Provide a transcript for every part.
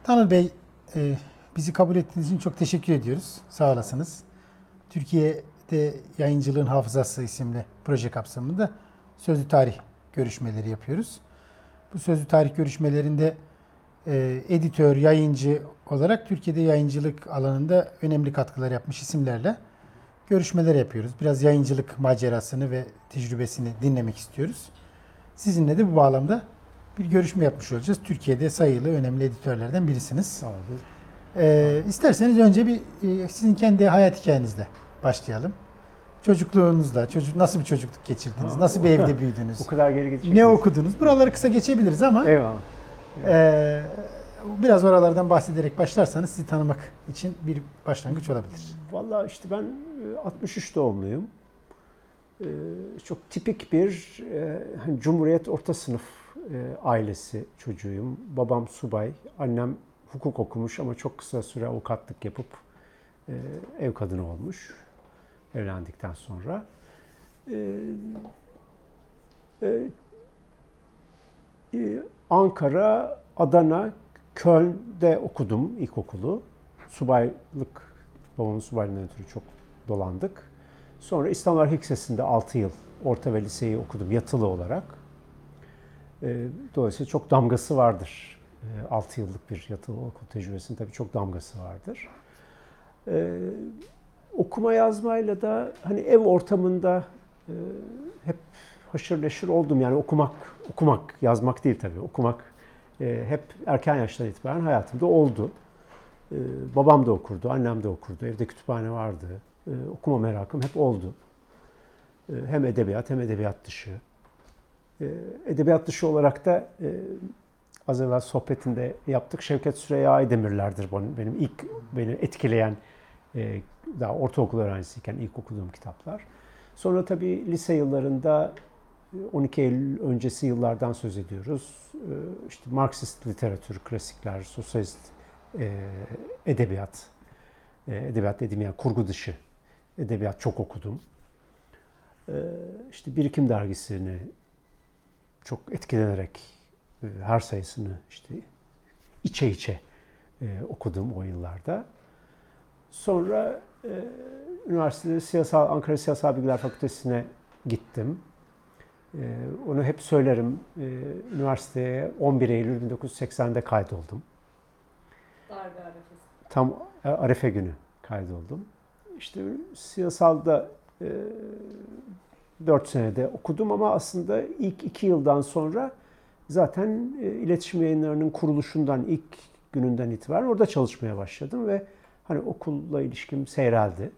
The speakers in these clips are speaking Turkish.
Anıl Bey, bizi kabul ettiğiniz için çok teşekkür ediyoruz. Sağ olasınız. Türkiye'de Yayıncılığın Hafızası isimli proje kapsamında sözlü tarih görüşmeleri yapıyoruz. Bu sözlü tarih görüşmelerinde editör, yayıncı olarak Türkiye'de yayıncılık alanında önemli katkılar yapmış isimlerle görüşmeler yapıyoruz. Biraz yayıncılık macerasını ve tecrübesini dinlemek istiyoruz. Sizinle de bu bağlamda bir görüşme yapmış olacağız. Türkiye'de sayılı önemli editörlerden birisiniz. Sağ olun. İsterseniz önce sizin kendi hayat hikayenizle başlayalım. Çocukluğunuzda, nasıl bir çocukluk geçirdiniz? Nasıl bir evde büyüdünüz? O kadar geri gidecek. Ne okudunuz? Buraları kısa geçebiliriz ama Eyvallah. Biraz oralardan bahsederek başlarsanız sizi tanımak için bir başlangıç olabilir. Vallahi işte ben 63 doğumluyum. Çok tipik bir hani Cumhuriyet orta sınıf ailesi çocuğuyum. Babam subay, annem hukuk okumuş ama çok kısa süre avukatlık yapıp ev kadını olmuş evlendikten sonra. Ankara, Adana, Köln'de okudum ilkokulu. Subaylık, babamın subaylığından ötürü çok dolandık. Sonra İstanbul Harp Lisesi'nde 6 yıl orta ve liseyi okudum yatılı olarak. Dolayısıyla çok damgası vardır. 6 yıllık bir yatılı okul tecrübesinin tabii çok damgası vardır. Okuma yazmayla da hani ev ortamında hep haşır neşir oldum. Yani okumak, yazmak değil tabii. Okumak hep erken yaştan itibaren hayatımda oldu. Babam da okurdu, annem de okurdu. Evde kütüphane vardı. Okuma merakım hep oldu. Hem edebiyat hem edebiyat dışı. Edebiyat dışı olarak da az evvel sohbetinde yaptık. Şevket Süreyya Aydemirler'dir beni etkileyen daha ortaokul öğrencisiyken ilk okuduğum kitaplar. Sonra tabii lise yıllarında 12 Eylül öncesi yıllardan söz ediyoruz. İşte Marksist literatür, klasikler, sosyalist edebiyat, edebiyat dediğim yani kurgu dışı edebiyat çok okudum. İşte Birikim dergisini çok etkilenerek her sayısını işte içe okudum o yıllarda. Sonra üniversitede Ankara Siyasal Bilgiler Fakültesi'ne gittim. Onu hep söylerim. Üniversiteye 11 Eylül 1980'de kaydoldum. Darbe arefesi. Tam Arefe günü kaydoldum. İşte siyasalda 4 senede okudum ama aslında ilk 2 yıldan sonra zaten iletişim yayınlarının kuruluşundan ilk gününden itibaren orada çalışmaya başladım ve hani okulla ilişkim seyreldi.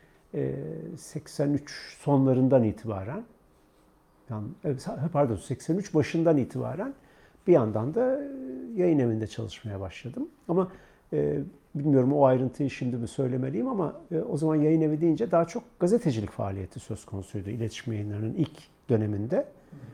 83 sonlarından itibaren, yani, pardon 83 başından itibaren bir yandan da yayın evinde çalışmaya başladım. Ama bilmiyorum o ayrıntıyı şimdi mi söylemeliyim ama o zaman yayın evi deyince daha çok gazetecilik faaliyeti söz konusuydu iletişim yayınlarının ilk döneminde.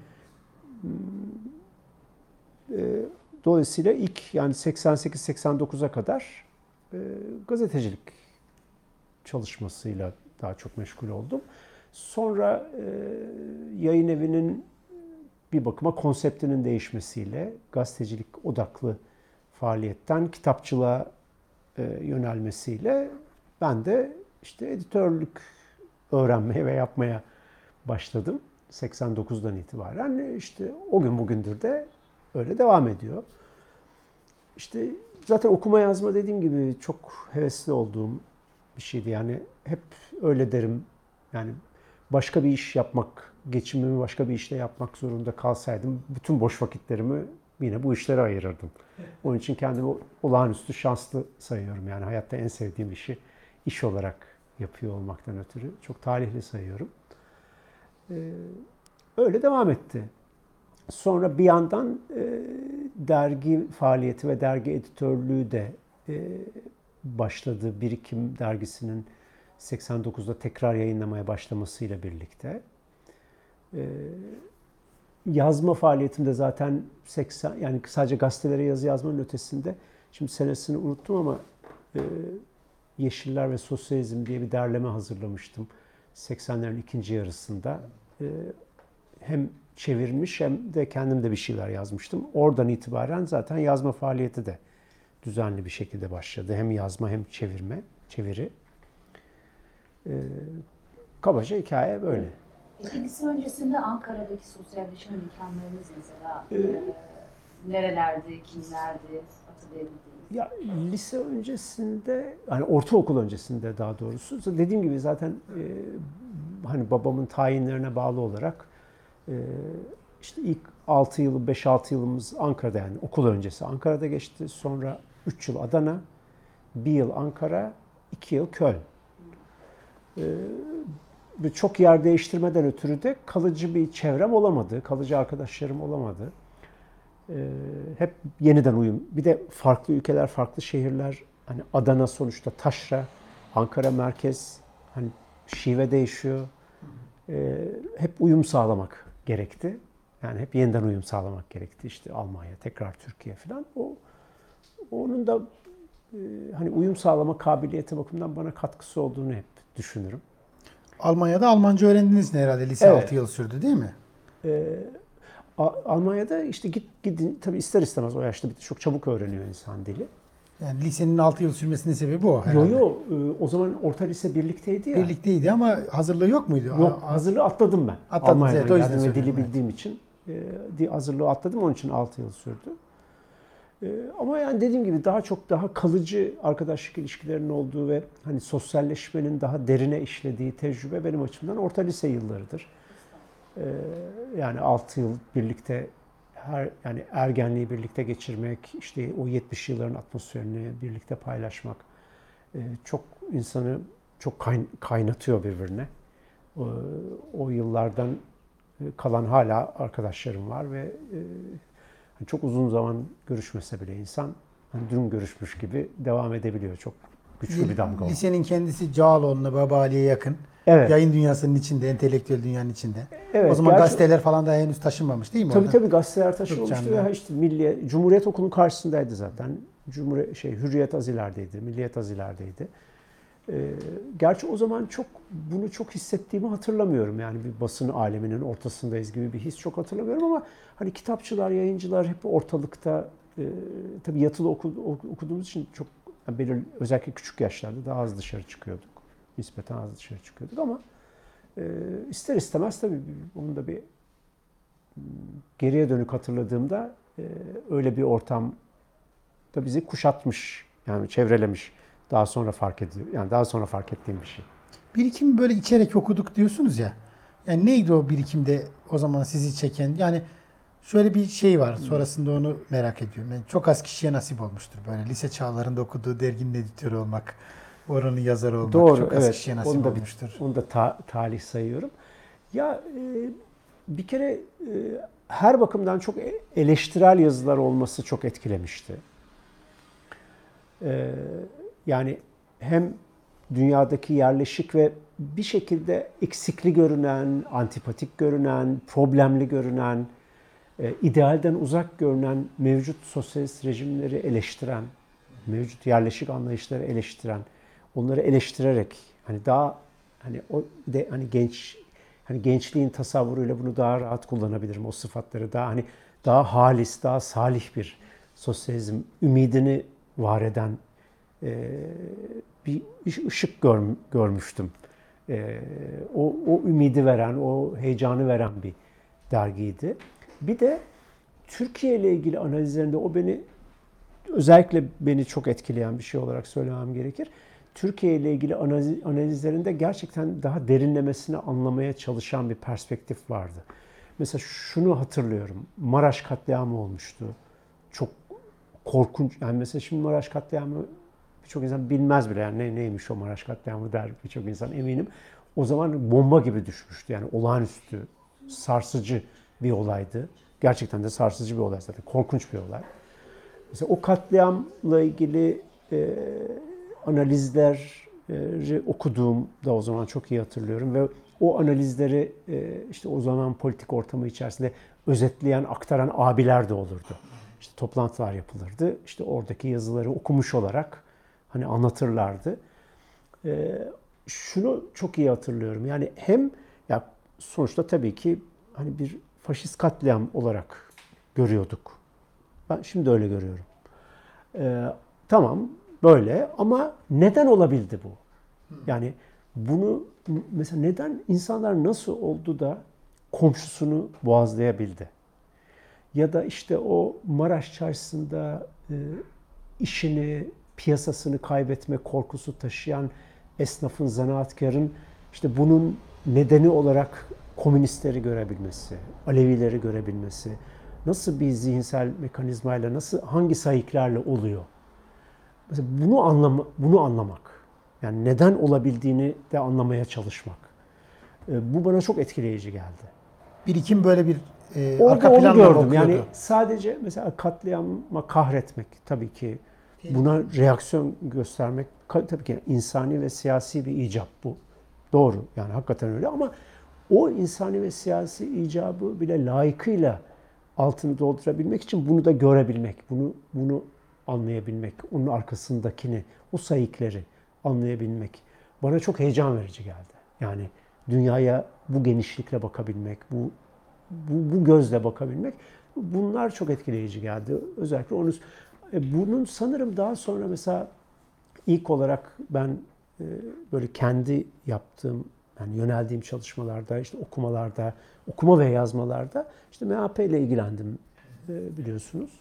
Dolayısıyla ilk yani 88-89'a kadar gazetecilik çalışmasıyla daha çok meşgul oldum. Sonra yayın evinin bir bakıma konseptinin değişmesiyle gazetecilik odaklı faaliyetten kitapçılığa yönelmesiyle ben de işte editörlük öğrenmeye ve yapmaya başladım. 89'dan itibaren işte o gün bugündür de öyle devam ediyor. İşte zaten okuma yazma dediğim gibi çok hevesli olduğum bir şeydi. Yani hep öyle derim. Yani başka bir iş yapmak, geçimimi başka bir işte yapmak zorunda kalsaydım bütün boş vakitlerimi yine bu işlere ayırırdım. Onun için kendimi olağanüstü şanslı sayıyorum. Yani hayatta en sevdiğim işi iş olarak yapıyor olmaktan ötürü çok talihli sayıyorum. Öyle devam etti. Sonra bir yandan dergi faaliyeti ve dergi editörlüğü de başladı. Birikim dergisinin 89'da tekrar yayınlamaya başlamasıyla birlikte. Yazma faaliyetimde zaten yani sadece gazetelere yazı yazmanın ötesinde, şimdi senesini unuttum ama Yeşiller ve Sosyalizm diye bir derleme hazırlamıştım 80'lerin ikinci yarısında. Hem çevirmiş hem de kendim de bir şeyler yazmıştım. Oradan itibaren zaten yazma faaliyeti de düzenli bir şekilde başladı. Hem yazma hem çeviri. Kabaca hikaye böyle. Peki lise öncesinde Ankara'daki sosyalleşme imkanlarınız mesela nerelerde, kimlerdi hatırlayabildiğiniz? Ya lise öncesinde, hani ortaokul öncesinde daha doğrusu, dediğim gibi zaten hani babamın tayinlerine bağlı olarak işte ilk 6 yılı, 5-6 yılımız Ankara'da, yani okul öncesi Ankara'da geçti. Sonra 3 yıl Adana, 1 yıl Ankara, 2 yıl Köln. Çok yer değiştirmeden ötürü de kalıcı bir çevrem olamadı, kalıcı arkadaşlarım olamadı. Hep yeniden uyum. Bir de farklı ülkeler, farklı şehirler. Hani Adana sonuçta taşra, Ankara merkez. Hani şive değişiyor. Hep uyum sağlamak gerekti. Yani hep yeniden uyum sağlamak gerekti. İşte Almanya, tekrar Türkiye falan. Onun da hani uyum sağlama kabiliyeti bakımından bana katkısı olduğunu hep düşünürüm. Almanya'da Almanca öğrendiniz herhalde. Lise Evet. 6 yıl sürdü değil mi? Almanya'da işte gidin tabii ister istemez o yaşta çok çabuk öğreniyor insan dili. Yani lisenin 6 yıl sürmesinin sebebi o herhalde. O zaman orta lise birlikteydi ya. Birlikteydi ama hazırlığı yok muydu? Yok, hazırlığı atladım ben. Atladınız, Almanya'dan evet, o yüzden geldim ve dili söylüyorum, bildiğim için hazırlığı atladım. Onun için 6 yıl sürdü. Ama yani dediğim gibi daha kalıcı arkadaşlık ilişkilerinin olduğu ve hani sosyalleşmenin daha derine işlediği tecrübe benim açımdan orta lise yıllarıdır. Yani 6 yıl birlikte yani ergenliği birlikte geçirmek, işte o 70 yılların atmosferini birlikte paylaşmak çok insanı çok kaynatıyor birbirine. O yıllardan kalan hala arkadaşlarım var ve çok uzun zaman görüşmese bile insan hani dün görüşmüş gibi devam edebiliyor. Çok güçlü bir damga o. Lisenin kendisi Cağaloğlu'na, Babali'ye yakın. Evet. Yayın dünyasının içinde, entelektüel dünyanın içinde. Evet, o zaman gerçi- gazeteler falan da henüz taşınmamış değil mi? Tabii orada? tabii gazeteler taşınmıştı canlı. ve işte Cumhuriyet Okulu'nun karşısındaydı zaten. Hürriyet az ilerideydi, Milliyet az ilerideydi. Gerçi o zaman bunu çok hissettiğimi hatırlamıyorum. Yani bir basın aleminin ortasındayız gibi bir his çok hatırlamıyorum ama hani kitapçılar, yayıncılar hep ortalıkta. Tabii yatılı okuduğumuz için çok özellikle küçük yaşlarda daha az dışarı çıkıyorduk. Nispeten az dışarı çıkıyorduk ama ister istemez tabii onun da bir geriye dönük hatırladığımda öyle bir ortam da bizi kuşatmış, yani çevrelemiş. Daha sonra fark ettiğim bir şey. Birikimi böyle içerek okuduk diyorsunuz ya. Yani neydi o birikimde o zaman sizi çeken? Yani şöyle bir şey var. Sonrasında onu merak ediyorum. Yani çok az kişiye nasip olmuştur böyle lise çağlarında okuduğu derginin editörü olmak, oranın yazarı olmak. Doğru, çok az evet. kişiye nasip olmuştur. Onu da talih sayıyorum. Ya bir kere her bakımdan çok eleştirel yazılar olması çok etkilemişti. Yani hem dünyadaki yerleşik ve bir şekilde eksikli görünen, antipatik görünen, problemli görünen, idealden uzak görünen mevcut sosyalist rejimleri eleştiren, mevcut yerleşik anlayışları eleştiren, onları eleştirerek hani daha hani o de hani gençliğin tasavvuruyla bunu daha rahat kullanabilirim, o sıfatları daha halis, daha salih bir sosyalizm ümidini var eden bir ışık görmüştüm. O ümidi veren, o heyecanı veren bir dergiydi. Bir de Türkiye ile ilgili analizlerinde özellikle beni çok etkileyen bir şey olarak söylemem gerekir. Türkiye ile ilgili analizlerinde gerçekten daha derinlemesine anlamaya çalışan bir perspektif vardı. Mesela şunu hatırlıyorum. Maraş katliamı olmuştu. Çok korkunç. Yani mesela şimdi Maraş katliamı birçok insan bilmez bile. Yani neymiş o Maraş katliamı der birçok insan, eminim. O zaman bomba gibi düşmüştü. Yani olağanüstü, sarsıcı bir olaydı. Gerçekten de sarsıcı bir olay zaten. Korkunç bir olay. Mesela o katliamla ilgili analizleri okuduğumda o zaman çok iyi hatırlıyorum ve o analizleri işte o zaman politik ortamı içerisinde özetleyen, aktaran abiler de olurdu. İşte toplantılar yapılırdı. İşte oradaki yazıları okumuş olarak hani anlatırlardı. Şunu çok iyi hatırlıyorum. Yani hem ya sonuçta tabii ki hani bir faşist katliam olarak görüyorduk. Ben şimdi öyle görüyorum. Tamam böyle ama neden olabildi bu? Yani bunu mesela neden insanlar nasıl oldu da komşusunu boğazlayabildi? Ya da işte o Maraş Çarşısı'nda işini, piyasasını kaybetme korkusu taşıyan esnafın, zanaatkarın işte bunun nedeni olarak komünistleri görebilmesi, Alevileri görebilmesi, nasıl bir zihinsel mekanizmayla, nasıl hangi sayıklarla oluyor? Mesela bunu anlamak, yani neden olabildiğini de anlamaya çalışmak. Bu bana çok etkileyici geldi. Birikim böyle bir Orada arka onu planla gördüm. bakıyordu. Yani sadece mesela katliama kahretmek tabii ki, buna reaksiyon göstermek tabii ki insani ve siyasi bir icap bu. Doğru, yani hakikaten öyle ama o insani ve siyasi icabı bile layıkıyla altını doldurabilmek için bunu da görebilmek, bunu anlayabilmek, onun arkasındakini, o sayıkları anlayabilmek bana çok heyecan verici geldi. Yani dünyaya bu genişlikle bakabilmek, bu gözle bakabilmek, bunlar çok etkileyici geldi. Özellikle onu, bunun sanırım daha sonra mesela ilk olarak ben böyle kendi yaptığım, yani yöneldiğim çalışmalarda, işte okumalarda, okuma ve yazmalarda işte MHP ile ilgilendim biliyorsunuz.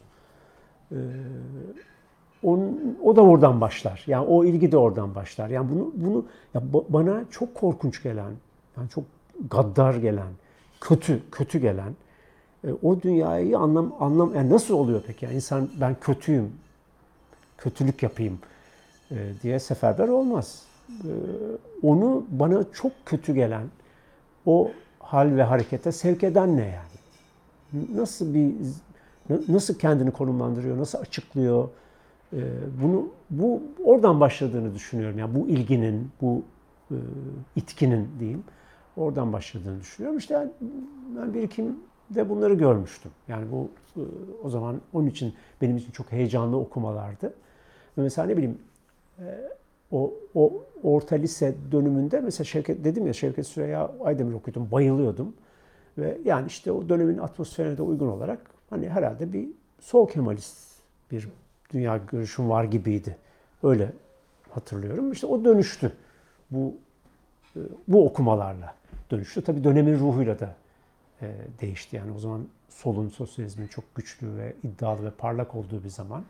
O da oradan başlar. Yani o ilgi de oradan başlar. Yani bunu ya bana çok korkunç gelen, yani çok gaddar gelen, kötü gelen, o dünyayı yani nasıl oluyor peki? Yani insan ben kötüyüm, kötülük yapayım diye seferber olmaz. Onu bana çok kötü gelen o hal ve harekete sevk eden ne yani? Nasıl kendini konumlandırıyor, nasıl açıklıyor? Bu oradan başladığını düşünüyorum. Yani bu ilginin, bu itkinin diyeyim, oradan başladığını düşünüyorum. İşte yani ben birikimde bunları görmüştüm. Yani bu o zaman onun için benim için çok heyecanlı okumalardı. Ve mesela ne bileyim o orta lise dönümünde mesela Şevket Süreyya Aydemir okuyordum, bayılıyordum. Ve yani işte o dönemin atmosferine de uygun olarak hani herhalde bir sol Kemalist bir dünya görüşüm var gibiydi. Öyle hatırlıyorum. İşte o dönüştü. Bu okumalarla dönüştü. Tabii dönemin ruhuyla da değişti. Yani o zaman solun, sosyalizmin çok güçlü ve iddialı ve parlak olduğu bir zaman.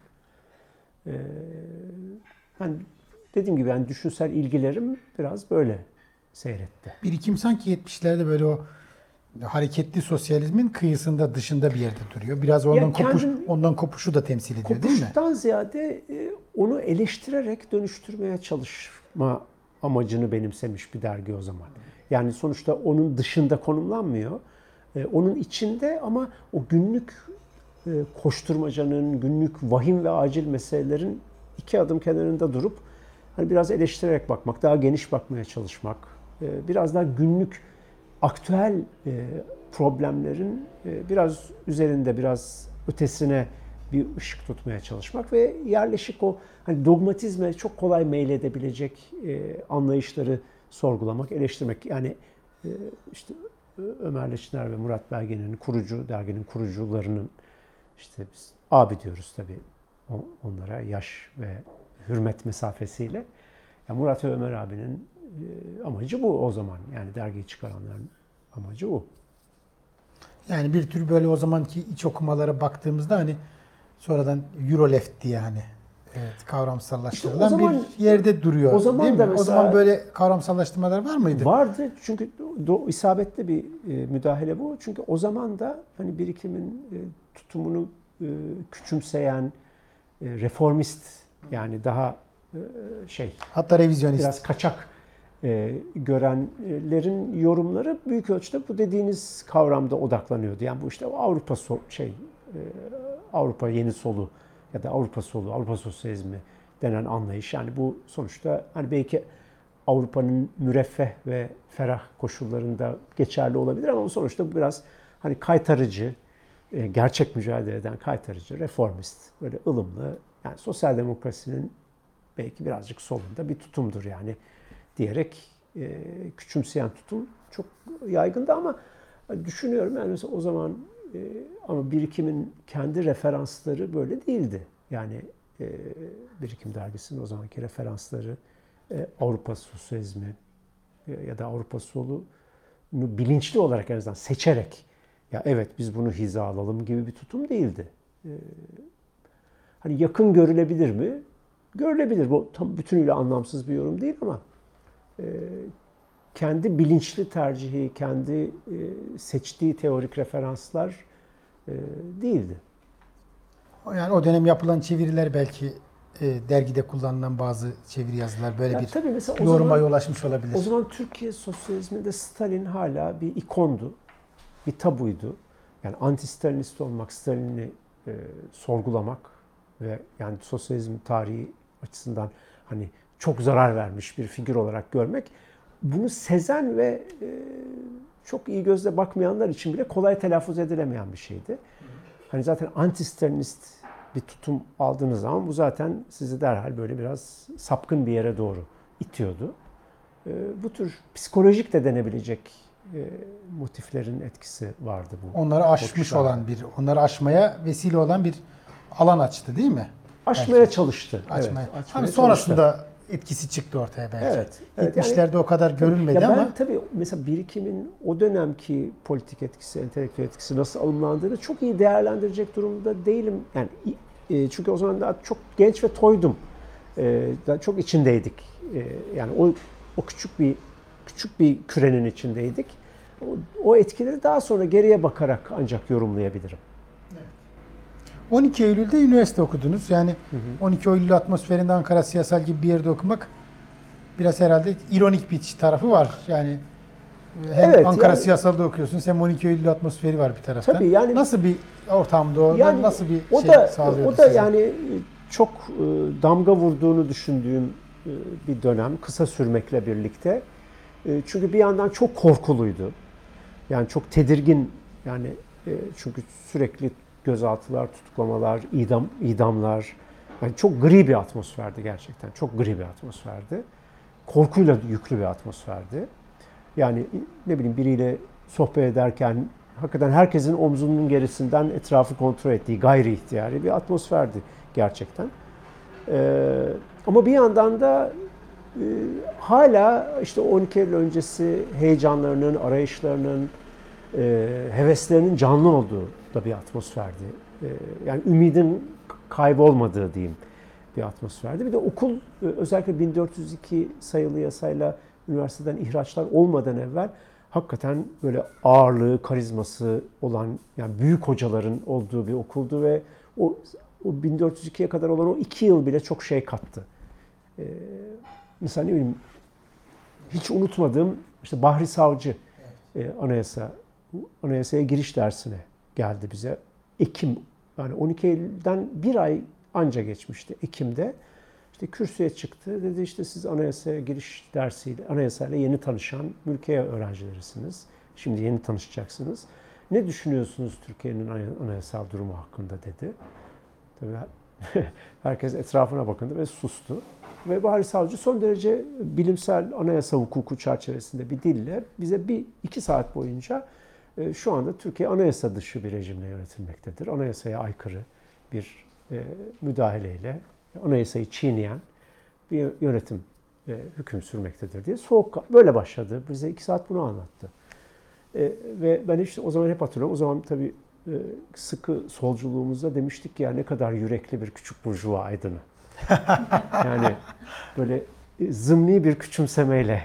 Yani dediğim gibi yani düşünsel ilgilerim biraz böyle seyretti. Birikim sanki 70'lerde böyle o hareketli sosyalizmin kıyısında, dışında bir yerde duruyor. Biraz ondan kopuşu da temsil ediyor değil mi? Kopuştan ziyade onu eleştirerek dönüştürmeye çalışma amacını benimsemiş bir dergi o zaman. Yani sonuçta onun dışında konumlanmıyor. Onun içinde ama o günlük koşturmacanın, günlük vahim ve acil meselelerin iki adım kenarında durup hani biraz eleştirerek bakmak, daha geniş bakmaya çalışmak, biraz daha günlük aktüel problemlerin biraz üzerinde, biraz ötesine bir ışık tutmaya çalışmak ve yerleşik o hani dogmatizme çok kolay meyledebilecek anlayışları sorgulamak, eleştirmek. Yani işte Ömer Leçiner ve Murat Belge'nin derginin kurucularının işte biz abi diyoruz tabii onlara yaş ve hürmet mesafesiyle. Yani Murat ve Ömer abinin amacı bu o zaman. Yani dergiyi çıkaranların amacı bu. Yani bir tür böyle o zamanki iç okumalara baktığımızda hani sonradan Euroleft diye hani kavramsallaştırılan İşte o zaman, bir yerde duruyor. O zaman değil mi? da mesela, o zaman böyle kavramsallaştırmalar var mıydı? Vardı çünkü isabetli bir müdahale bu. Çünkü o zaman da hani birikimin tutumunu küçümseyen, reformist yani daha hatta revizyonist. Biraz kaçak görenlerin yorumları büyük ölçüde bu dediğiniz kavramda odaklanıyordu. Yani bu işte Avrupa yeni solu ya da Avrupa solu, Avrupa sosyalizmi denen anlayış. Yani bu sonuçta hani belki Avrupa'nın müreffeh ve ferah koşullarında geçerli olabilir ama sonuçta bu biraz hani kaytarıcı, gerçek mücadele eden kaytarıcı, reformist, böyle ılımlı, yani sosyal demokrasinin belki birazcık solunda bir tutumdur yani diyerek küçümseyen tutum çok yaygındı ama düşünüyorum yani mesela o zaman ama birikimin kendi referansları böyle değildi. Yani Birikim Dergisi'nin o zamanki referansları Avrupa Sosyalizmi ya da Avrupa solunu bilinçli olarak en azından seçerek ya evet biz bunu hizalayalım gibi bir tutum değildi. Hani yakın görülebilir mi? Görülebilir. Bu tam bütünüyle anlamsız bir yorum değil ama kendi bilinçli tercihi, kendi seçtiği teorik referanslar değildi. Yani o dönem yapılan çeviriler belki dergide kullanılan bazı çeviri yazılar böyle Ya bir tabii mesela yoruma yol açmış olabilir. O zaman Türkiye sosyalizminde Stalin hala bir ikondu, bir tabuydu. Yani anti-Stalinist olmak, Stalin'i sorgulamak ve yani sosyalizm tarihi açısından hani çok zarar vermiş bir figür olarak görmek, bunu sezen ve çok iyi gözle bakmayanlar için bile kolay telaffuz edilemeyen bir şeydi. Hani zaten anti-Stalinist bir tutum aldığınız zaman bu zaten sizi derhal böyle biraz sapkın bir yere doğru itiyordu. Bu tür psikolojik de denebilecek motiflerin etkisi vardı bu. Onları aşmış olan onları aşmaya vesile olan bir alan açtı değil mi? Aşmaya belki çalıştı. Aşmaya. Evet, Hani sonrasında etkisi çıktı ortaya belki. Evet. 70'lerde yani, o kadar görülmedi ya ben ama tabii mesela birikimin o dönemki politik etkisi, entelektüel etkisi nasıl alımlandığını çok iyi değerlendirecek durumda değilim. Yani çünkü o zaman daha çok genç ve toydum. Daha çok içindeydik. Yani o küçük bir kürenin içindeydik. O etkileri daha sonra geriye bakarak ancak yorumlayabilirim. 12 Eylül'de üniversite okudunuz. Yani 12 Eylül atmosferinde Ankara Siyasal gibi bir yerde okumak biraz herhalde ironik bir tarafı var. Yani hem evet, Ankara yani, Siyasal'da okuyorsun, hem 12 Eylül atmosferi var bir taraftan. Tabii yani, nasıl bir ortamda o? Yani, nasıl bir sağlıyordu O da size? yani çok damga vurduğunu düşündüğüm bir dönem. Kısa sürmekle birlikte. Çünkü bir yandan çok korkuluydu. Yani çok tedirgin. Yani çünkü sürekli gözaltılar, tutuklamalar, idamlar. Yani çok gri bir atmosferdi gerçekten. Çok gri bir atmosferdi. Korkuyla yüklü bir atmosferdi. Yani ne bileyim biriyle sohbet ederken hakikaten herkesin omzunun gerisinden etrafı kontrol ettiği gayri ihtiyari bir atmosferdi gerçekten. Ama bir yandan da hala işte 12 Eylül öncesi heyecanlarının, arayışlarının, heveslerinin canlı olduğu da bir atmosferdi. Yani ümidin kaybolmadığı diyeyim bir atmosferdi. Bir de okul özellikle 1402 sayılı yasayla üniversiteden ihraçlar olmadan evvel hakikaten böyle ağırlığı, karizması olan yani büyük hocaların olduğu bir okuldu ve o 1402'ye kadar olan o 2 yıl bile çok şey kattı. Mesela ne bileyim hiç unutmadığım işte Bahri Savcı anayasaya giriş dersine geldi bize. Ekim yani 12 Eylül'den bir ay anca geçmişti Ekim'de. İşte kürsüye çıktı. Dedi işte siz anayasaya giriş dersiyle, anayasayla yeni tanışan mülkiye öğrencilerisiniz. Şimdi yeni tanışacaksınız. Ne düşünüyorsunuz Türkiye'nin anayasal durumu hakkında dedi. Tabii herkes etrafına bakındı ve sustu. Ve Bahri Savcı son derece bilimsel anayasa hukuku çerçevesinde bir dille bize 2 saat boyunca şu anda Türkiye anayasa dışı bir rejimle yönetilmektedir. Anayasaya aykırı bir müdahaleyle anayasayı çiğneyen bir yönetim hüküm sürmektedir diye soğuk böyle başladı. Bize 2 saat bunu anlattı. Ve ben işte o zaman hep hatırlıyorum. O zaman tabii sıkı solculuğumuzda demiştik ki ya ne kadar yürekli bir küçük burjuva aydını. Yani böyle zımni bir küçümsemeyle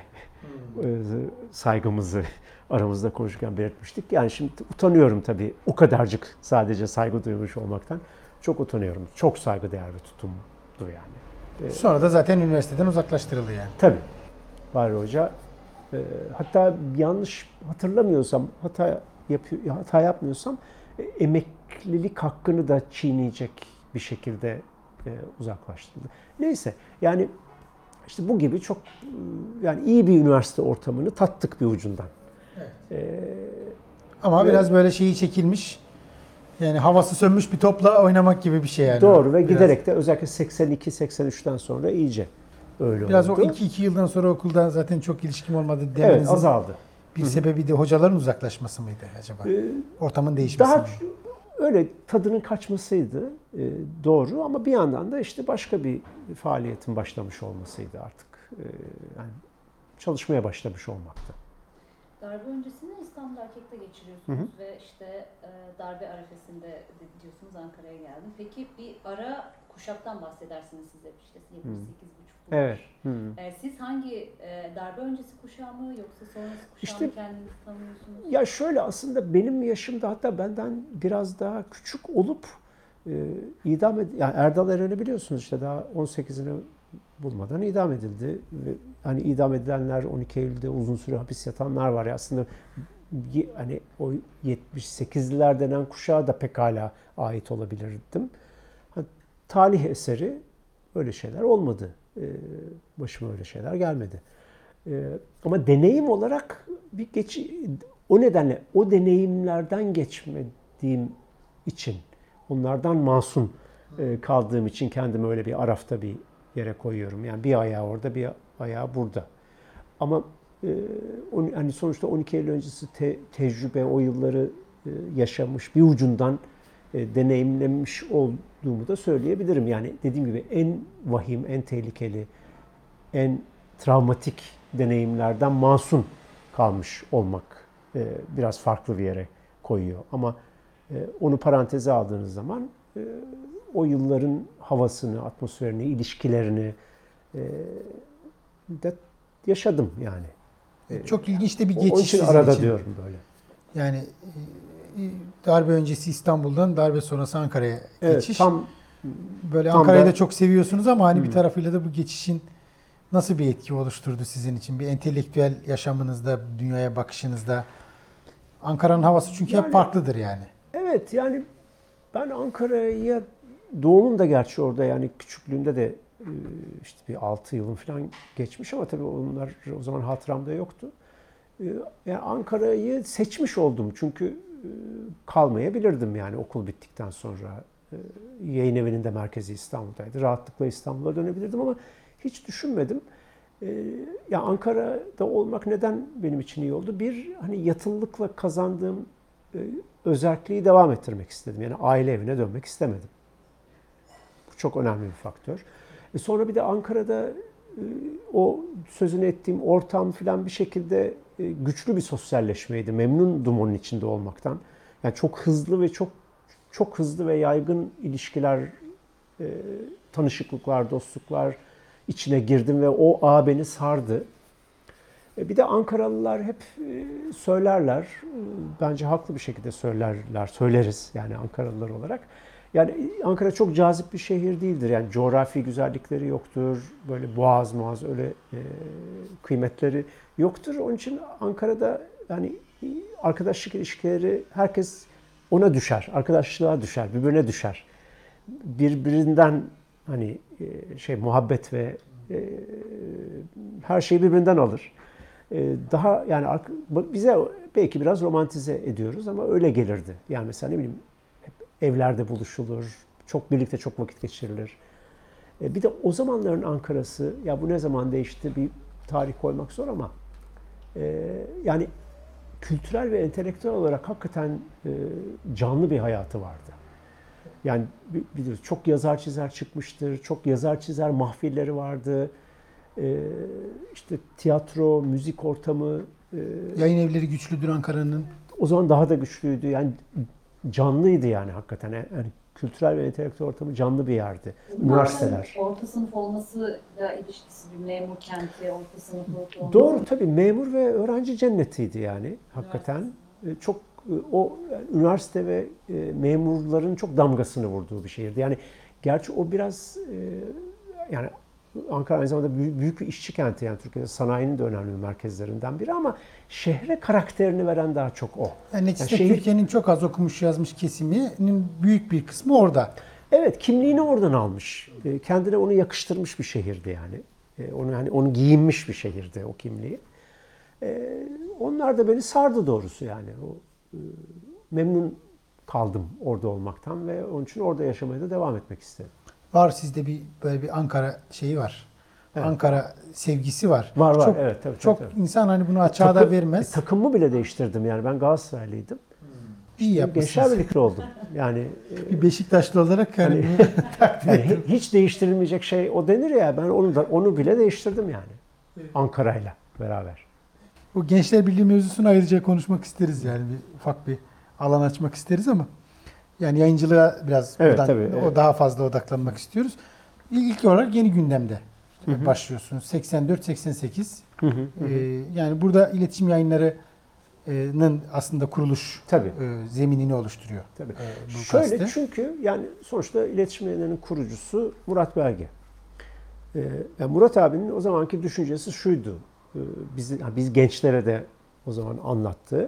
saygımızı aramızda konuşurken belirtmiştik. Yani şimdi utanıyorum tabii o kadarcık sadece saygı duymuş olmaktan. Çok utanıyorum. Çok saygıdeğer bir tutumdu yani. Sonra da zaten üniversiteden uzaklaştırıldı yani. Tabii. Bahri Hoca hatta yanlış hatırlamıyorsam, hata yapmıyorsam emeklilik hakkını da çiğneyecek bir şekilde uzaklaştırıldı. Neyse yani işte bu gibi çok yani iyi bir üniversite ortamını tattık bir ucundan. Evet. Ama biraz böyle şeyi çekilmiş, yani havası sönmüş bir topla oynamak gibi bir şey yani. Doğru ve biraz giderek de özellikle 82-83'ten sonra iyice öyle biraz oldu. Biraz o 2 yıldan sonra okulda zaten çok ilişkim olmadı demenizin evet, azaldı. Bir sebebi de hocaların uzaklaşması mıydı acaba? Ortamın değişmesi Daha mi? öyle tadının kaçmasıydı doğru, ama bir yandan da işte başka bir faaliyetin başlamış olmasıydı artık. Yani çalışmaya başlamış olmaktı. Darbe öncesini İstanbul Erkek'te geçiriyorsunuz ve işte darbe arifesinde diyorsunuz Ankara'ya geldim. Peki bir ara kuşaktan bahsedersiniz size işte 78,5. Evet. Siz hangi darbe öncesi kuşağı mı yoksa sonrası kuşağı İşte, mı kendinizi tanıyorsunuz? Ya şöyle, aslında benim yaşımda hatta benden biraz daha küçük olup yani Erdal Eren'i biliyorsunuz, işte daha 18'ini bulmadan idam edildi. Ve hani idam edilenler, 12 Eylül'de uzun süre hapis yatanlar var ya, aslında hani o 78'liler denen kuşağa da pekala ait olabilirdim. Talih eseri öyle şeyler olmadı. Başıma öyle şeyler gelmedi. Ama deneyim olarak o nedenle o deneyimlerden geçmediğim için, onlardan masum kaldığım için kendimi öyle bir arafta bir yere koyuyorum. Yani bir ayağı orada, bir ayağı burada. Ama hani sonuçta 12 Eylül öncesi tecrübe, o yılları yaşamış, bir ucundan deneyimlemiş olduğumu da söyleyebilirim. Yani dediğim gibi en vahim, en tehlikeli, en travmatik deneyimlerden masum kalmış olmak biraz farklı bir yere koyuyor. Ama onu paranteze aldığınız zaman o yılların havasını, atmosferini, ilişkilerini de yaşadım yani. Çok ilginç de bir Onun geçiş için sizin arada için. diyorum böyle. Yani darbe öncesi İstanbul'dan darbe sonrası Ankara'ya geçiş. Böyle tam Ankara'yı da- da çok seviyorsunuz ama hani bir tarafıyla da bu geçişin nasıl bir etki oluşturdu sizin için? Bir entelektüel yaşamınızda, dünyaya bakışınızda. Ankara'nın havası çünkü hep Yani- farklıdır yani. Evet, yani ben Ankara'ya doğumum da gerçi orada, yani küçüklüğümde de işte bir 6 yılım falan geçmiş, ama tabii onlar o zaman hatıramda yoktu. Yani Ankara'yı seçmiş oldum çünkü kalmayabilirdim yani okul bittikten sonra. Yayın evinin de merkezi İstanbul'daydı. Rahatlıkla İstanbul'a dönebilirdim ama hiç düşünmedim. Ya Ankara'da olmak neden benim için iyi oldu? Bir, hani yatılılıkla kazandığım özerkliği devam ettirmek istedim. Yani aile evine dönmek istemedim. Bu çok önemli bir faktör. Sonra bir de Ankara'da o sözünü ettiğim ortam falan bir şekilde güçlü bir sosyalleşmeydi. Memnundum onun içinde olmaktan. Yani çok hızlı ve çok hızlı ve yaygın ilişkiler, tanışıklıklar, dostluklar içine girdim ve o ağ beni sardı. Bir de Ankaralılar hep söylerler, bence haklı bir şekilde söyleriz yani Ankaralılar olarak. Yani Ankara çok cazip bir şehir değildir. Yani coğrafi güzellikleri yoktur, böyle boğaz öyle kıymetleri yoktur. Onun için Ankara'da yani arkadaşlık ilişkileri, herkes ona düşer, arkadaşlığa düşer, birbirine düşer. Birbirinden hani muhabbet ve her şeyi birbirinden alır. Daha yani bize belki biraz romantize ediyoruz ama öyle gelirdi. Yani mesela ne bileyim, hep evlerde buluşulur, çok birlikte çok vakit geçirilir. Bir de o zamanların Ankara'sı, ya bu ne zaman değişti bir tarih koymak zor ama yani kültürel ve entelektüel olarak hakikaten canlı bir hayatı vardı. Yani biliyoruz, çok yazar çizer çıkmıştır, çok yazar çizer mahfilleri vardı. İşte tiyatro, müzik ortamı. Yayın evleri güçlüdür Ankara'nın. O zaman daha da güçlüydü. Yani canlıydı yani hakikaten. Yani kültürel ve entelektüel ortamı canlı bir yerdi. Üniversiteler. Orta sınıf olmasıyla ilişkisi, bir memur kenti, orta sınıf olması. Doğru, tabii memur ve öğrenci cennetiydi yani hakikaten. Çok yani üniversite ve memurların çok damgasını vurduğu bir şehirdi. Yani gerçi o biraz yani Ankara aynı zamanda büyük bir işçi kenti, yani Türkiye'de sanayinin de önemli merkezlerinden biri, ama şehre karakterini veren daha çok o. Yani neticede Türkiye'nin çok az okumuş yazmış kesiminin büyük bir kısmı orada. Evet, kimliğini oradan almış. Kendine onu yakıştırmış bir şehirdi yani. Onu giyinmiş bir şehirdi o kimliği. Onlar da beni sardı doğrusu yani. Memnun kaldım orada olmaktan ve onun için orada yaşamaya da devam etmek istedim. Var sizde böyle bir Ankara şeyi var. Evet. Ankara sevgisi var. Var çok, evet tabii. Çok insan hani bunu açığa da vermez. Takımımı bile değiştirdim yani, ben Galatasaraylıydım. İyi Gençler yapmışsınız. Birlikleri oldum. Yani Bir Beşiktaşlı olarak hani Hani- bunu takdir yani ettim. hiç değiştirilmeyecek şey o denir ya, ben onu bile değiştirdim yani. Ankara'yla beraber. Bu Gençler Birliği mevzusunu ayrıca konuşmak isteriz yani bir ufak bir alan açmak isteriz ama yani yayıncılığa biraz Evet, buradan tabii, evet. daha fazla odaklanmak istiyoruz. İlk olarak yeni gündemde Hı hı. başlıyorsunuz. 84-88. Hı hı, hı hı. Yani burada iletişim yayınları'nın aslında kuruluş Tabii. zeminini oluşturuyor. Tabii. Bu Şöyle, gazete. çünkü yani sonuçta iletişim yayınlarının kurucusu Murat Belge. Yani Murat abinin o zamanki düşüncesi şuydu. Biz gençlere de o zaman anlattı.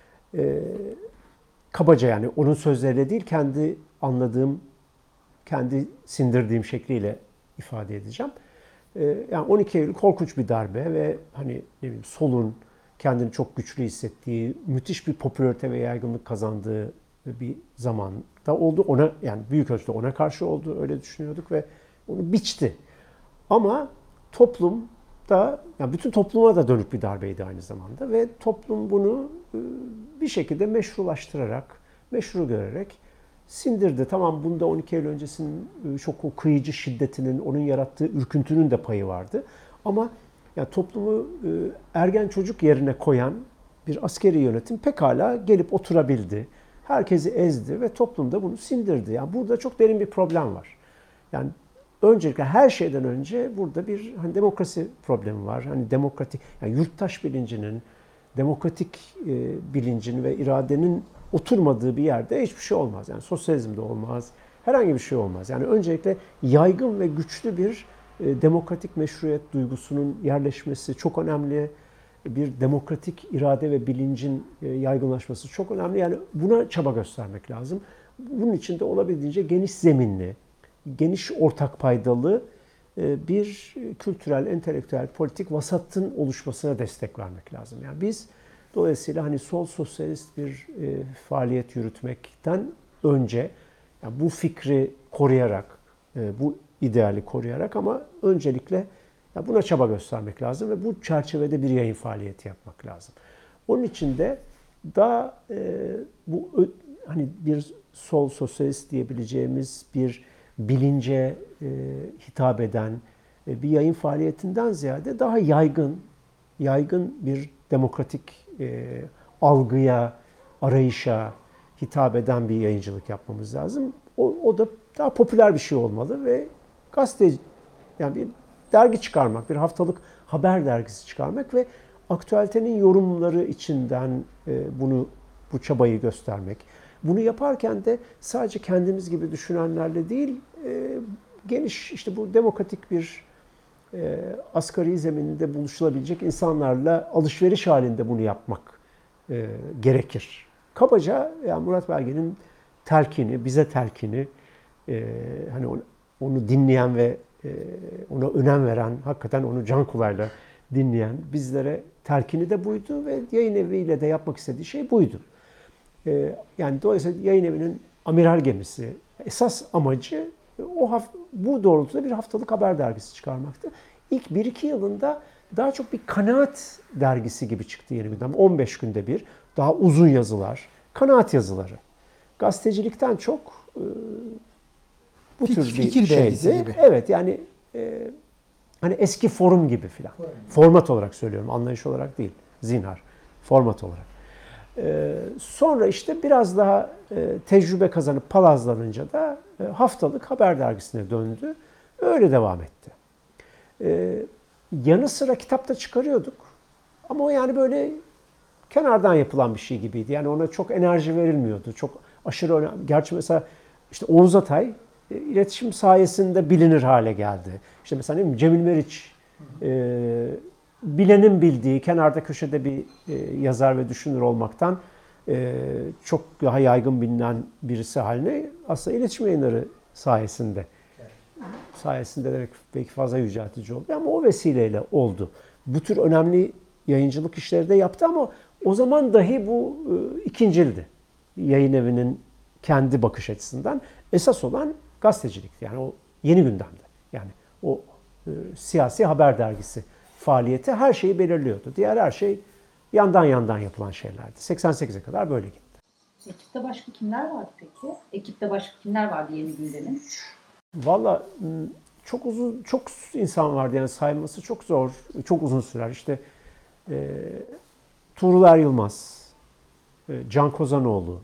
Kabaca, yani onun sözleriyle değil, kendi anladığım, kendi sindirdiğim şekliyle ifade edeceğim. Yani 12 Eylül korkunç bir darbe ve hani ne bileyim, solun kendini çok güçlü hissettiği, müthiş bir popülarite ve yaygınlık kazandığı bir zamanda oldu. Ona, yani büyük ölçüde ona karşı oldu, öyle düşünüyorduk ve onu biçti. Ama toplumda, yani bütün topluma da dönük bir darbeydi aynı zamanda ve toplum bunu bir şekilde meşrulaştırarak, meşru görerek sindirdi. Tamam, bunda 12 Eylül öncesinin çok o kıyıcı şiddetinin, onun yarattığı ürküntünün de payı vardı. Ama yani toplumu ergen çocuk yerine koyan bir askeri yönetim pekala gelip oturabildi. Herkesi ezdi ve toplum da bunu sindirdi. Yani burada çok derin bir problem var. Yani öncelikle, her şeyden önce burada bir demokrasi problemi var. Hani demokratik, yani yurttaş bilincinin, demokratik bilincin ve iradenin oturmadığı bir yerde hiçbir şey olmaz. Yani sosyalizm de olmaz, herhangi bir şey olmaz. Yani öncelikle yaygın ve güçlü bir demokratik meşruiyet duygusunun yerleşmesi çok önemli. Bir demokratik irade ve bilincin yaygınlaşması çok önemli. Yani buna çaba göstermek lazım. Bunun için de olabildiğince geniş zeminli, geniş ortak paydalı bir kültürel, entelektüel, politik vasatın oluşmasına destek vermek lazım. Yani biz dolayısıyla hani sol sosyalist bir faaliyet yürütmekten önce, yani bu fikri koruyarak, bu ideali koruyarak, ama öncelikle buna çaba göstermek lazım ve bu çerçevede bir yayın faaliyeti yapmak lazım. Onun için de daha bu hani bir sol sosyalist diyebileceğimiz bir bilince hitap eden bir yayın faaliyetinden ziyade daha yaygın bir demokratik algıya, arayışa hitap eden bir yayıncılık yapmamız lazım. O da daha popüler bir şey olmalı ve gazete, yani bir dergi çıkarmak, bir haftalık haber dergisi çıkarmak ve aktüelitenin yorumları içinden bu çabayı göstermek. Bunu yaparken de sadece kendimiz gibi düşünenlerle değil, geniş, işte bu demokratik bir asgari zemininde buluşulabilecek insanlarla alışveriş halinde bunu yapmak gerekir. Kabaca yani Murat Belge'nin telkini, bize telkini, hani onu dinleyen ve ona önem veren, hakikaten onu can kulağıyla dinleyen bizlere telkini de buydu ve yayın eviyle de yapmak istediği şey buydu. Yani dolayısıyla yayın evinin amiral gemisi, esas amacı bu doğrultuda bir haftalık haber dergisi çıkarmaktı. İlk 1-2 yılında daha çok bir kanaat dergisi gibi çıktı Yeni Gündem. 15 günde bir, daha uzun yazılar, kanaat yazıları. Gazetecilikten çok bu tür bir fikir dergisi şeydi. gibi. Evet, yani hani eski forum gibi filan. Format olarak söylüyorum, anlayış olarak değil. Zinhar, format olarak. Sonra işte biraz daha tecrübe kazanıp palazlanınca da haftalık haber dergisine döndü. Öyle devam etti. Yanı sıra kitap da çıkarıyorduk. Ama o yani böyle kenardan yapılan bir şey gibiydi. Yani ona çok enerji verilmiyordu. Çok aşırı önemli. Gerçi mesela işte Oğuz Atay iletişim sayesinde bilinir hale geldi. İşte mesela ne bileyim, Cemil Meriç bilenin bildiği, kenarda köşede bir yazar ve düşünür olmaktan çok daha yaygın bilinen birisi haline aslında iletişim yayınları sayesinde de belki fazla yüceltici oldu ama o vesileyle oldu. Bu tür önemli yayıncılık işleri de yaptı ama o zaman dahi bu ikincildi. Yayın evinin kendi bakış açısından esas olan gazetecilikti. Yani o Yeni Gündem'de. Yani o siyasi haber dergisi faaliyeti her şeyi belirliyordu. Diğer her şey yandan yapılan şeylerdi. 88'e kadar böyle gitti. Ekipte başka kimler vardı peki? Ekipte başka kimler vardı Yeni Gündem'in? Valla çok insan vardı yani sayması çok zor, çok uzun sürer. İşte Tuğrul Er Yılmaz, Can Kozanoğlu,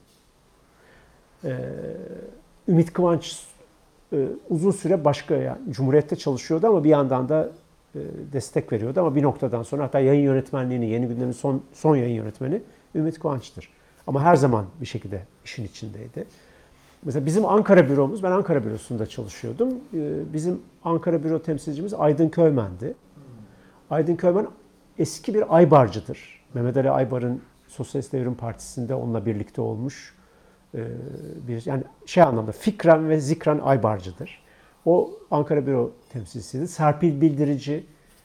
Ümit Kıvanç uzun süre başka yani Cumhuriyet'te çalışıyordu ama bir yandan da destek veriyordu ama bir noktadan sonra hatta yayın yönetmenliğini Yeni Gündem'in son yayın yönetmeni Ümit Kıvanç'tır. Ama her zaman bir şekilde işin içindeydi. Mesela bizim Ankara büromuz, ben Ankara bürosunda çalışıyordum. Bizim Ankara büro temsilcimiz Aydın Köymen'di. Aydın Köymen eski bir Aybarcıdır. Mehmet Ali Aybar'ın Sosyalist Devrim Partisi'nde onunla birlikte olmuş bir yani şey anlamda fikren ve zikren Aybarcıdır. O Ankara büro temsilcisiydi. Serpil Bildirici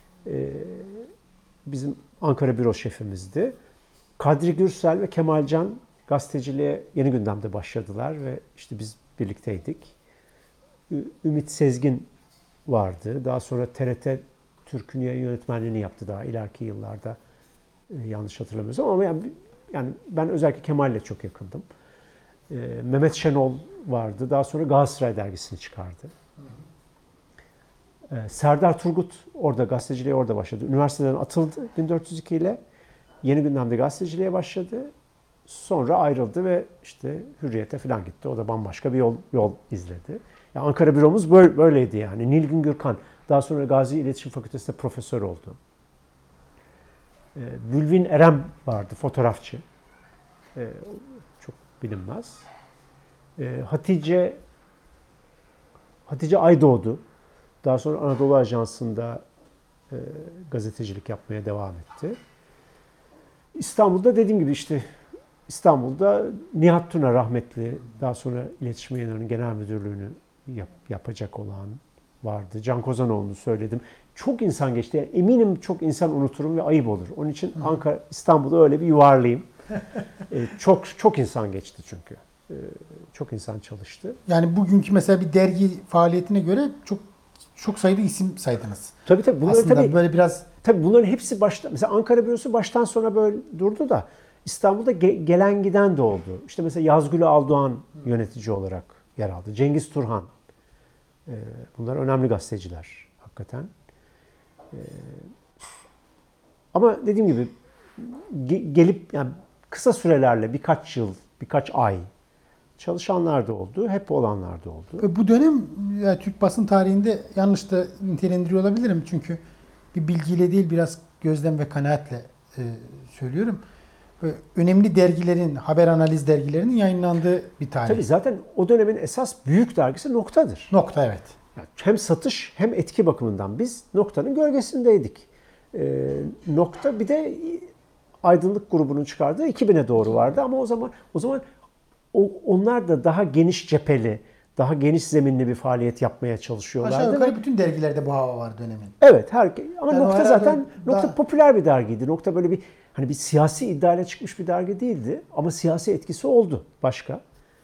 bizim Ankara büro şefimizdi. Kadri Gürsel ve Kemalcan gazeteciliğe Yeni Gündem'de başladılar ve işte biz birlikteydik. Ümit Sezgin vardı. Daha sonra TRT Türk'ün yayın yönetmenliğini yaptı daha ileriki yıllarda. Yanlış hatırlamıyorsam ama yani ben özellikle Kemal'le çok yakındım. Mehmet Şenol vardı. Daha sonra Galatasaray dergisini çıkardı. Serdar Turgut orada gazeteciliğe orada başladı. Üniversiteden atıldı 1402 ile. Yeni Gündem'de gazeteciliğe başladı. Sonra ayrıldı ve işte Hürriyet'e falan gitti. O da bambaşka bir yol izledi. Yani Ankara büromuz böyleydi yani. Nilgün Gürkan daha sonra Gazi İletişim Fakültesi'nde profesör oldu. Bülvin Erem vardı, fotoğrafçı. Çok bilinmez. Hatice Aydoğdu. Daha sonra Anadolu Ajansı'nda gazetecilik yapmaya devam etti. İstanbul'da dediğim gibi işte İstanbul'da Nihat Tuna rahmetli, daha sonra İletişim Yayınları'nın genel müdürlüğünü yapacak olan vardı. Can Kozanoğlu'nu söyledim. Çok insan geçti. Yani eminim çok insan unuturum ve ayıp olur. Onun için İstanbul'da öyle bir yuvarlayayım. Çok insan geçti çünkü. Çok insan çalıştı. Yani bugünkü mesela bir dergi faaliyetine göre çok sayıda isim saydınız. Tabii bunları aslında böyle biraz tabii bunların hepsi mesela Ankara bürosu baştan sona böyle durdu da İstanbul'da gelen giden de oldu. İşte mesela Yazgül Aldoğan yönetici olarak yer aldı. Cengiz Turhan. Bunlar önemli gazeteciler hakikaten. Ama dediğim gibi gelip yani kısa sürelerle birkaç yıl, birkaç ay çalışanlar da oldu. Hep olanlar da oldu. Bu dönem yani Türk basın tarihinde yanlış da nitelendiriyor olabilirim. Çünkü bir bilgiyle değil biraz gözlem ve kanaatle söylüyorum. Önemli dergilerin, haber analiz dergilerinin yayınlandığı bir tarih. Tabii zaten o dönemin esas büyük dergisi Nokta'dır. Nokta, evet. Yani hem satış hem etki bakımından biz Nokta'nın gölgesindeydik. Nokta bir de Aydınlık grubunun çıkardığı 2000'e doğru vardı ama o zaman onlar da daha geniş cepheli, daha geniş zeminli bir faaliyet yapmaya çalışıyorlardı. Aşağı yukarı bütün dergilerde bu hava var dönemin. Evet, ama yani Nokta zaten daha popüler bir dergiydi. Nokta böyle bir siyasi iddiayla çıkmış bir dergi değildi ama siyasi etkisi oldu başka.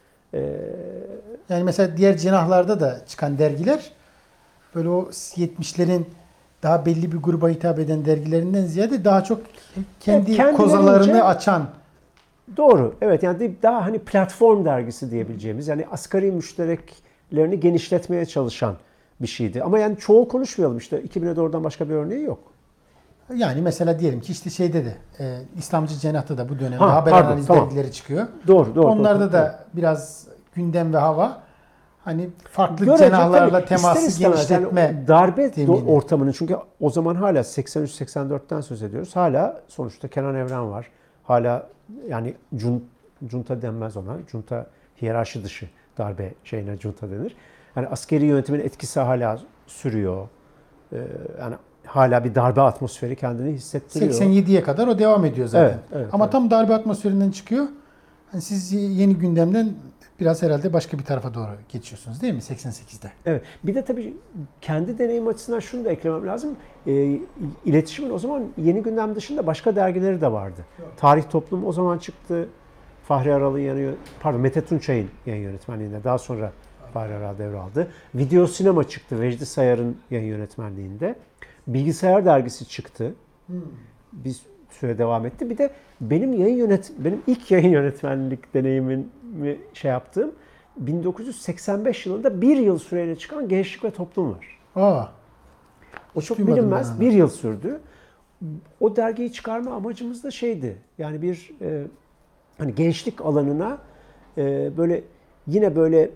Yani mesela diğer cenahlarda da çıkan dergiler böyle o 70'lerin daha belli bir gruba hitap eden dergilerinden ziyade daha çok kendi kozalarını açan. Doğru. Evet yani daha hani platform dergisi diyebileceğimiz yani asgari müştereklerini genişletmeye çalışan bir şeydi. Ama yani çoğul konuşmayalım işte 2000'e doğrudan başka bir örneği yok. Yani mesela diyelim ki işte şeyde de İslamcı Cenah'ta da bu dönemde haber analiz dergileri çıkıyor. Doğru. Onlarda da biraz gündem ve hava hani farklı cenahlarla teması genişletme yani darbe ortamının çünkü o zaman hala 83-84'ten söz ediyoruz. Hala sonuçta Kenan Evren var. Hala yani junta denmez ona. Junta hiyerarşi dışı darbe şeyine junta denir. Yani askeri yönetimin etkisi hala sürüyor. Yani hala bir darbe atmosferi kendini hissettiriyor. 87'ye kadar o devam ediyor zaten. Evet, ama tam darbe atmosferinden çıkıyor. Yani siz Yeni Gündem'den biraz herhalde başka bir tarafa doğru geçiyorsunuz değil mi 88'de? Evet. Bir de tabii kendi deneyim açısından şunu da eklemem lazım. İletişimin o zaman Yeni Gündem dışında başka dergileri de vardı. Evet. Tarih Toplum o zaman çıktı. Fahri Aral'ın Mete Tunçay'ın yayın yönetmenliğinde daha sonra Fahri Aral devraldı. Video Sinema çıktı Vecdi Sayar'ın yayın yönetmenliğinde. Bilgisayar dergisi çıktı. Biz süre devam etti. Bir de benim ilk yayın yönetmenlik deneyimimi şey yaptığım 1985 yılında bir yıl süreyle çıkan Gençlik ve Toplum var. Aa, O çok duymadım ben bilinmez. onu. Bir yıl sürdü. O dergiyi çıkarma amacımız da şeydi. Yani bir hani gençlik alanına böyle yine böyle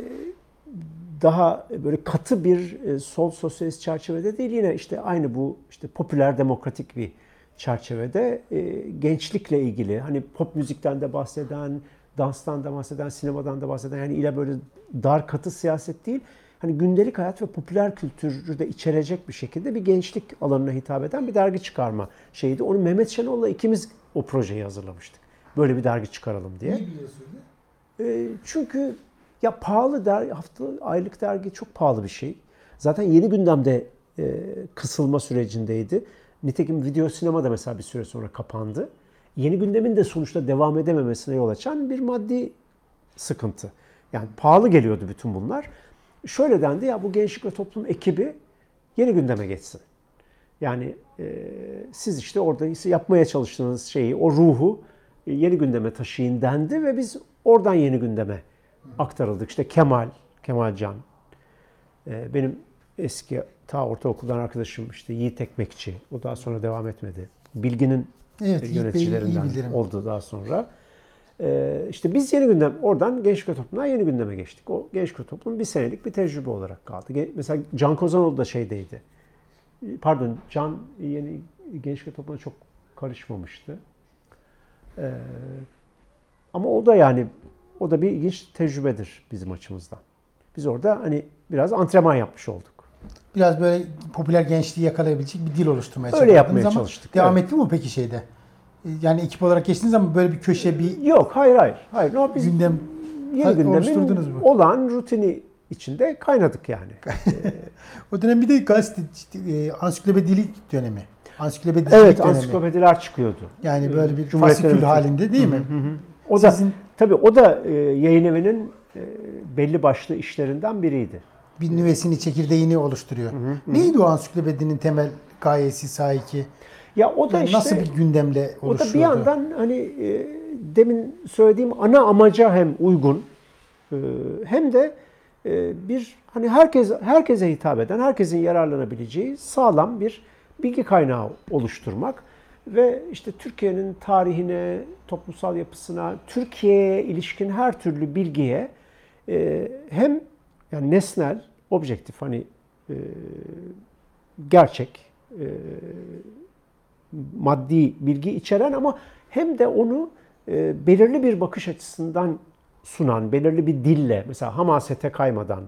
daha böyle katı bir sol sosyalist çerçevede değil, yine işte aynı bu işte popüler demokratik bir çerçevede gençlikle ilgili, hani pop müzikten de bahseden, danstan da bahseden, sinemadan da bahseden, yani ile böyle dar katı siyaset değil, hani gündelik hayat ve popüler kültürü de içerecek bir şekilde bir gençlik alanına hitap eden bir dergi çıkarma şeydi. Onu Mehmet Şenol'la ikimiz o projeyi hazırlamıştık. Böyle bir dergi çıkaralım diye. İyi bir yıl sürdü. Çünkü ya pahalı aylık dergi çok pahalı bir şey. Zaten Yeni Gündem'de kısılma sürecindeydi. Nitekim Video Sinema da mesela bir süre sonra kapandı. Yeni Gündem'in de sonuçta devam edememesine yol açan bir maddi sıkıntı. Yani pahalı geliyordu bütün bunlar. Şöyle dendi, ya bu Gençlik ve Toplum ekibi Yeni Gündem'e geçsin. Yani siz işte orada yapmaya çalıştığınız şeyi, o ruhu Yeni Gündem'e taşıyın dendi ve biz oradan Yeni Gündem'e aktarıldık. İşte Kemal Can, benim eski ta ortaokuldan arkadaşım işte Yiğit Ekmekçi, o daha sonra devam etmedi. Bilgin'in yöneticilerinden oldu daha sonra. İşte biz Yeni Gündem, oradan Gençlik ve Toplum'dan Yeni Gündem'e geçtik. O Gençlik ve Toplum bir senelik bir tecrübe olarak kaldı. Mesela Can Kozanoğlu da şeydeydi. Pardon, Can yeni Gençlik ve Toplum'a çok karışmamıştı. Ama o da bir ilginç tecrübedir bizim açımızdan. Biz orada hani biraz antrenman yapmış olduk. Biraz böyle popüler gençliği yakalayabilecek bir dil oluşturmaya Öyle yapmaya çalıştık. Devam etti mi peki şeyde? Yani ekip olarak geçtiniz ama böyle bir köşe, bir Yok, hayır. No, biz gündem Yeni oluşturdunuz Gündem'in mu? olan rutini içinde kaynadık yani. O dönem bir de gazete, ansiklopedilik dönemi. Ansiklopedilik Evet, dönemi. ansiklopediler çıkıyordu. Yani böyle bir Cumhuriyet fasikül dönemi. halinde değil mi? O da tabii o da yayın evinin belli başlı işlerinden biriydi. Bir nüvesini, çekirdeğini oluşturuyor. Neydi o ansiklopedinin temel gayesi, sahiki? Ya o da Yani işte nasıl bir gündemle oluşuyordu? O da bir yandan hani demin söylediğim ana amaca hem uygun hem de bir hani herkese hitap eden, herkesin yararlanabileceği sağlam bir bilgi kaynağı oluşturmak ve işte Türkiye'nin tarihine, toplumsal yapısına, Türkiye'ye ilişkin her türlü bilgiye hem yani nesnel, objektif, hani gerçek, maddi bilgi içeren ama hem de onu belirli bir bakış açısından sunan, belirli bir dille, mesela hamasete kaymadan,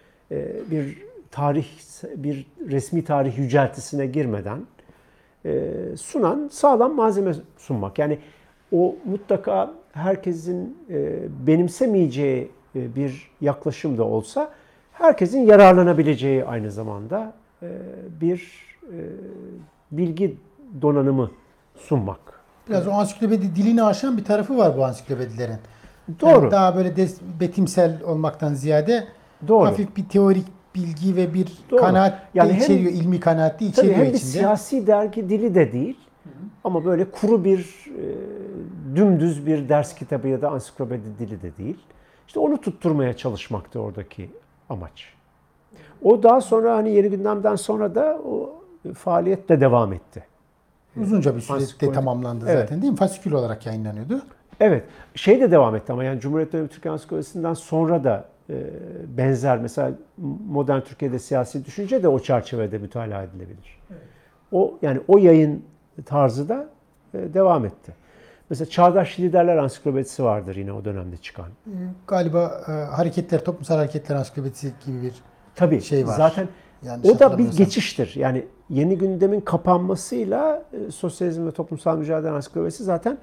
bir resmi tarih yüceltisine girmeden sunan sağlam malzeme sunmak. Yani o mutlaka herkesin benimsemeyeceği bir yaklaşım da olsa herkesin yararlanabileceği aynı zamanda bir bilgi donanımı sunmak. Biraz o ansiklopedi dilini aşan bir tarafı var bu ansiklopedilerin. Doğru. Yani daha böyle betimsel olmaktan ziyade Doğru. hafif bir teorik bilgi ve bir Doğru. kanaat Yani de hem- içeriyor, ilmi kanaat de içeriyor Tabii hem bir içinde. siyasi dergi dili de değil ama böyle kuru bir dümdüz bir ders kitabı ya da ansiklopedi dili de değil. İşte onu tutturmaya çalışmaktı oradaki amaç. O daha sonra hani Yeni Gündem'den sonra da o faaliyet de devam etti. Uzunca bir sürede Ansiklopedi. tamamlandı Evet. zaten değil mi? Fasikül olarak yayınlanıyordu. Evet, şey de devam etti ama yani Cumhuriyet Dönemi Türkiye Ansiklopedisi'nden sonra da benzer, mesela modern Türkiye'de siyasi düşünce de o çerçevede mütalaa edilebilir. Evet. O yayın tarzı da devam etti. Mesela Çağdaş Liderler Ansiklopedisi vardır yine o dönemde çıkan. Galiba toplumsal hareketler ansiklopedisi gibi bir Tabii şey var. zaten Yanlış o da bir hatırlamıyorsam. geçiştir. Yani Yeni Gündem'in kapanmasıyla Sosyalizm ve Toplumsal Mücadele Ansiklopedisi zaten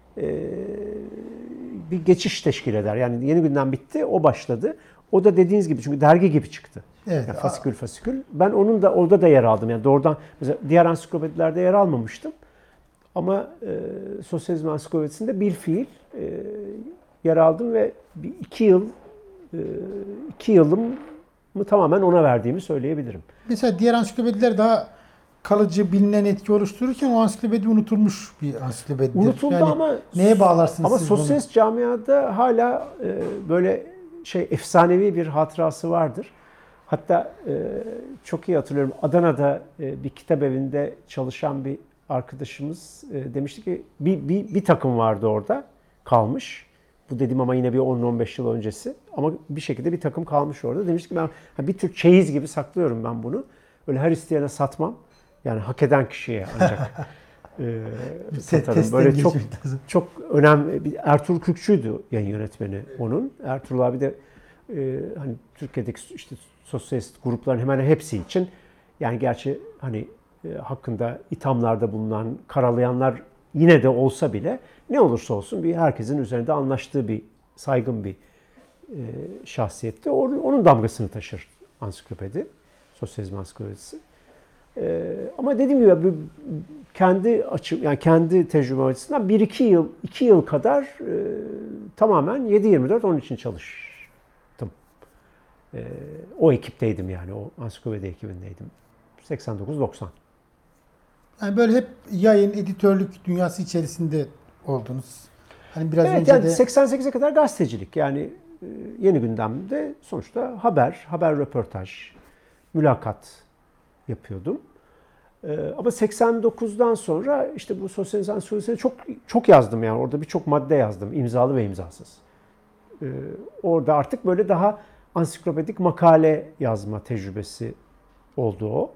bir geçiş teşkil eder. Yani Yeni Gündem bitti, o başladı. O da dediğiniz gibi, çünkü dergi gibi çıktı. Evet. Yani fasikül. Ben onun da orada da yer aldım. Yani doğrudan mesela diğer ansiklopedilerde yer almamıştım. Ama Sosyalizm Ansiklopedisi'nde bilfiil yer aldım ve bir 2 yılımı tamamen ona verdiğimi söyleyebilirim. Mesela diğer ansiklopediler daha kalıcı bilinen etki oluştururken o ansiklopedi unutulmuş bir ansiklopedidir. Unutuldu Yani ama neye bağlarsınız ama siz bunu? sosyalist camiada hala böyle efsanevi bir hatırası vardır. Hatta çok iyi hatırlıyorum. Adana'da bir kitap evinde çalışan bir arkadaşımız demişti ki bir takım vardı orada kalmış. Bu dedim ama yine bir 10-15 yıl öncesi. Ama bir şekilde bir takım kalmış orada. Demişti ki ben bir tür çeyiz gibi saklıyorum ben bunu. Öyle her isteyene satmam. Yani hak eden kişiye ancak satarım. Böyle çok önemli. Ertuğrul Kürkçü'ydü yayın yönetmeni onun. Ertuğrul abi de hani Türkiye'deki işte sosyalist grupların hemen hepsi için yani gerçi hani hakkında ithamlarda bulunan, karalayanlar yine de olsa bile ne olursa olsun bir herkesin üzerinde anlaştığı bir saygın bir şahsiyetti. Onun damgasını taşır ansiklopedi, sosyalizm ansiklopedisi. Ama dediğim gibi kendi açım yani kendi tecrübem açısından 2 yıl kadar tamamen 7/24 onun için çalıştım. O ekipteydim yani o ansiklopedi ekibindeydim. 89-90. Yani böyle hep yayın, editörlük dünyası içerisinde oldunuz. Hani biraz Evet önce yani de 88'e kadar gazetecilik yani Yeni Gündem'de sonuçta haber röportaj, mülakat yapıyordum. Ama 89'dan sonra işte bu sosyalizm ansiklopedisini çok yazdım yani orada birçok madde yazdım imzalı ve imzasız. Orada artık böyle daha ansiklopedik makale yazma tecrübesi oldu o.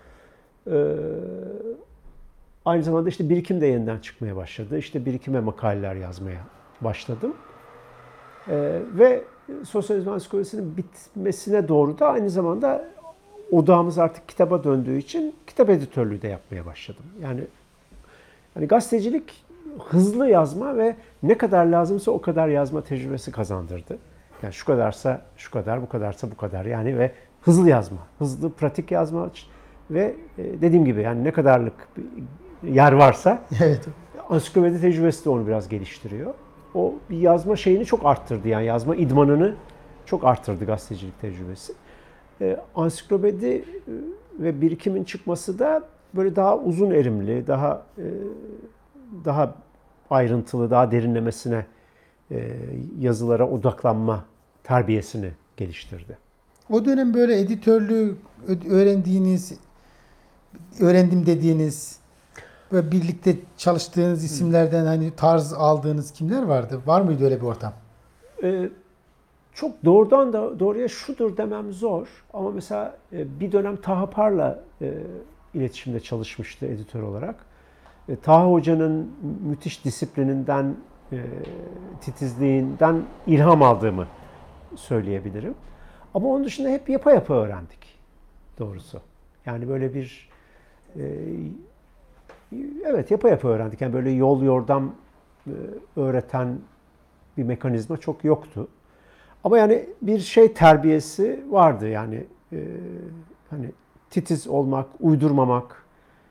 Aynı zamanda işte birikim de yeniden çıkmaya başladı. İşte birikime makaleler yazmaya başladım. Ve sosyalizm ansiklopedisinin bitmesine doğru da aynı zamanda odağımız artık kitaba döndüğü için kitap editörlüğü de yapmaya başladım. Yani gazetecilik hızlı yazma ve ne kadar lazımsa o kadar yazma tecrübesi kazandırdı. Yani şu kadarsa şu kadar, bu kadarsa bu kadar yani ve hızlı yazma, hızlı pratik yazma ve dediğim gibi yani ne kadarlık yer varsa evet. ansiklopedi tecrübesi de onu biraz geliştiriyor. O bir yazma şeyini çok arttırdı yani yazma idmanını çok arttırdı gazetecilik tecrübesi. Ansiklopedi ve birikimin çıkması da böyle daha uzun erimli, daha ayrıntılı, daha derinlemesine yazılara odaklanma terbiyesini geliştirdi. O dönem böyle editörlüğü öğrendim dediğiniz ve birlikte çalıştığınız isimlerden hani tarz aldığınız kimler vardı? Var mıydı öyle bir ortam? Çok doğrudan da doğruya şudur demem zor. Ama mesela bir dönem Taha Par'la iletişimde çalışmıştı editör olarak. Taha Hoca'nın müthiş disiplininden, titizliğinden ilham aldığımı söyleyebilirim. Ama onun dışında hep yapa öğrendik doğrusu. Yani böyle bir evet yapa öğrendik. Yani böyle yol yordam öğreten bir mekanizma çok yoktu. Ama yani bir şey terbiyesi vardı yani hani titiz olmak, uydurmamak,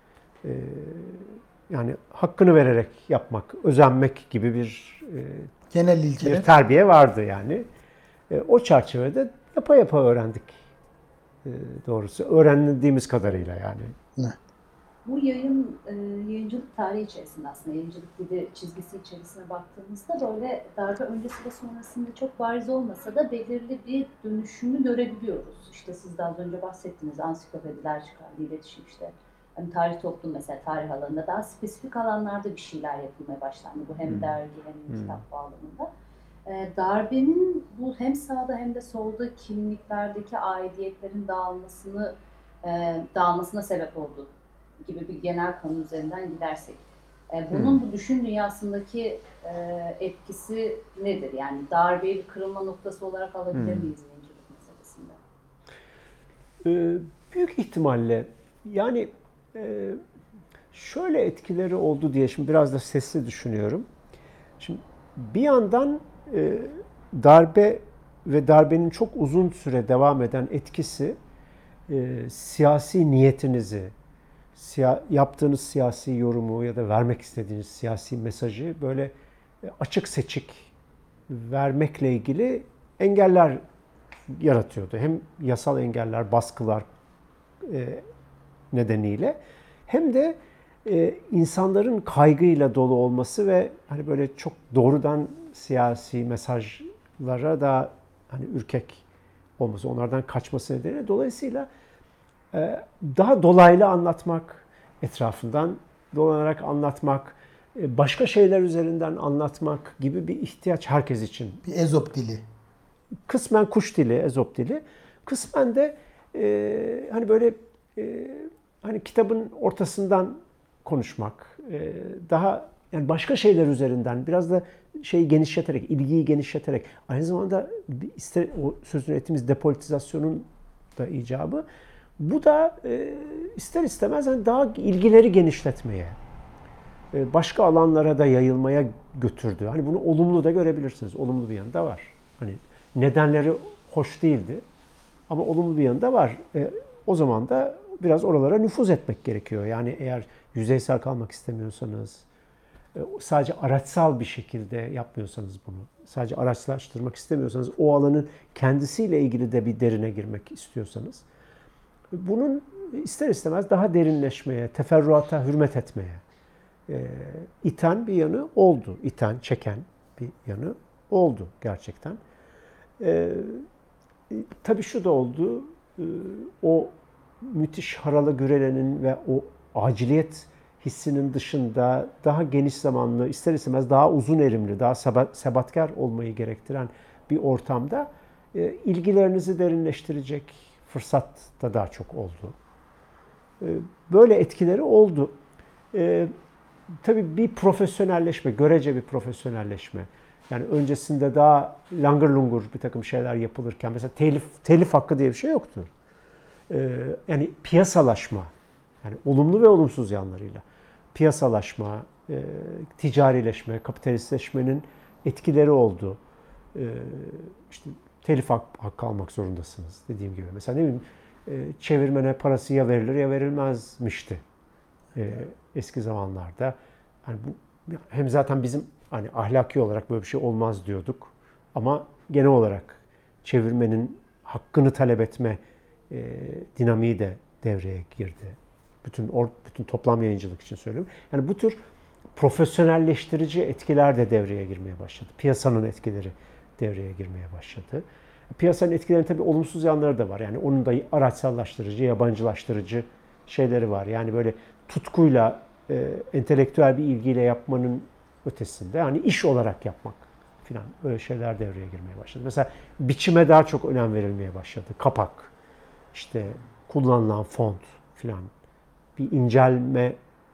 yani hakkını vererek yapmak, özenmek gibi bir genel ilkeler. Bir terbiye vardı yani. O çerçevede yapa öğrendik doğrusu. Öğrendiğimiz kadarıyla yani. Ne? Bu yayıncılık tarihi içerisinde aslında yayıncılık dili çizgisi içerisine baktığımızda böyle darbe öncesi ve sonrasında çok bariz olmasa da belirli bir dönüşümü görebiliyoruz. İşte siz de az önce bahsettiğiniz ansiklopediler çıkardı, iletişim işte. Hani tarih toplum mesela tarih alanında daha spesifik alanlarda bir şeyler yapılmaya başlandı. Bu hem dergi hem kitap bağlamında. Darbenin bu hem sağda hem de solda kimliklerdeki aidiyetlerin dağılmasına sebep oldu gibi bir genel kanı üzerinden gidersek. Bunun bu düşün dünyasındaki etkisi nedir? Yani darbeyi bir kırılma noktası olarak alabilir miyiz yayıncılık meselesinde? Büyük ihtimalle yani şöyle etkileri oldu diye şimdi biraz da sesli düşünüyorum. Şimdi bir yandan darbe ve darbenin çok uzun süre devam eden etkisi siyasi niyetinizi, yaptığınız siyasi yorumu ya da vermek istediğiniz siyasi mesajı böyle açık seçik vermekle ilgili engeller yaratıyordu. Hem yasal engeller, baskılar nedeniyle hem de insanların kaygıyla dolu olması ve hani böyle çok doğrudan siyasi mesajlara da hani ürkek olması, onlardan kaçması nedeniyle dolayısıyla daha dolaylı anlatmak, etrafından dolanarak anlatmak, başka şeyler üzerinden anlatmak gibi bir ihtiyaç herkes için. Bir Ezop dili. Kısmen kuş dili, Ezop dili. Kısmen de hani böyle hani kitabın ortasından konuşmak, daha yani başka şeyler üzerinden biraz da şeyi genişleterek, ilgiyi genişleterek, aynı zamanda o sözünü ettiğimiz depolitizasyonun da icabı. Bu da ister istemez hani daha ilgileri genişletmeye, başka alanlara da yayılmaya götürdü. Hani bunu olumlu da görebilirsiniz. Olumlu bir yanı da var. Hani nedenleri hoş değildi ama olumlu bir yanı da var. O zaman da biraz oralara nüfuz etmek gerekiyor. Yani eğer yüzeysel kalmak istemiyorsanız, sadece araçsal bir şekilde yapmıyorsanız bunu, sadece araçlaştırmak istemiyorsanız, o alanın kendisiyle ilgili de bir derine girmek istiyorsanız, bunun ister istemez daha derinleşmeye, teferruata hürmet etmeye iten bir yanı oldu. İten, çeken bir yanı oldu gerçekten. Tabii şu da oldu, o müthiş haralı gürelenin ve o aciliyet hissinin dışında daha geniş zamanlı, ister istemez daha uzun erimli, daha sebatkar olmayı gerektiren bir ortamda ilgilerinizi derinleştirecek fırsat da daha çok oldu. Böyle etkileri oldu. Tabii bir profesyonelleşme, görece bir profesyonelleşme. Yani öncesinde daha langır lungur bir takım şeyler yapılırken, mesela telif hakkı diye bir şey yoktu. Yani piyasalaşma, yani olumlu ve olumsuz yanlarıyla piyasalaşma, ticarileşme, kapitalistleşmenin etkileri oldu. İşte telif hakkı almak zorundasınız dediğim gibi. Mesela ne bileyim, çevirmene parası ya verilir ya verilmezmişti eski zamanlarda. Yani bu hem zaten bizim hani ahlaki olarak böyle bir şey olmaz diyorduk ama genel olarak çevirmenin hakkını talep etme dinamiği de devreye girdi. Bütün toplam yayıncılık için söylüyorum. Yani bu tür profesyonelleştirici etkiler de devreye girmeye başladı. Piyasanın etkileri devreye girmeye başladı. Piyasanın etkilerinin tabii olumsuz yanları da var. Yani onun da araçsallaştırıcı, yabancılaştırıcı şeyleri var. Yani böyle tutkuyla, entelektüel bir ilgiyle yapmanın ötesinde, yani iş olarak yapmak filan, öyle şeyler devreye girmeye başladı. Mesela biçime daha çok önem verilmeye başladı. Kapak, işte kullanılan font filan, bir incelme,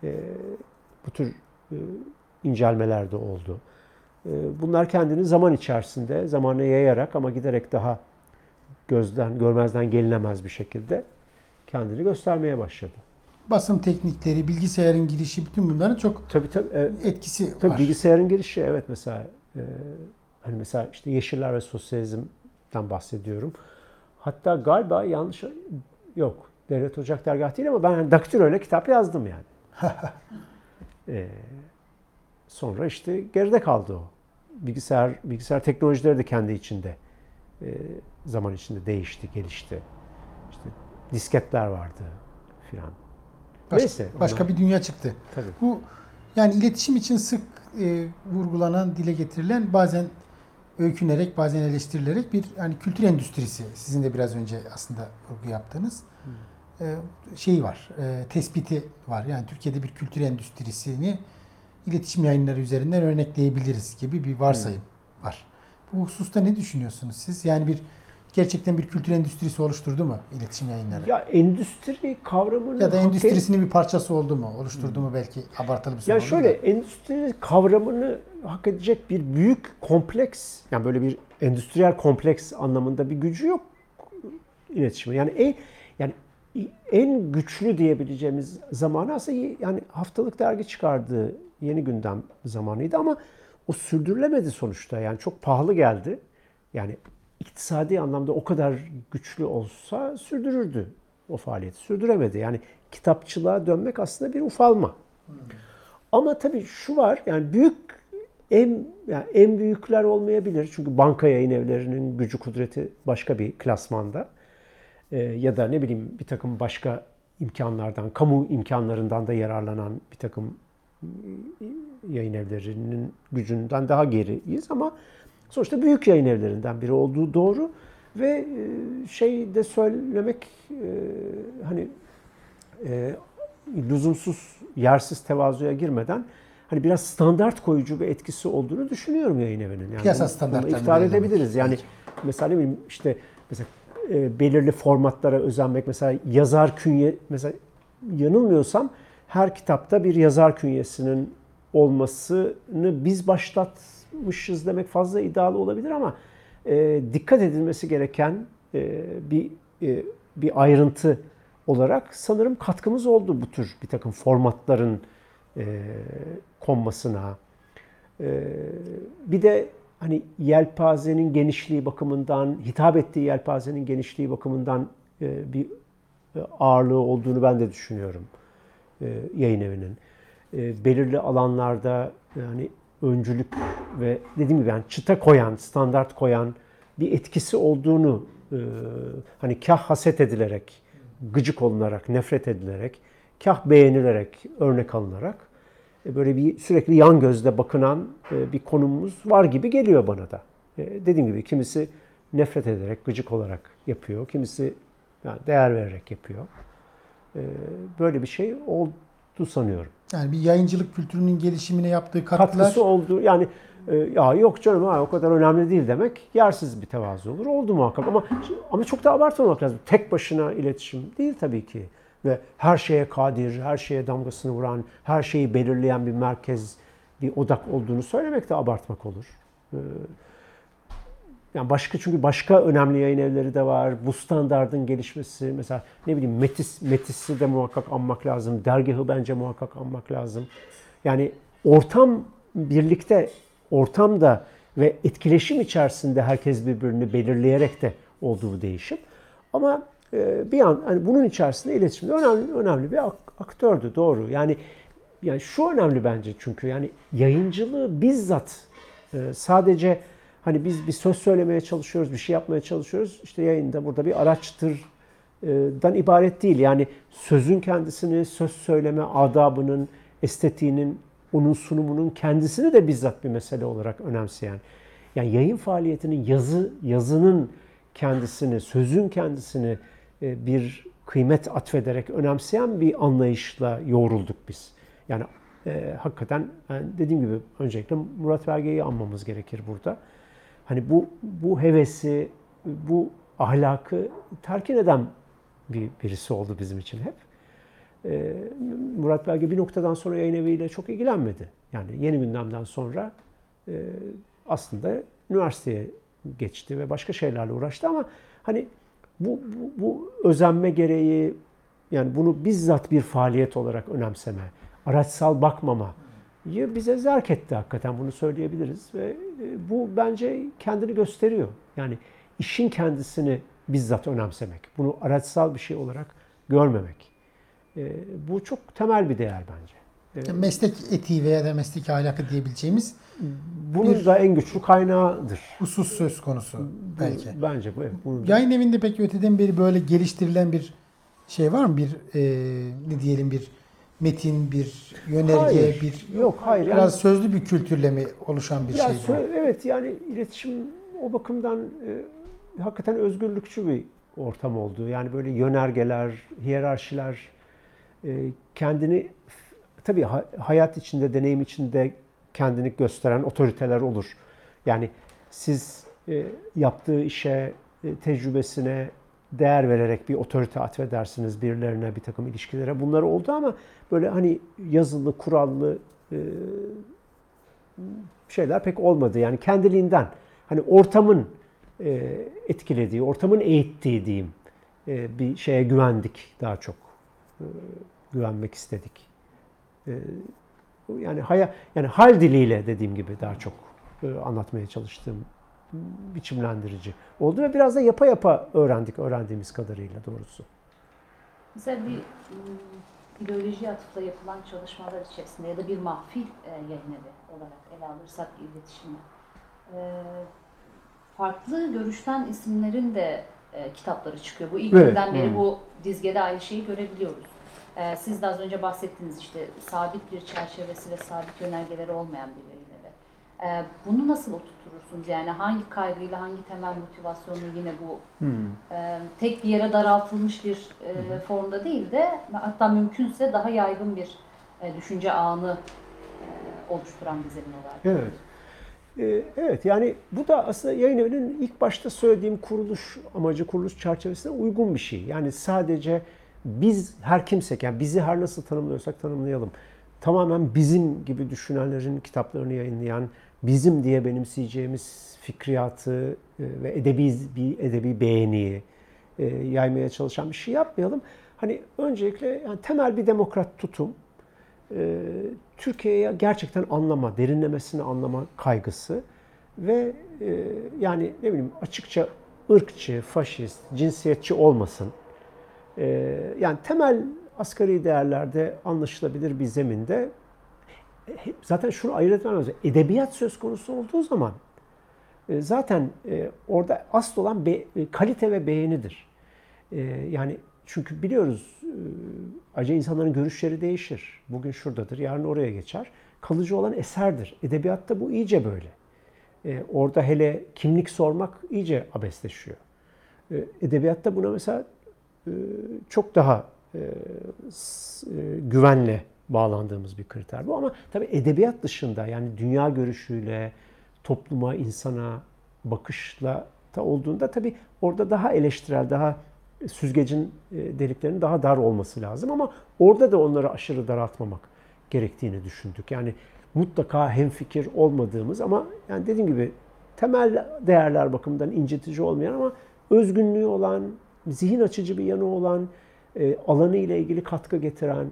bu tür incelmeler de oldu. Bunlar kendini zaman içerisinde, zamana yayarak ama giderek daha görmezden gelinemez bir şekilde kendini göstermeye başladı. Basım teknikleri, bilgisayarın girişi, bütün bunların çok tabii, etkisi tabii var. Bilgisayarın girişi, evet, mesela hani mesela işte Yeşiller ve Sosyalizm'den bahsediyorum. Hatta galiba yok, Devlet Ocak Dergahı değil ama ben hani daktiloyla kitap yazdım yani. Sonra işte geride kaldı o. Bilgisayar teknolojileri de kendi içinde zaman içinde değişti, gelişti. İşte disketler vardı filan. Neyse. Başka bir dünya çıktı. Tabii. Bu yani iletişim için sık vurgulanan, dile getirilen, bazen öykünerek, bazen eleştirilerek bir hani kültür endüstrisi. Sizin de biraz önce aslında vurgu yaptığınız şeyi var, tespiti var. Yani Türkiye'de bir kültür endüstrisini iletişim yayınları üzerinden örnekleyebiliriz gibi bir varsayım var. Bu hususta ne düşünüyorsunuz siz? Yani gerçekten bir kültür endüstrisi oluşturdu mu iletişim yayınları? Ya endüstri kavramının... Ya da endüstrisinin bir parçası oldu mu? Oluşturdu mu, belki abartılı bir şey oldu. Ya şöyle, endüstri kavramını hak edecek bir büyük kompleks, yani böyle bir endüstriyel kompleks anlamında bir gücü yok iletişime. Yani en güçlü diyebileceğimiz zamanı aslında yani haftalık dergi çıkardığı Yeni Gündem zamanıydı ama o sürdürülemedi sonuçta. Yani çok pahalı geldi. Yani iktisadi anlamda o kadar güçlü olsa sürdürürdü o faaliyeti. Sürdüremedi. Yani kitapçılığa dönmek aslında bir ufalma. Ama tabii şu var, yani en büyükler olmayabilir. Çünkü banka yayın evlerinin gücü kudreti başka bir klasmanda. Ya da ne bileyim bir takım başka imkanlardan, kamu imkanlarından da yararlanan bir takım yayın evlerinin gücünden daha geriyiz ama sonuçta büyük yayın evlerinden biri olduğu doğru ve şey de söylemek hani lüzumsuz, yersiz tevazuya girmeden hani biraz standart koyucu bir etkisi olduğunu düşünüyorum yayın evinin. Yani Piyasa bunu standartlarını iftar belirlemek. edebiliriz. Yani Peki. mesela ne bileyim işte mesela belirli formatlara özenmek, mesela yazar künye, mesela yanılmıyorsam her kitapta bir yazar künyesinin olmasını biz başlatmışız demek fazla iddialı olabilir ama dikkat edilmesi gereken bir ayrıntı olarak sanırım katkımız oldu bu tür bir takım formatların konmasına. Bir de hani yelpazenin genişliği bakımından, hitap ettiği yelpazenin genişliği bakımından bir ağırlığı olduğunu ben de düşünüyorum yayın evinin. Belirli alanlarda yani öncülük ve dediğim gibi yani çıta koyan, standart koyan bir etkisi olduğunu hani kah haset edilerek, gıcık olunarak, nefret edilerek, kah beğenilerek, örnek alınarak böyle bir sürekli yan gözle bakılan bir konumumuz var gibi geliyor bana da. Dediğim gibi kimisi nefret ederek, gıcık olarak yapıyor, kimisi yani değer vererek yapıyor. Böyle bir şey oldu sanıyorum. Yani bir yayıncılık kültürünün gelişimine yaptığı katkılar... Katkısı oldu. Yani ya yok canım o kadar önemli değil demek yersiz bir tevazu olur. Oldu muhakkak ama çok da abartmamak lazım. Tek başına iletişim değil tabii ki. Ve her şeye kadir, her şeye damgasını vuran, her şeyi belirleyen bir merkez, bir odak olduğunu söylemek de abartmak olur. Yani çünkü başka önemli yayın evleri de var. Bu standardın gelişmesi, mesela ne bileyim Metis'i de muhakkak anmak lazım. Dergahı bence muhakkak anmak lazım. Yani ortamda ve etkileşim içerisinde herkes birbirini belirleyerek de olduğu değişim. Ama bir an hani bunun içerisinde iletişimde önemli bir aktördü, doğru. Yani şu önemli bence, çünkü yani yayıncılığı bizzat sadece hani biz bir söz söylemeye çalışıyoruz, bir şey yapmaya çalışıyoruz. İşte yayında burada bir araçtırdan ibaret değil. Yani sözün kendisini, söz söyleme adabının, estetiğinin, onun sunumunun kendisini de bizzat bir mesele olarak önemseyen. Yani yayın faaliyetinin yazının kendisini, sözün kendisini bir kıymet atfederek önemseyen bir anlayışla yoğrulduk biz. Yani hakikaten dediğim gibi öncelikle Murat Belge'yi anmamız gerekir burada. Hani bu hevesi, bu ahlakı telkin eden birisi oldu bizim için hep. Murat Belge bir noktadan sonra yayın eviyle çok ilgilenmedi. Yani Yeni Gündem'den sonra aslında üniversiteye geçti ve başka şeylerle uğraştı ama hani bu özenme gereği, yani bunu bizzat bir faaliyet olarak önemseme, araçsal bakmama bize zerk etti, hakikaten bunu söyleyebiliriz ve bu bence kendini gösteriyor. Yani işin kendisini bizzat önemsemek, bunu araçsal bir şey olarak görmemek. Bu çok temel bir değer bence. Meslek etiği veya da meslek ahlakı diyebileceğimiz bunun da en güçlü kaynağıdır. husus söz konusu belki. Bence bu. Evet, Yayın evinde peki öteden beri böyle geliştirilen bir şey var mı? Bir ne diyelim, bir metin, bir yönerge, Hayır. Yok, hayır. Biraz yani, sözlü bir kültürle mi oluşan bir şey bu? Evet, yani iletişim o bakımdan hakikaten özgürlükçü bir ortam oldu. Yani böyle yönergeler, hiyerarşiler kendini tabii hayat içinde, deneyim içinde kendini gösteren otoriteler olur. Yani siz yaptığı işe, tecrübesine değer vererek bir otorite atfedersiniz birilerine, bir takım ilişkilere. Bunlar oldu ama böyle hani yazılı, kurallı şeyler pek olmadı. Yani kendiliğinden hani ortamın etkilediği, ortamın eğittiği diyeyim bir şeye güvendik daha çok. Güvenmek istedik. Yani hal diliyle dediğim gibi daha çok anlatmaya çalıştığım biçimlendirici oldu ve biraz da yapa öğrendiğimiz kadarıyla doğrusu. Mesela bir ideoloji atıfla yapılan çalışmalar içerisinde ya da bir mahfil yayın evi olarak ele alırsak iletişimi, farklı görüşten isimlerin de kitapları çıkıyor. Bu ilk Evet. günden beri bu dizgede aynı şeyi görebiliyoruz. Siz de az önce bahsettiniz işte sabit bir çerçevesi ve sabit yönergeleri olmayan bir yayın evi. Bunu nasıl oturturursunuz? Yani hangi kaygıyla, hangi temel motivasyonla yine bu tek bir yere daraltılmış bir formda değil de hatta mümkünse daha yaygın bir düşünce ağını oluşturan bir zemin olarak. Evet. Evet, yani bu da aslında yayın evinin ilk başta söylediğim kuruluş amacı, kuruluş çerçevesine uygun bir şey. Yani sadece biz her kimsek, yani bizi her nasıl tanımlıyorsak tanımlayalım. Tamamen bizim gibi düşünenlerin kitaplarını yayınlayan, bizim diye benimseyeceğimiz fikriyatı ve edebi beğeniyi yaymaya çalışan bir şey yapmayalım. Hani öncelikle yani temel bir demokrat tutum, Türkiye'ye gerçekten anlama, derinlemesine anlama kaygısı ve yani ne bileyim açıkça ırkçı, faşist, cinsiyetçi olmasın. Yani temel asgari değerlerde anlaşılabilir bir zeminde zaten şunu ayırt etmem lazım. Edebiyat söz konusu olduğu zaman zaten orada asıl olan kalite ve beğenidir. Yani çünkü biliyoruz acaba insanların görüşleri değişir. Bugün şuradadır, yarın oraya geçer. Kalıcı olan eserdir. Edebiyatta bu iyice böyle. Orada hele kimlik sormak iyice abesleşiyor. Edebiyatta buna mesela çok daha güvenle bağlandığımız bir kriter bu. Ama tabii edebiyat dışında yani dünya görüşüyle, topluma, insana bakışla da olduğunda tabii orada daha eleştirel, daha süzgecin deliklerinin daha dar olması lazım. Ama orada da onları aşırı daraltmamak gerektiğini düşündük. Yani mutlaka hemfikir olmadığımız ama yani dediğim gibi temel değerler bakımından incitici olmayan ama özgünlüğü olan, zihin açıcı bir yanı olan, alanı ile ilgili katkı getiren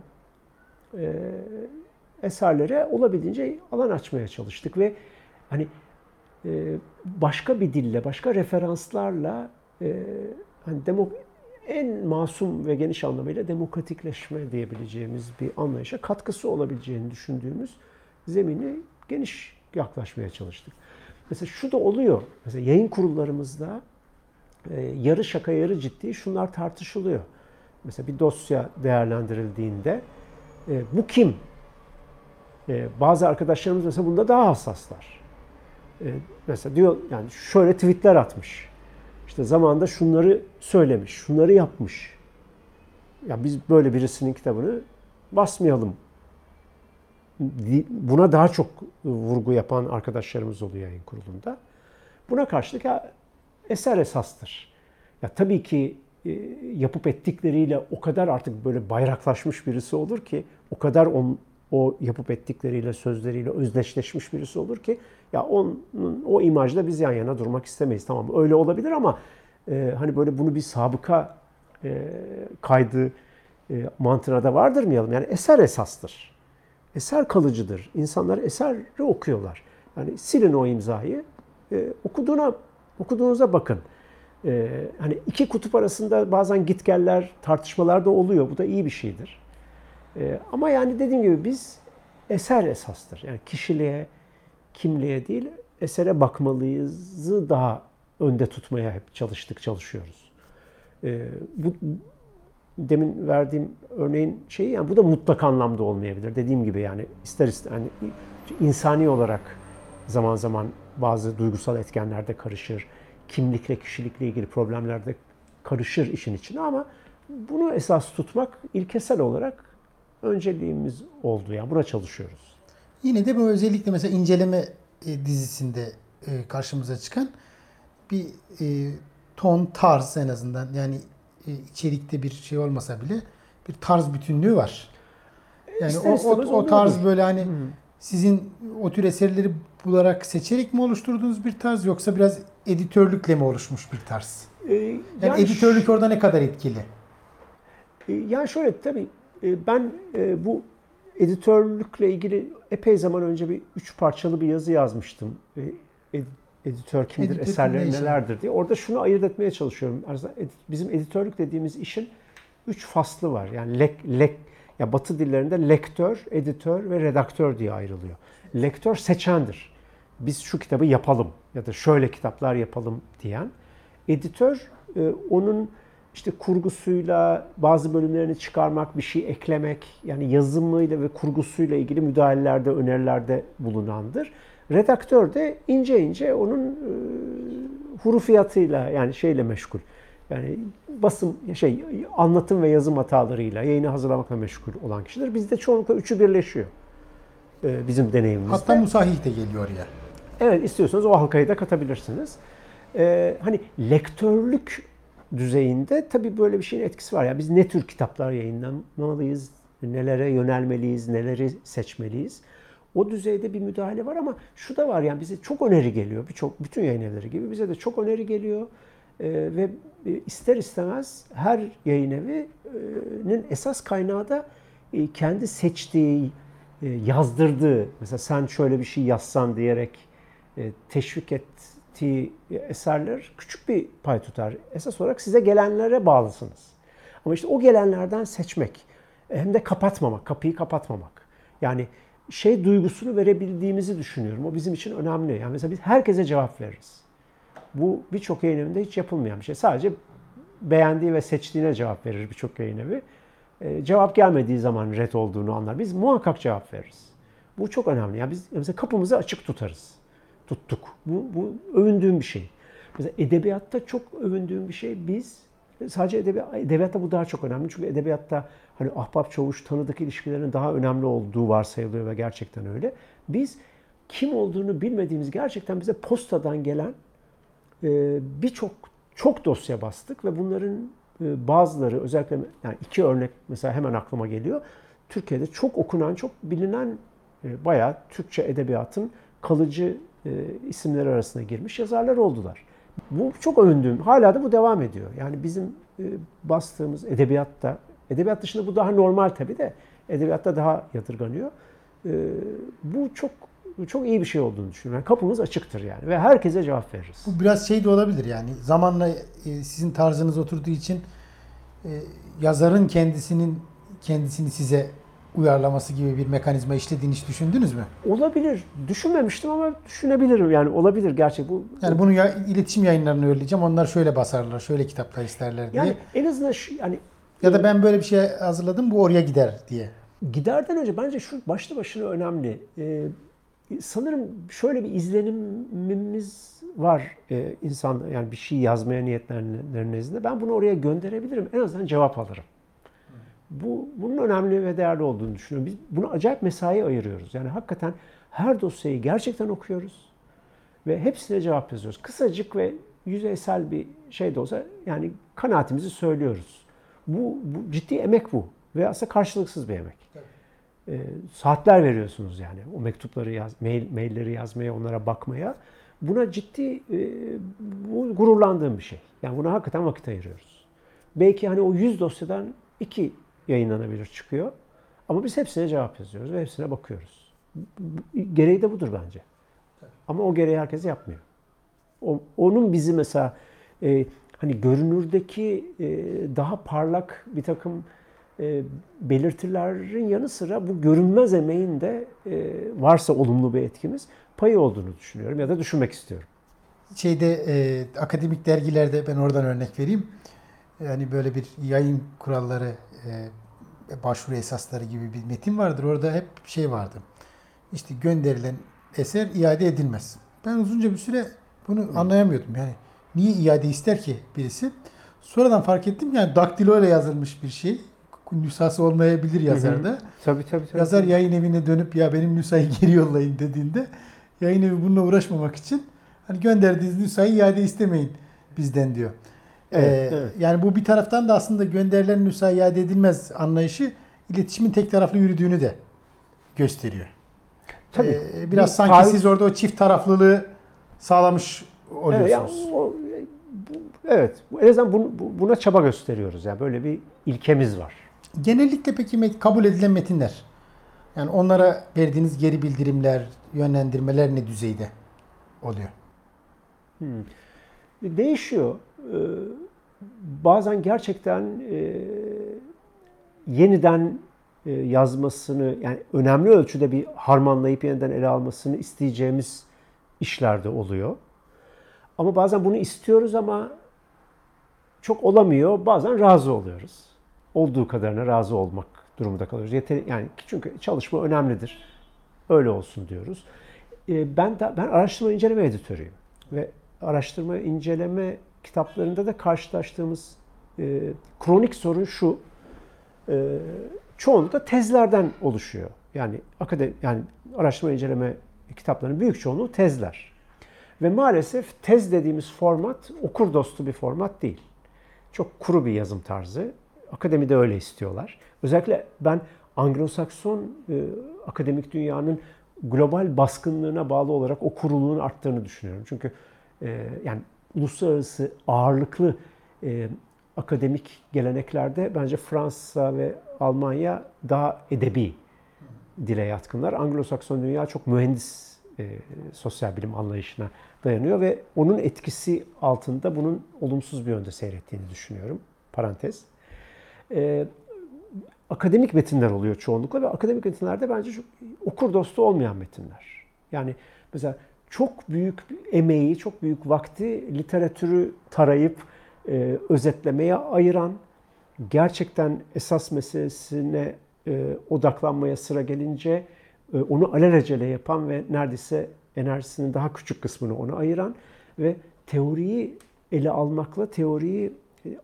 eserlere olabildiğince alan açmaya çalıştık ve hani başka bir dille, başka referanslarla hani en masum ve geniş anlamıyla demokratikleşme diyebileceğimiz bir anlayışa katkısı olabileceğini düşündüğümüz zemini geniş yaklaşmaya çalıştık. Mesela şu da oluyor. Mesela yayın kurullarımızda yarı şaka yarı ciddi şunlar tartışılıyor. Mesela bir dosya değerlendirildiğinde bu kim? Bazı arkadaşlarımız mesela bunda daha hassaslar. Mesela diyor yani şöyle tweetler atmış. İşte zamanında şunları söylemiş, şunları yapmış. Ya biz böyle birisinin kitabını basmayalım. Buna daha çok vurgu yapan arkadaşlarımız oluyor yayın kurulunda. Buna karşılık ya eser esastır. Ya tabii ki yapıp ettikleriyle o kadar artık böyle bayraklaşmış birisi olur ki, o kadar o yapıp ettikleriyle, sözleriyle özdeşleşmiş birisi olur ki ya o imajla biz yan yana durmak istemeyiz. Tamam öyle olabilir ama hani böyle bunu bir sabıka kaydı mantığına da vardırmayalım. Yani eser esastır. Eser kalıcıdır. İnsanlar eseri okuyorlar. Yani silin o imzayı. Okuduğunuza bakın. Hani iki kutup arasında bazen gitgeller, tartışmalar da oluyor. Bu da iyi bir şeydir. Ama yani dediğim gibi biz eser esastır. Yani kişiliğe, kimliğe değil, esere bakmalıyızı daha önde tutmaya hep çalışıyoruz. Bu demin verdiğim örneğin şeyi yani bu da mutlak anlamda olmayabilir. Dediğim gibi yani yani insani olarak zaman zaman bazı duygusal etkenlerde karışır. Kimlikle, kişilikle ilgili problemlerde karışır işin içine ama bunu esas tutmak ilkesel olarak önceliğimiz oldu. Yani buna çalışıyoruz. Yine de bu özellikle mesela inceleme dizisinde karşımıza çıkan bir ton, tarz en azından yani içerikte bir şey olmasa bile bir tarz bütünlüğü var. Yani o tarz böyle hani sizin o tür eserleri bularak seçerek mi oluşturduğunuz bir tarz yoksa biraz editörlükle mi oluşmuş bir tarz? Yani editörlük orada ne kadar etkili? Yani şöyle tabii ben bu editörlükle ilgili epey zaman önce bir 3 parçalı bir yazı yazmıştım. Editör kimdir, eserleri nelerdir diye. Orada şunu ayırt etmeye çalışıyorum. Bizim editörlük dediğimiz işin 3 faslı var. Yani ya Batı dillerinde lektör, editör ve redaktör diye ayrılıyor. Lektör seçendir. Biz şu kitabı yapalım ya da şöyle kitaplar yapalım diyen. Editör onun işte kurgusuyla bazı bölümlerini çıkarmak, bir şey eklemek, yani yazımıyla ve kurgusuyla ilgili müdahalelerde, önerilerde bulunandır. Redaktör de ince ince onun hurufiyatıyla, yani şeyle meşgul. Yani anlatım ve yazım hatalarıyla, yayını hazırlamakla meşgul olan kişidir. Bizde çoğunlukla üçü birleşiyor bizim deneyimimizde. Hatta musahih de geliyor oraya. Evet, istiyorsanız o halkayı da katabilirsiniz. Hani lektörlük düzeyinde tabii böyle bir şeyin etkisi var. Yani biz ne tür kitaplar yayınlamalıyız, nelere yönelmeliyiz, neleri seçmeliyiz. O düzeyde bir müdahale var ama şu da var, yani bize çok öneri geliyor. Bütün yayın evleri gibi bize de çok öneri geliyor. Ve ister istemez her yayın evinin esas kaynağı da kendi seçtiği, yazdırdığı, mesela sen şöyle bir şey yazsan diyerek teşvik ettiği eserler küçük bir pay tutar. Esas olarak size gelenlere bağlısınız. Ama işte o gelenlerden seçmek, hem de kapatmamak, kapıyı kapatmamak. Yani şey duygusunu verebildiğimizi düşünüyorum. O bizim için önemli. Yani mesela biz herkese cevap veririz. Bu birçok yayın evinde hiç yapılmayan bir şey. Sadece beğendiği ve seçtiğine cevap verir birçok yayın evi. Cevap gelmediği zaman ret olduğunu anlar. Biz muhakkak cevap veririz. Bu çok önemli. Yani biz mesela kapımızı açık tutarız. Tuttuk. Bu övündüğüm bir şey. Mesela edebiyatta çok övündüğüm bir şey. Biz sadece edebiyatta bu daha çok önemli. Çünkü edebiyatta hani ahbap çavuş tanıdık ilişkilerin daha önemli olduğu varsayılıyor ve gerçekten öyle. Biz kim olduğunu bilmediğimiz, gerçekten bize postadan gelen çok dosya bastık ve bunların bazıları, özellikle yani 2 örnek mesela hemen aklıma geliyor. Türkiye'de çok okunan, çok bilinen bayağı Türkçe edebiyatın kalıcı isimleri arasına girmiş yazarlar oldular. Bu çok övündüğüm, hala da bu devam ediyor. Yani bizim bastığımız edebiyat dışında bu daha normal tabii de, edebiyatta daha yadırganıyor. Bu çok iyi bir şey olduğunu düşünüyorum. Yani kapımız açıktır yani ve herkese cevap veririz. Bu biraz şey de olabilir yani zamanla sizin tarzınız oturduğu için yazarın kendisini size uyarlaması gibi bir mekanizma işlediğini hiç düşündünüz mü? Olabilir. Düşünmemiştim ama düşünebilirim. Yani olabilir gerçek bu. Yani bunu iletişim yayınlarına öğreteceğim. Onlar şöyle basarlar, şöyle kitaplar isterler diye. Yani en azından ya da ben böyle bir şey hazırladım, bu oraya gider diye. Giderden önce bence şu başlı başına önemli. Sanırım şöyle bir izlenimimiz var insan, yani bir şey yazmaya niyetlenenlerin nezdinde. Ben bunu oraya gönderebilirim. En azından cevap alırım. Bunun önemli ve değerli olduğunu düşünüyorum. Biz buna acayip mesai ayırıyoruz. Yani hakikaten her dosyayı gerçekten okuyoruz ve hepsine cevap yazıyoruz. Kısacık ve yüzeysel bir şey de olsa yani kanaatimizi söylüyoruz. Bu ciddi emek bu ve aslında karşılıksız bir emek. Saatler veriyorsunuz yani o mektupları mailleri yazmaya, onlara bakmaya. Buna ciddi bu gururlandığım bir şey. Yani buna hakikaten vakit ayırıyoruz. Belki hani o 100 dosyadan 2 yayınlanabilir çıkıyor. Ama biz hepsine cevap yazıyoruz ve hepsine bakıyoruz. Gereği de budur bence. Ama o gereği herkes yapmıyor. Onun bizi mesela hani görünürdeki daha parlak bir takım belirtilerin yanı sıra bu görünmez emeğin de varsa olumlu bir etkimiz payı olduğunu düşünüyorum ya da düşünmek istiyorum. Akademik dergilerde ben oradan örnek vereyim. Yani böyle bir yayın kuralları, başvuru esasları gibi bir metin vardır. Orada hep şey vardı. İşte gönderilen eser iade edilmez. Ben uzunca bir süre bunu anlayamıyordum. Yani niye iade ister ki birisi? Sonradan fark ettim, yani daktilo ile yazılmış bir şey. Nüshası olmayabilir yazarda. Tabii. Yazar yayın evine dönüp ya benim nüshayı geri yollayın dediğinde yayın evi bununla uğraşmamak için hani gönderdiğiniz nüshayı iade istemeyin bizden diyor. Evet. Yani bu bir taraftan da aslında gönderilen nüsha iade edilmez anlayışı iletişimin tek taraflı yürüdüğünü de gösteriyor. Tabii. Biraz sanki siz orada o çift taraflılığı sağlamış oluyorsunuz. Evet. En azından buna çaba gösteriyoruz. Yani böyle bir ilkemiz var. Genellikle peki kabul edilen metinler, yani onlara verdiğiniz geri bildirimler, yönlendirmeler ne düzeyde oluyor? Değişiyor. Bazen gerçekten yeniden yazmasını, yani önemli ölçüde bir harmanlayıp yeniden ele almasını isteyeceğimiz işler de oluyor. Ama bazen bunu istiyoruz ama çok olamıyor. Bazen razı oluyoruz. Olduğu kadarına razı olmak durumunda kalıyoruz. Yani çünkü çalışma önemlidir. Öyle olsun diyoruz. Ben araştırma inceleme editörüyüm ve araştırma inceleme kitaplarında da karşılaştığımız kronik sorun şu: çoğunlukla tezlerden oluşuyor. Yani araştırma inceleme kitaplarının büyük çoğunluğu tezler. Ve maalesef tez dediğimiz format okur dostu bir format değil. Çok kuru bir yazım tarzı. Akademide öyle istiyorlar. Özellikle ben Anglo-Sakson akademik dünyanın global baskınlığına bağlı olarak o kuruluğun arttığını düşünüyorum. Çünkü yani uluslararası ağırlıklı akademik geleneklerde bence Fransa ve Almanya daha edebi dile yatkınlar. Anglo-Sakson dünya çok mühendis sosyal bilim anlayışına dayanıyor ve onun etkisi altında bunun olumsuz bir yönde seyrettiğini düşünüyorum. Parantez. Akademik metinler oluyor çoğunlukla ve akademik metinlerde bence çok okur dostu olmayan metinler. Yani mesela çok büyük emeği, çok büyük vakti literatürü tarayıp özetlemeye ayıran, gerçekten esas meselesine odaklanmaya sıra gelince onu alelacele yapan ve neredeyse enerjisinin daha küçük kısmını ona ayıran ve teoriyi ele almakla teoriyi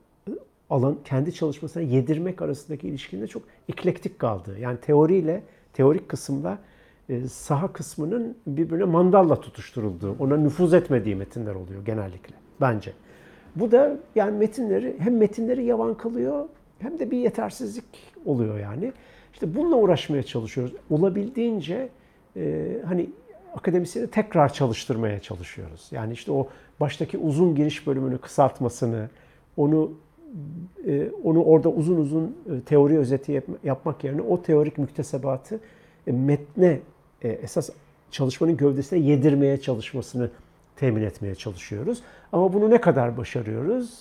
kendi çalışmasına yedirmek arasındaki ilişkinin de çok eklektik kaldığı. Yani teorik kısımla saha kısmının birbirine mandalla tutuşturulduğu, ona nüfuz etmediği metinler oluyor genellikle bence. Bu da yani metinleri yavan kılıyor hem de bir yetersizlik oluyor yani. İşte bununla uğraşmaya çalışıyoruz. Olabildiğince hani akademisyeni tekrar çalıştırmaya çalışıyoruz. Yani işte o baştaki uzun giriş bölümünü kısaltmasını, onu orada uzun uzun teori özeti yapmak yerine o teorik müktesebatı metne esas çalışmanın gövdesine yedirmeye çalışmasını temin etmeye çalışıyoruz. Ama bunu ne kadar başarıyoruz?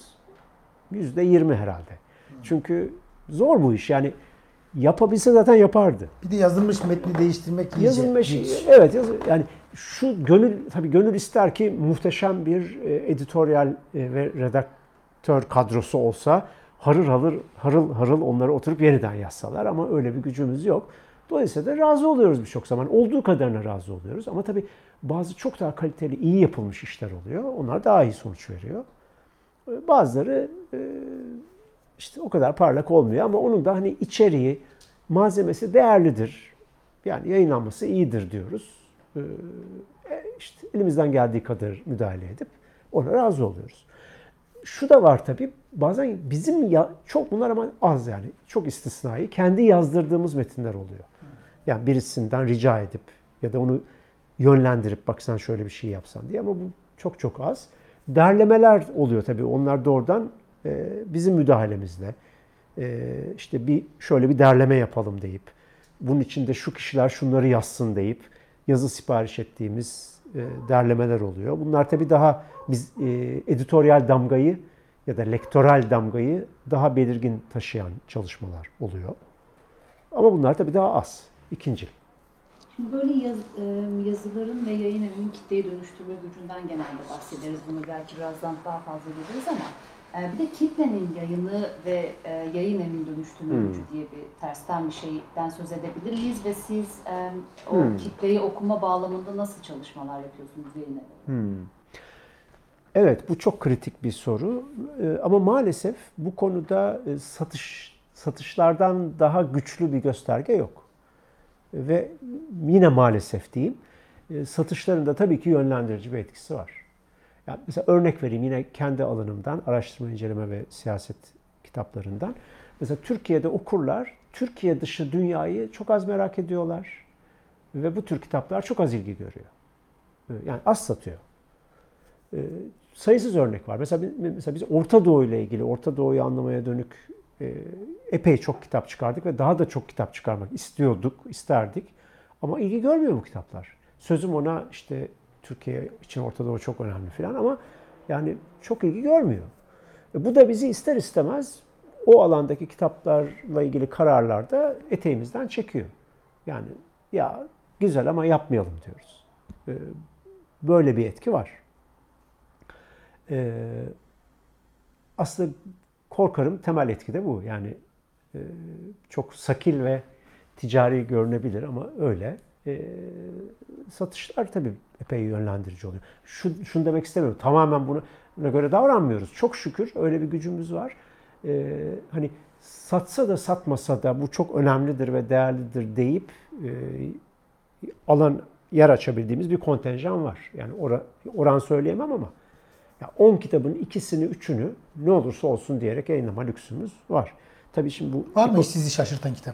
%20 herhalde. Çünkü zor bu iş. Yani yapabilse zaten yapardı. Bir de yazılmış metni değiştirmek iyice. Yazılmış, evet. Yani tabii gönül ister ki muhteşem bir editoryal ve redaktör kadrosu olsa harıl harıl onları oturup yeniden yazsalar ama öyle bir gücümüz yok. Dolayısıyla da razı oluyoruz birçok zaman. Olduğu kadarına razı oluyoruz ama tabii bazı çok daha kaliteli, iyi yapılmış işler oluyor. Onlar daha iyi sonuç veriyor. Bazıları işte o kadar parlak olmuyor ama onun da hani içeriği, malzemesi değerlidir. Yani yayınlanması iyidir diyoruz. İşte elimizden geldiği kadar müdahale edip ona razı oluyoruz. Şu da var tabii, bazen çok bunlar ama az yani, çok istisnai, kendi yazdırdığımız metinler oluyor. Yani birisinden rica edip ya da onu yönlendirip bak sen şöyle bir şey yapsan diye ama bu çok çok az. Derlemeler oluyor tabii, onlar doğrudan bizim müdahalemizle işte şöyle bir derleme yapalım deyip bunun içinde şu kişiler şunları yazsın deyip yazı sipariş ettiğimiz derlemeler oluyor. Bunlar tabii daha biz editoryal damgayı ya da lektoral damgayı daha belirgin taşıyan çalışmalar oluyor. Ama bunlar tabii daha az, ikincil. Şimdi böyle yazıların ve yayın evinin kitleyi dönüştürme gücünden genelde bahsederiz. Bunu belki birazdan daha fazla görürüz ama bir de kitlenin yayını ve yayın evini dönüştürme gücü diye bir tersten bir şeyden söz edebilir miyiz? Ve siz o kitleyi okuma bağlamında nasıl çalışmalar yapıyorsunuz yayın evi? Evet, bu çok kritik bir soru. Ama maalesef bu konuda satışlardan daha güçlü bir gösterge yok. Ve yine maalesef diyeyim, satışların da tabii ki yönlendirici bir etkisi var. Yani mesela örnek vereyim yine kendi alanımdan, araştırma, inceleme ve siyaset kitaplarından. Mesela Türkiye'de okurlar, Türkiye dışı dünyayı çok az merak ediyorlar. Ve bu tür kitaplar çok az ilgi görüyor. Yani az satıyor. Sayısız örnek var. Mesela biz Orta Doğu ile ilgili, Orta Doğu'yu anlamaya dönük epey çok kitap çıkardık ve daha da çok kitap çıkarmak isterdik. Ama ilgi görmüyor bu kitaplar. Sözüm ona işte Türkiye için Orta Doğu çok önemli falan ama yani çok ilgi görmüyor. Bu da bizi ister istemez o alandaki kitaplarla ilgili kararlarda eteğimizden çekiyor. Yani ya güzel ama yapmayalım diyoruz. Böyle bir etki var. aslında korkarım temel etki de bu. Yani çok sakil ve ticari görünebilir ama öyle. Satışlar tabii epey yönlendirici oluyor. Şunu demek istemiyorum. Tamamen buna göre davranmıyoruz. Çok şükür öyle bir gücümüz var. Hani satsa da satmasa da bu çok önemlidir ve değerlidir deyip yer açabildiğimiz bir kontenjan var. Yani oran söyleyemem ama ya 10 kitabın ikisini, üçünü ne olursa olsun diyerek yayınlama lüksümüz var. Tabii şimdi bu Var mı hiç sizi şaşırtan kitap?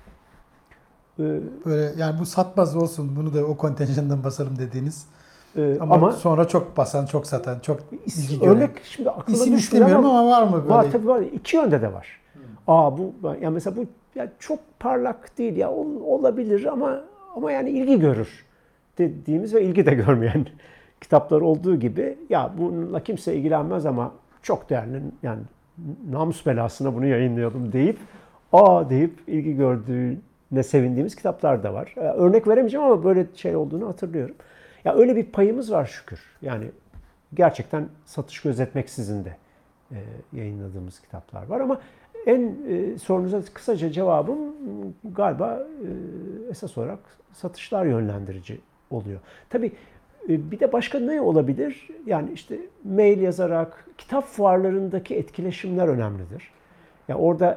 Böyle yani bu satmaz olsun, bunu da o kontenjandan basalım dediğiniz. Ama sonra çok basan, çok satan, çok ilgi gören. Örnek şimdi aklıma İsim düşmüyor istemiyorum ama var mı böyle? Var tabii var. İki yönde de var. Bu ya mesela bu ya çok parlak değil ya olabilir ama yani ilgi görür dediğimiz ve ilgi de görmeyen kitaplar olduğu gibi ya bununla kimse ilgilenmez ama çok değerli yani namus belasına bunu yayınlayalım deyip ilgi gördüğüne sevindiğimiz kitaplar da var. Örnek veremeyeceğim ama böyle şey olduğunu hatırlıyorum. Ya öyle bir payımız var şükür. Yani gerçekten satış gözetmeksizin de yayınladığımız kitaplar var ama sorunuza kısaca cevabım galiba esas olarak satışlar yönlendirici oluyor. Tabii bir de başka ne olabilir? Yani işte mail yazarak, kitap fuarlarındaki etkileşimler önemlidir. Ya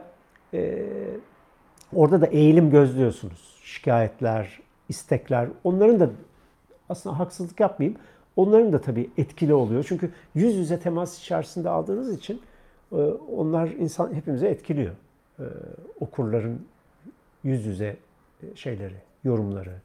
orada da eğilim gözlüyorsunuz. Şikayetler, istekler, onların da aslında haksızlık yapmayayım. Onların da tabii etkili oluyor. Çünkü yüz yüze temas içerisinde aldığınız için onlar hepimize etkiliyor. Okurların yüz yüze yorumları,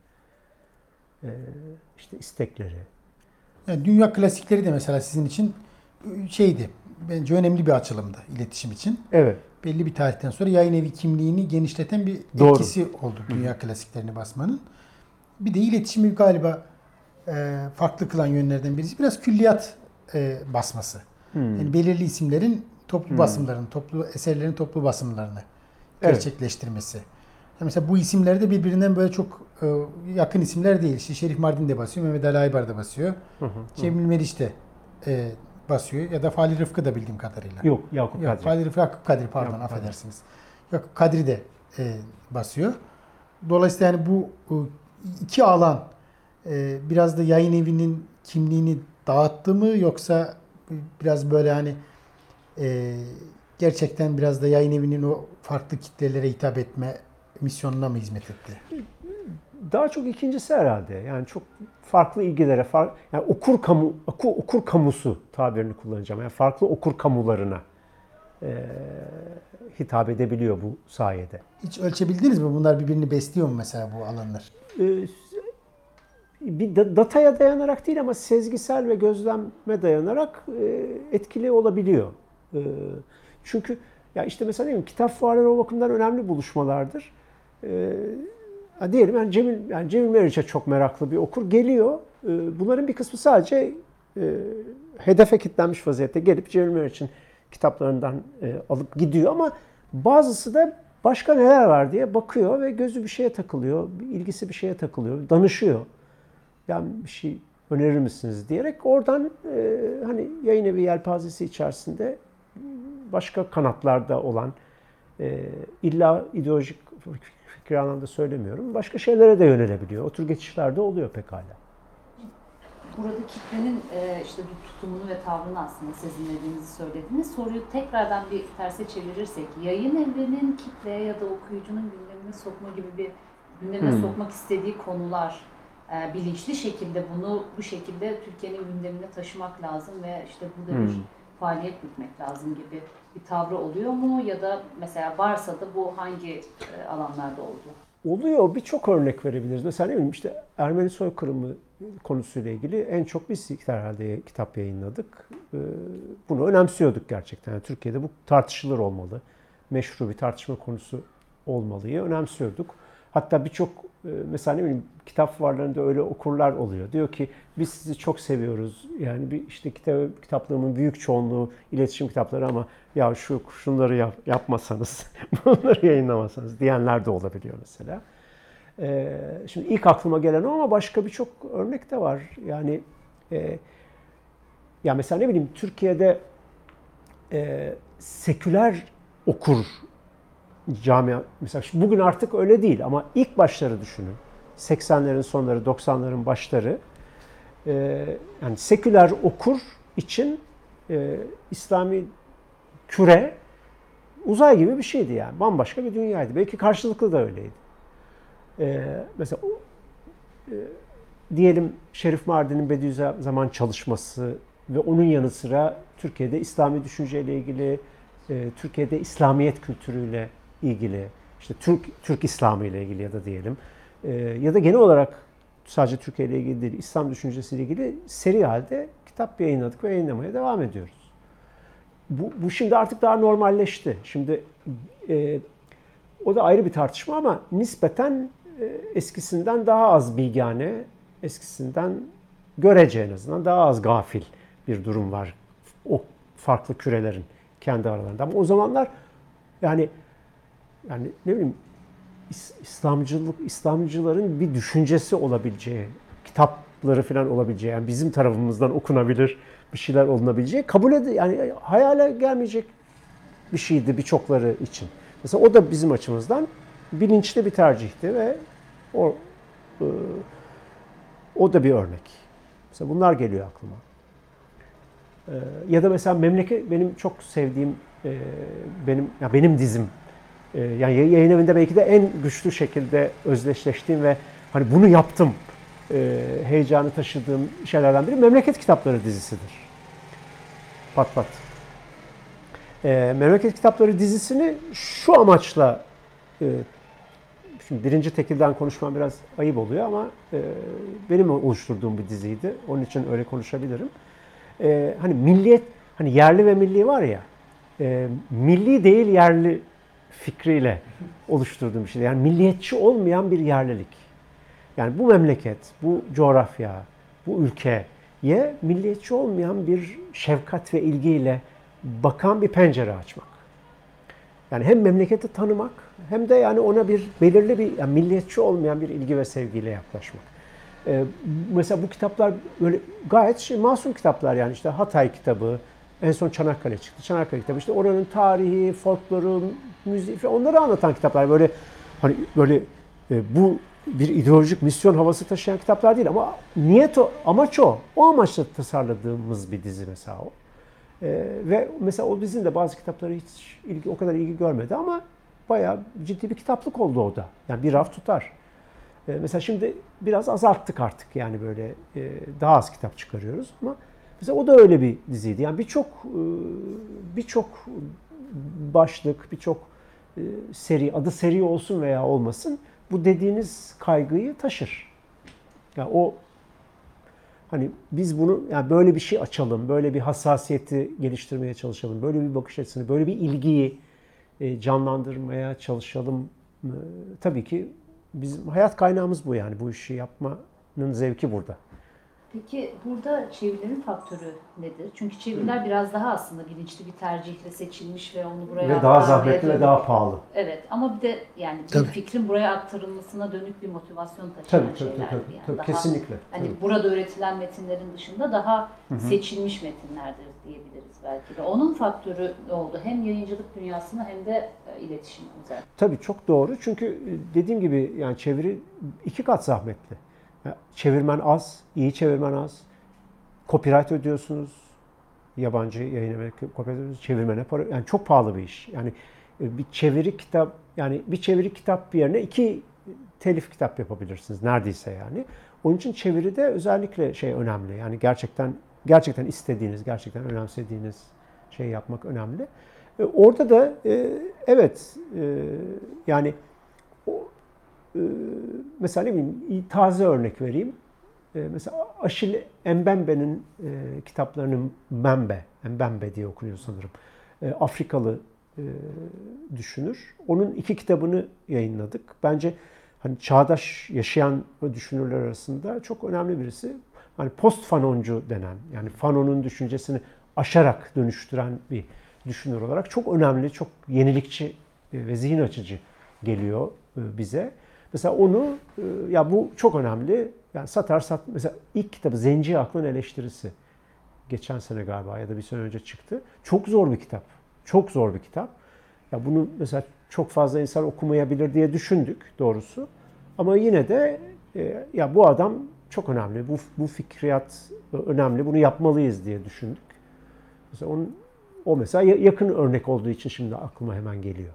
işte istekleri. Yani dünya klasikleri de mesela sizin için şeydi. Bence önemli bir açılımdı iletişim için. Evet. Belli bir tarihten sonra yayın evi kimliğini genişleten bir etkisi oldu dünya klasiklerini basmanın. Bir de iletişimi galiba farklı kılan yönlerden birisi biraz külliyat basması. Yani belirli isimlerin toplu basımlarını, toplu eserlerin toplu basımlarını gerçekleştirmesi. Yani mesela bu isimler de birbirinden böyle çok yakın isimler değil. İşte Şerif Mardin de basıyor, Mehmet Ali Aybar da basıyor. Cemil Meriç de basıyor ya da Fahri Rıfkı da bildiğim kadarıyla. Yok, Yakup Kadri. Fahri Rıfkı, Yakup Kadri pardon, Yakup affedersiniz. Yakup Kadri de basıyor. Dolayısıyla yani bu iki alan biraz da yayın evinin kimliğini dağıttı mı yoksa biraz böyle hani gerçekten biraz da yayın evinin o farklı kitlelere hitap etme misyonuna mı hizmet etti? Daha çok ikincisi herhalde. Yani çok farklı ilgilere, yani okur kamusu tabirini kullanacağım. Yani farklı okur kamularına hitap edebiliyor bu sayede. Hiç ölçebildiniz mi? Bunlar birbirini besliyor mu mesela bu alanlar? Bir dataya dayanarak değil ama sezgisel ve gözleme dayanarak etkili olabiliyor. Çünkü ya işte mesela değil mi, kitap fuarları o bakımdan önemli buluşmalardır. Diyelim yani Cemil Meriç'e çok meraklı bir okur geliyor. Bunların bir kısmı sadece hedefe kilitlenmiş vaziyette gelip Cemil Meriç'in kitaplarından alıp gidiyor ama bazısı da başka neler var diye bakıyor ve gözü bir şeye takılıyor, ilgisi bir şeye takılıyor, danışıyor. Yani bir şey önerir misiniz diyerek oradan hani yayın evi yelpazesi içerisinde başka kanatlarda olan illa ideolojik fikir anlamda söylemiyorum. Başka şeylere de yönelebiliyor. O tür geçişler de oluyor pekala. Burada kitlenin işte tutumunu ve tavrını aslında sezinlediğinizi söylediniz. Soruyu tekrardan bir terse çevirirsek, yayın evinin kitleye ya da okuyucunun gündemine sokma gibi bir gündemine sokmak istediği konular, bilinçli şekilde bunu bu şekilde Türkiye'nin gündemine taşımak lazım ve işte burada bir faaliyet gütmek lazım gibi bir tavrı oluyor mu? Ya da mesela varsa da bu hangi alanlarda oldu? Oluyor. Birçok örnek verebiliriz. Mesela ne bileyim işte Ermeni soykırımı konusuyla ilgili en çok biz herhalde kitap yayınladık. Bunu önemsiyorduk gerçekten. Yani Türkiye'de bu tartışılır olmalı. Meşru bir tartışma konusu olmalıyı önemsiyorduk. Hatta birçok mesela ne bileyim kitap fuarlarında öyle okurlar oluyor. Diyor ki biz sizi çok seviyoruz. Yani bir işte kitaplarımın büyük çoğunluğu iletişim kitapları ama ya şunları yapmasanız, bunları yayınlamasanız diyenler de olabiliyor mesela. Şimdi ilk aklıma gelen o ama başka birçok örnek de var. Yani ya mesela ne bileyim Türkiye'de seküler okur camia. Mesela bugün artık öyle değil ama ilk başları düşünün. 80'lerin sonları, 90'ların başları. Yani seküler okur için İslami küre uzay gibi bir şeydi yani. Bambaşka bir dünyaydı. Belki karşılıklı da öyleydi. Mesela diyelim Şerif Mardin'in Bediüzzaman çalışması ve onun yanı sıra Türkiye'de İslami düşünceyle ilgili, Türkiye'de İslamiyet kültürüyle ilgili, işte Türk İslamı ile ilgili ya da diyelim ya da genel olarak sadece Türkiye ile ilgili değil, İslam düşüncesiyle ilgili seri halde kitap yayınladık ve yayınlamaya devam ediyoruz. Bu şimdi artık daha normalleşti. Şimdi o da ayrı bir tartışma ama nispeten eskisinden daha az bilgane, eskisinden görece en azından daha az gafil bir durum var o farklı kürelerin kendi aralarında. Ama o zamanlar yani ne bileyim İslamcıların bir düşüncesi olabileceği, kitapları falan olabileceği, yani bizim tarafımızdan okunabilir bir şeyler olunabileceği yani hayale gelmeyecek bir şeydi birçokları için. Mesela o da bizim açımızdan bilinçli bir tercihti ve o da bir örnek. Mesela bunlar geliyor aklıma. Ya da mesela Memleket benim çok sevdiğim benim dizim. Yani yayın evinde belki de en güçlü şekilde özdeşleştiğim ve hani bunu yaptım heyecanı taşıdığım şeylerden biri Memleket Kitapları dizisidir. Pat pat. Memleket Kitapları dizisini şu amaçla şimdi birinci tekilden konuşmam biraz ayıp oluyor ama benim oluşturduğum bir diziydi. Onun için öyle konuşabilirim. Hani milliyet, hani yerli ve milli var ya, milli değil yerli fikriyle oluşturduğum bir şey. Yani milliyetçi olmayan bir yerlilik. Yani bu memleket, bu coğrafya, bu ülkeye milliyetçi olmayan bir şefkat ve ilgiyle bakan bir pencere açmak. Yani hem memleketi tanımak hem de yani ona bir belirli bir yani milliyetçi olmayan bir ilgi ve sevgiyle yaklaşmak. Mesela bu kitaplar böyle gayet masum kitaplar yani işte Hatay kitabı, en son Çanakkale çıktı. Çanakkale kitabı işte oranın tarihi, folkloru, müziği falan onları anlatan kitaplar. Böyle hani böyle bu bir ideolojik misyon havası taşıyan kitaplar değil ama niyet o, amaç o. O amaçla tasarladığımız bir dizi mesela o. Ve mesela o dizinin de bazı kitapları hiç o kadar ilgi görmedi ama bayağı ciddi bir kitaplık oldu o da. Yani bir raf tutar. Mesela şimdi biraz azalttık artık yani böyle daha az kitap çıkarıyoruz ama mesela o da öyle bir diziydi. Yani birçok başlık, birçok seri, adı seri olsun veya olmasın bu dediğiniz kaygıyı taşır. Yani o hani biz bunu yani böyle bir şey açalım, böyle bir hassasiyeti geliştirmeye çalışalım, böyle bir bakış açısını, böyle bir ilgiyi canlandırmaya çalışalım. Tabii ki bizim hayat kaynağımız bu yani. Bu işi yapmanın zevki burada. Peki burada çevirilerin faktörü nedir? Çünkü çeviriler biraz daha aslında bilinçli bir tercihle seçilmiş ve onu buraya ve daha zahmetli ve daha pahalı. Evet ama bir de yani bir fikrin buraya aktarılmasına dönük bir motivasyon taşıyan şeyler. Tabii, kesinlikle. Hani burada üretilen metinlerin dışında daha seçilmiş metinlerdir diyebiliriz belki de. Onun faktörü ne oldu? Hem yayıncılık dünyasına hem de iletişim özellikle. Tabii çok doğru. Çünkü dediğim gibi yani çeviri 2 kat zahmetli. Çevirmen az, iyi çevirmen az. Copyright ödüyorsunuz. Yabancı yayın evi copyright ödüyorsunuz. Çevirmene para, yani çok pahalı bir iş. Yani bir çeviri kitap yerine 2 telif kitap yapabilirsiniz neredeyse yani. Onun için çeviride özellikle önemli. Yani gerçekten istediğiniz, gerçekten önemsediğiniz şey yapmak önemli. Orada da evet yani mesela ne bileyim taze örnek vereyim. Mesela Achille Mbembe'nin kitaplarının Mbembe diye okunuyor sanırım. Afrikalı düşünür. Onun 2 kitabını yayınladık. Bence hani çağdaş yaşayan düşünürler arasında çok önemli birisi. Hani post Fanoncu denen yani Fanon'un düşüncesini aşarak dönüştüren bir düşünür olarak çok önemli, çok yenilikçi ve zihin açıcı geliyor bize. Mesela onu ya bu çok önemli. Yani mesela ilk kitabı Zenci Aklın Eleştirisi. geçen sene galiba ya da bir sene önce çıktı. Çok zor bir kitap. Çok zor bir kitap. Ya bunu mesela çok fazla insan okumayabilir diye düşündük doğrusu. Ama yine de ya bu adam çok önemli. Bu fikriyat önemli. Bunu yapmalıyız diye düşündük. Mesela o mesela yakın örnek olduğu için şimdi aklıma hemen geliyor.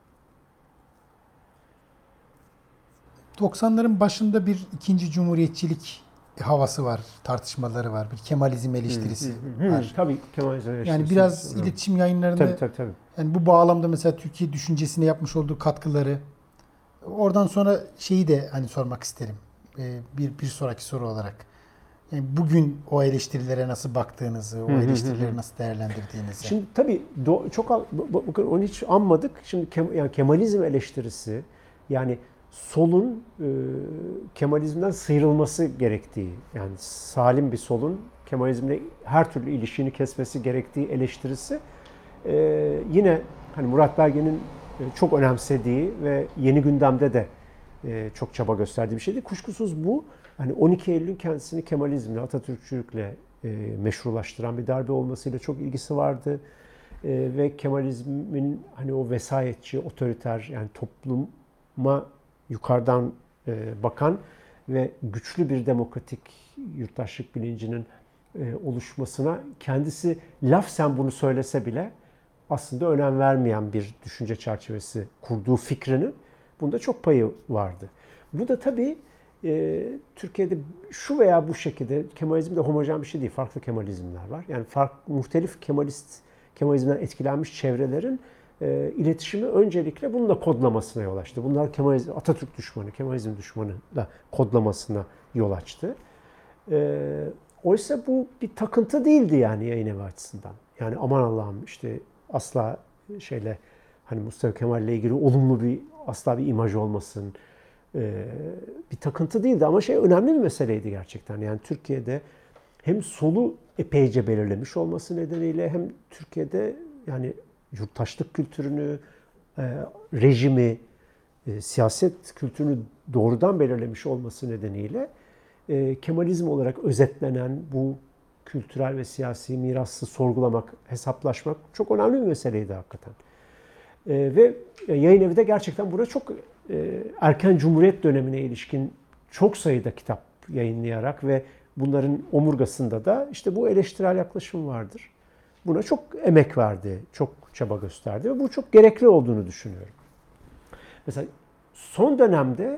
90'ların başında bir ikinci cumhuriyetçilik havası var, tartışmaları var, bir Kemalizm eleştirisi var. Tabii Kemalizm eleştirisi. Yani biraz iletişim yayınlarında tabii. yani bu bağlamda mesela Türkiye düşüncesine yapmış olduğu katkıları, oradan sonra şeyi de hani sormak isterim. Bir sonraki soru olarak. Yani bugün o eleştirilere nasıl baktığınızı, o eleştirileri nasıl değerlendirdiğinizi. Şimdi tabii bakın onu hiç anmadık. Şimdi yani Kemalizm eleştirisi, yani solun Kemalizmden sıyrılması gerektiği, yani salim bir solun Kemalizmle her türlü ilişkini kesmesi gerektiği eleştirisi yine hani Murat Belge'nin çok önemsediği ve yeni gündemde de çok çaba gösterdiği bir şeydi. Kuşkusuz bu hani 12 Eylül'ün kendisini Kemalizmle, Atatürkçülükle meşrulaştıran bir darbe olmasıyla çok ilgisi vardı. Ve Kemalizmin hani o vesayetçi, otoriter, yani topluma yukarıdan bakan ve güçlü bir demokratik yurttaşlık bilincinin oluşmasına kendisi lafsen bunu söylese bile aslında önem vermeyen bir düşünce çerçevesi kurduğu fikrinin bunda çok payı vardı. Bu da tabii Türkiye'de şu veya bu şekilde Kemalizm de homojen bir şey değil. Farklı Kemalizmler var. Yani muhtelif Kemalizmden etkilenmiş çevrelerin iletişimi öncelikle bununla kodlamasına yol açtı. Bunlar Atatürk düşmanı, Kemalizm düşmanı da kodlamasına yol açtı. Oysa bu bir takıntı değildi yani yayın evi açısından. Yani aman Allah'ım işte asla hani Mustafa Kemal ile ilgili olumlu asla bir imaj olmasın. Bir takıntı değildi ama önemli bir meseleydi gerçekten. Yani Türkiye'de hem solu epeyce belirlemiş olması nedeniyle hem Türkiye'de yani yurttaşlık kültürünü, rejimi, siyaset kültürünü doğrudan belirlemiş olması nedeniyle Kemalizm olarak özetlenen bu kültürel ve siyasi mirası sorgulamak, hesaplaşmak çok önemli bir meseleydi hakikaten. Ve yayın evi de gerçekten burada çok erken Cumhuriyet dönemine ilişkin çok sayıda kitap yayınlayarak ve bunların omurgasında da işte bu eleştirel yaklaşım vardır. Buna çok emek verdi, çok çaba gösterdi ve bu çok gerekli olduğunu düşünüyorum. Mesela son dönemde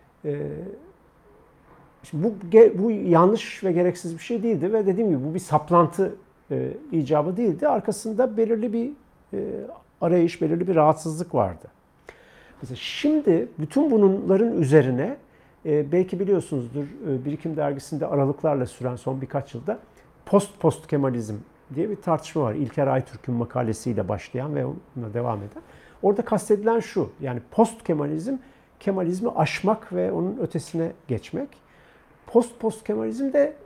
şimdi bu yanlış ve gereksiz bir şey değildi ve dediğim gibi bu bir saplantı icabı değildi. Arkasında belirli bir arayış, belirli bir rahatsızlık vardı. Mesela şimdi bütün bunların üzerine belki biliyorsunuzdur Birikim Dergisi'nde aralıklarla süren son birkaç yılda post Kemalizm diye bir tartışma var. İlker Aytürk'ün makalesiyle başlayan ve onunla devam eden. Orada kastedilen şu, yani post Kemalizm, Kemalizmi aşmak ve onun ötesine geçmek. Post Kemalizm de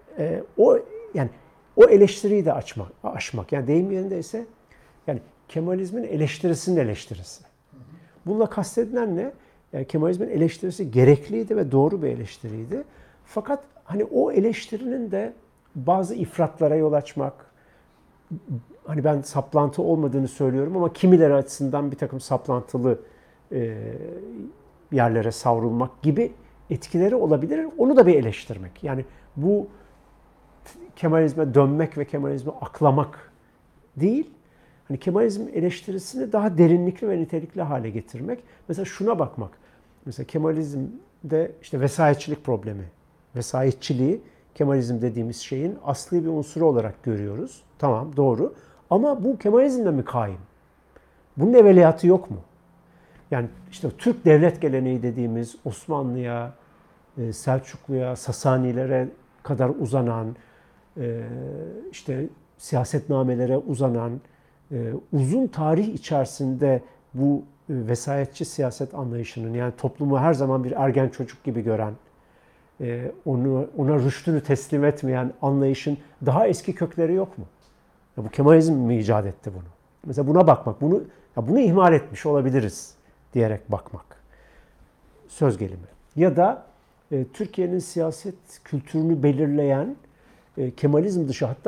o eleştiriyi de aşmak. Yani deyim yerindeyse yani Kemalizmin eleştirisinin eleştirisi. Bununla kastedilen ne? Yani Kemalizmin eleştirisi gerekliydi ve doğru bir eleştiriydi. Fakat hani o eleştirinin de bazı ifratlara yol açmak, hani ben saplantı olmadığını söylüyorum ama kimileri açısından bir takım saplantılı yerlere savrulmak gibi etkileri olabilir. Onu da bir eleştirmek. Yani bu Kemalizme dönmek ve Kemalizmi aklamak değil. Hani Kemalizm eleştirisini daha derinlikli ve nitelikli hale getirmek. Mesela şuna bakmak. Mesela Kemalizmde işte vesayetçilik problemi. Vesayetçiliği Kemalizm dediğimiz şeyin asli bir unsuru olarak görüyoruz. Tamam, doğru. Ama bu Kemalizmle mi kaim? Bunun evveliyatı yok mu? Yani işte Türk devlet geleneği dediğimiz Osmanlı'ya, Selçuklu'ya, Sasanilere kadar uzanan, işte siyasetnamelere uzanan uzun tarih içerisinde bu vesayetçi siyaset anlayışının, yani toplumu her zaman bir ergen çocuk gibi gören, ona rüştünü teslim etmeyen anlayışın daha eski kökleri yok mu? Ya bu Kemalizm mi icat etti bunu? Mesela buna bakmak, bunu ihmal etmiş olabiliriz diyerek bakmak. Söz gelimi. Ya da Türkiye'nin siyaset kültürünü belirleyen Kemalizm dışı, hatta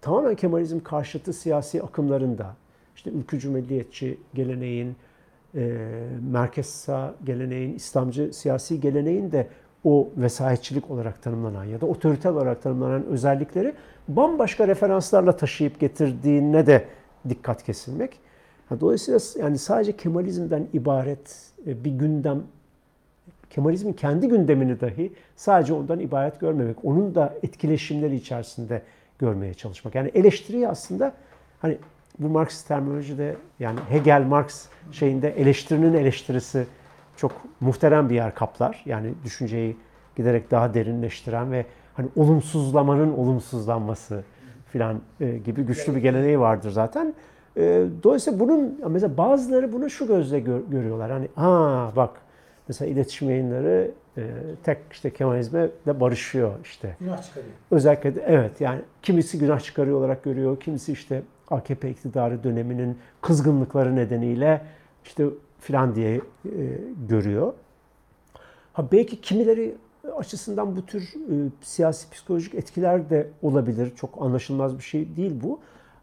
tamamen Kemalizm karşıtı siyasi akımların da, işte ülkücü milliyetçi geleneğin, merkez sağ geleneğin, İslamcı siyasi geleneğin de o vesayetçilik olarak tanımlanan ya da otoriter olarak tanımlanan özellikleri bambaşka referanslarla taşıyıp getirdiğine de dikkat kesilmek. Dolayısıyla yani sadece Kemalizm'den ibaret bir gündem, Kemalizmin kendi gündemini dahi sadece ondan ibaret görmemek, onun da etkileşimleri içerisinde görmeye çalışmak. Yani eleştiriyi aslında hani bu Marksist terminolojide, yani Hegel-Marx şeyinde eleştirinin eleştirisi çok muhterem bir yer kaplar. Yani düşünceyi giderek daha derinleştiren ve hani olumsuzlamanın olumsuzlanması falan gibi güçlü bir geleneği vardır zaten. Dolayısıyla bunun, mesela bazıları bunu şu gözle görüyorlar. Hani bak mesela iletişim yayınları tek işte Kemalizm'e de barışıyor işte. Günah çıkarıyor. Özellikle de evet, yani kimisi günah çıkarıyor olarak görüyor, kimisi işte AKP iktidarı döneminin kızgınlıkları nedeniyle işte filan diye görüyor. Belki kimileri açısından bu tür siyasi psikolojik etkiler de olabilir. Çok anlaşılmaz bir şey değil bu.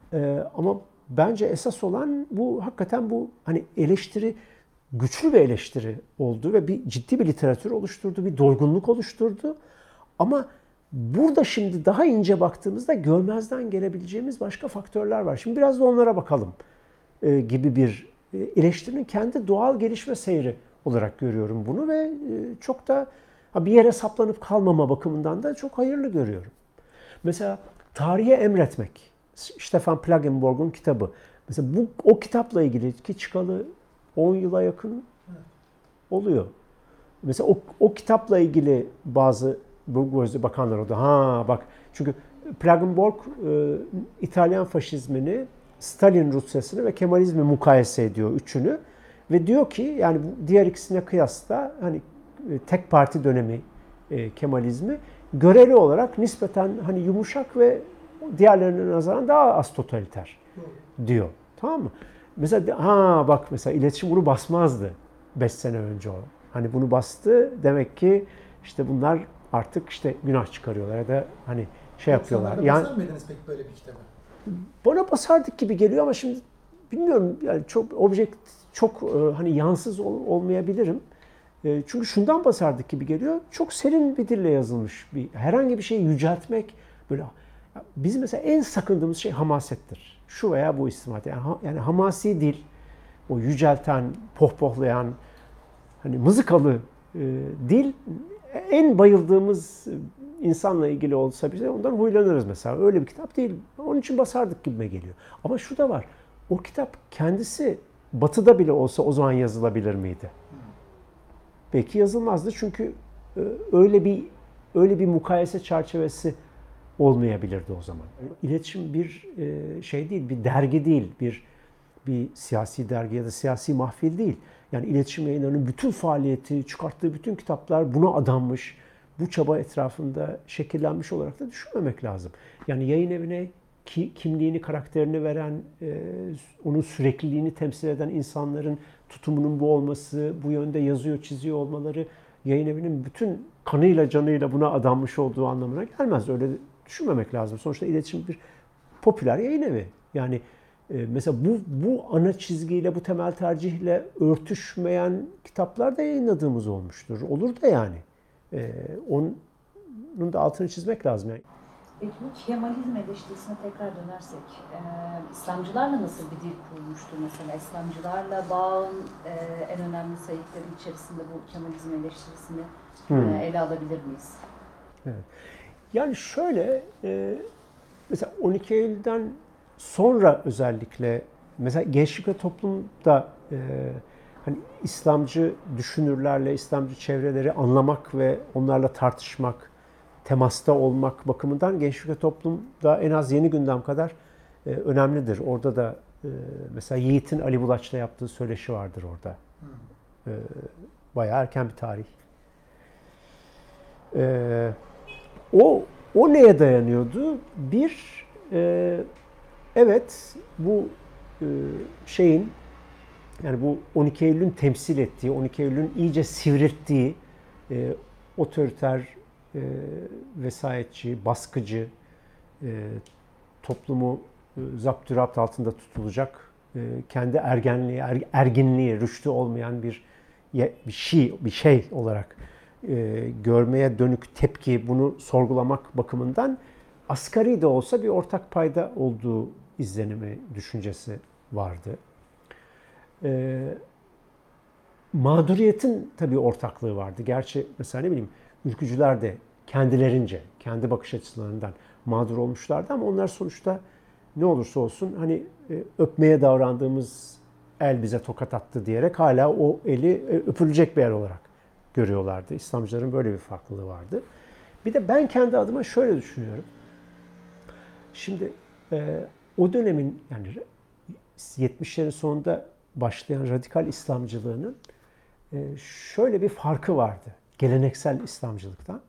Ama bence esas olan bu, hakikaten bu hani eleştiri, güçlü bir eleştiri oldu ve ciddi bir literatür oluşturdu, bir doygunluk oluşturdu. Ama burada şimdi daha ince baktığımızda görmezden gelebileceğimiz başka faktörler var. Şimdi biraz da onlara bakalım gibi bir eleştirinin kendi doğal gelişme seyri olarak görüyorum bunu ve çok da bir yere saplanıp kalmama bakımından da çok hayırlı görüyorum. Mesela Tarihe Emretmek, Stefan Plagenborg'un kitabı. Mesela o kitapla ilgili ki çıkalı 10 yıla yakın oluyor. Mesela o kitapla ilgili bazı Burgozli bakanlar oldu. Bak, çünkü Plagenborg İtalyan faşizmini, Stalin Rusyasını ve Kemalizmi mukayese ediyor, üçünü. Ve diyor ki yani diğer ikisine kıyasla hani tek parti dönemi Kemalizmi göreli olarak nispeten hani yumuşak ve diğerlerine nazaran daha az totaliter diyor. Tamam mı? Mesela bak, mesela iletişim bunu basmazdı 5 sene önce o. Hani bunu bastı, demek ki işte bunlar artık işte günah çıkarıyorlar ya da hani şey yapıyorlar. Yani basar mıydınız peki böyle bir kitabı? Bana basardık gibi geliyor ama şimdi bilmiyorum, yani çok hani yansız olmayabilirim. Çünkü şundan basardık gibi geliyor. Çok serin bir dille yazılmış herhangi bir şeyi yüceltmek böyle. Bizim mesela en sakındığımız şey hamasettir. Şu veya bu istimat. Yani hamasi dil, o yücelten, pohpohlayan, hani mızıkalı dil, en bayıldığımız insanla ilgili olsa bize ondan huylanırız mesela. Öyle bir kitap değil. Onun için basardık gibime geliyor. Ama şu da var. O kitap kendisi Batı'da bile olsa o zaman yazılabilir miydi? Belki yazılmazdı, çünkü öyle bir mukayese çerçevesi olmayabilirdi o zaman. İletişim bir şey değil, bir dergi değil, bir siyasi dergi ya da siyasi mahfil değil. Yani iletişim yayınlarının bütün faaliyeti, çıkarttığı bütün kitaplar buna adanmış, bu çaba etrafında şekillenmiş olarak da düşünmemek lazım. Yani yayın evine kimliğini, karakterini veren, onun sürekliliğini temsil eden insanların tutumunun bu olması, bu yönde yazıyor, çiziyor olmaları, yayın evinin bütün kanıyla, canıyla buna adanmış olduğu anlamına gelmez. Öyle düşünmemek lazım. Sonuçta iletişim bir popüler yayın evi. Yani mesela bu ana çizgiyle, bu temel tercihle örtüşmeyen kitaplar da yayınladığımız olmuştur. Olur da yani. Onun da altını çizmek lazım. Yani. Peki bu Kemalizm eleştirisine tekrar dönersek, İslamcılarla nasıl bir dil kurulmuştur mesela? İslamcılarla bağın en önemli sayıkları içerisinde bu Kemalizm eleştirisini ele alabilir miyiz? Evet. Yani şöyle, mesela 12 Eylül'den sonra özellikle mesela Gençlik ve Toplum'da hani İslamcı düşünürlerle, İslamcı çevreleri anlamak ve onlarla tartışmak, temasta olmak bakımından Gençlik ve Toplum'da en az Yeni Gündem kadar önemlidir. Orada da mesela Yiğit'in Ali Bulaç'la yaptığı söyleşi vardır orada. Bayağı erken bir tarih. O neye dayanıyordu? Evet, bu şeyin, yani bu 12 Eylül'ün temsil ettiği, 12 Eylül'ün iyice sivrilttiği otoriter, vesayetçi, baskıcı, toplumu zapturapt altında tutulacak, kendi ergenliği, erginliği, rüştü olmayan bir şey olarak görmeye dönük tepki, bunu sorgulamak bakımından asgari de olsa bir ortak payda olduğu izlenimi, düşüncesi vardı. Mağduriyetin tabii ortaklığı vardı. Gerçi mesela ne bileyim ülkücüler de kendilerince, kendi bakış açılarından mağdur olmuşlardı ama onlar sonuçta ne olursa olsun hani öpmeye davrandığımız el bize tokat attı diyerek hala o eli öpülecek bir el olarak görüyorlardı. İslamcıların böyle bir farklılığı vardı. Bir de ben kendi adıma şöyle düşünüyorum. Şimdi o dönemin yani 70'lerin sonunda başlayan radikal İslamcılığının şöyle bir farkı vardı. Geleneksel İslamcılıktan.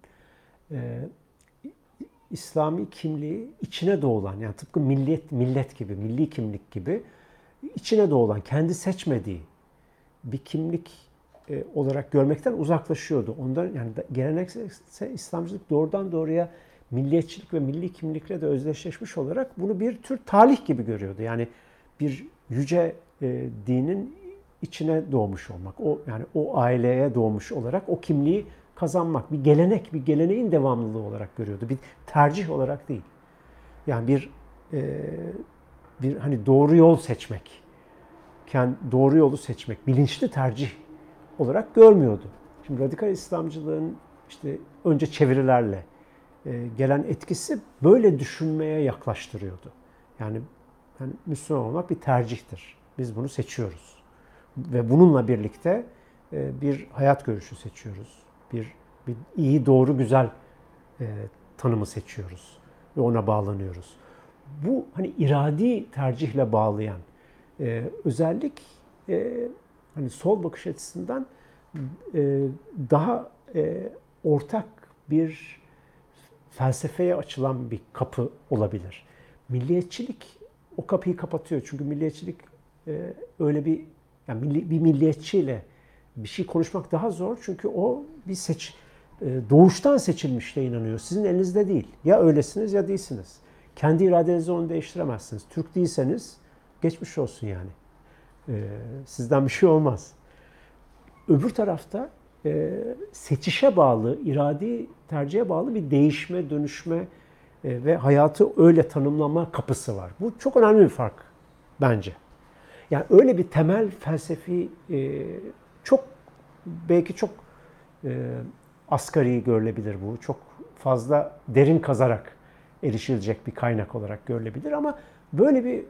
İslami kimliği içine doğulan, yani tıpkı millet gibi, milli kimlik gibi içine doğulan, kendi seçmediği bir kimlik olarak görmekten uzaklaşıyordu. Ondan yani geleneksel İslamcılık doğrudan doğruya milliyetçilik ve milli kimlikle de özdeşleşmiş olarak bunu bir tür talih gibi görüyordu. Yani bir yüce dinin içine doğmuş olmak, o aileye doğmuş olarak o kimliği kazanmak, bir geleneğin devamlılığı olarak görüyordu. Bir tercih olarak değil. Yani bir hani doğru yol seçmek, doğru yolu seçmek, bilinçli tercih olarak görmüyordu. Şimdi radikal İslamcılığın işte önce çevirilerle gelen etkisi böyle düşünmeye yaklaştırıyordu. Yani Müslüman olmak bir tercihtir. Biz bunu seçiyoruz. Ve bununla birlikte bir hayat görüşü seçiyoruz. Bir iyi, doğru, güzel tanımı seçiyoruz. Ve ona bağlanıyoruz. Bu hani iradi tercihle bağlayan özellik hani sol bakış açısından daha ortak bir felsefeye açılan bir kapı olabilir. Milliyetçilik o kapıyı kapatıyor. Çünkü milliyetçilik öyle bir milliyetçiyle bir şey konuşmak daha zor. Çünkü o bir doğuştan seçilmişle inanıyor. Sizin elinizde değil. Ya öylesiniz ya değilsiniz. Kendi iradenizle onu değiştiremezsiniz. Türk değilseniz geçmiş olsun yani. Sizden bir şey olmaz. Öbür tarafta seçişe bağlı, iradi tercihe bağlı bir değişme, dönüşme ve hayatı öyle tanımlama kapısı var. Bu çok önemli bir fark bence. Yani öyle bir temel felsefi, belki çok asgari görülebilir bu. Çok fazla derin kazarak erişilecek bir kaynak olarak görülebilir ama böyle bir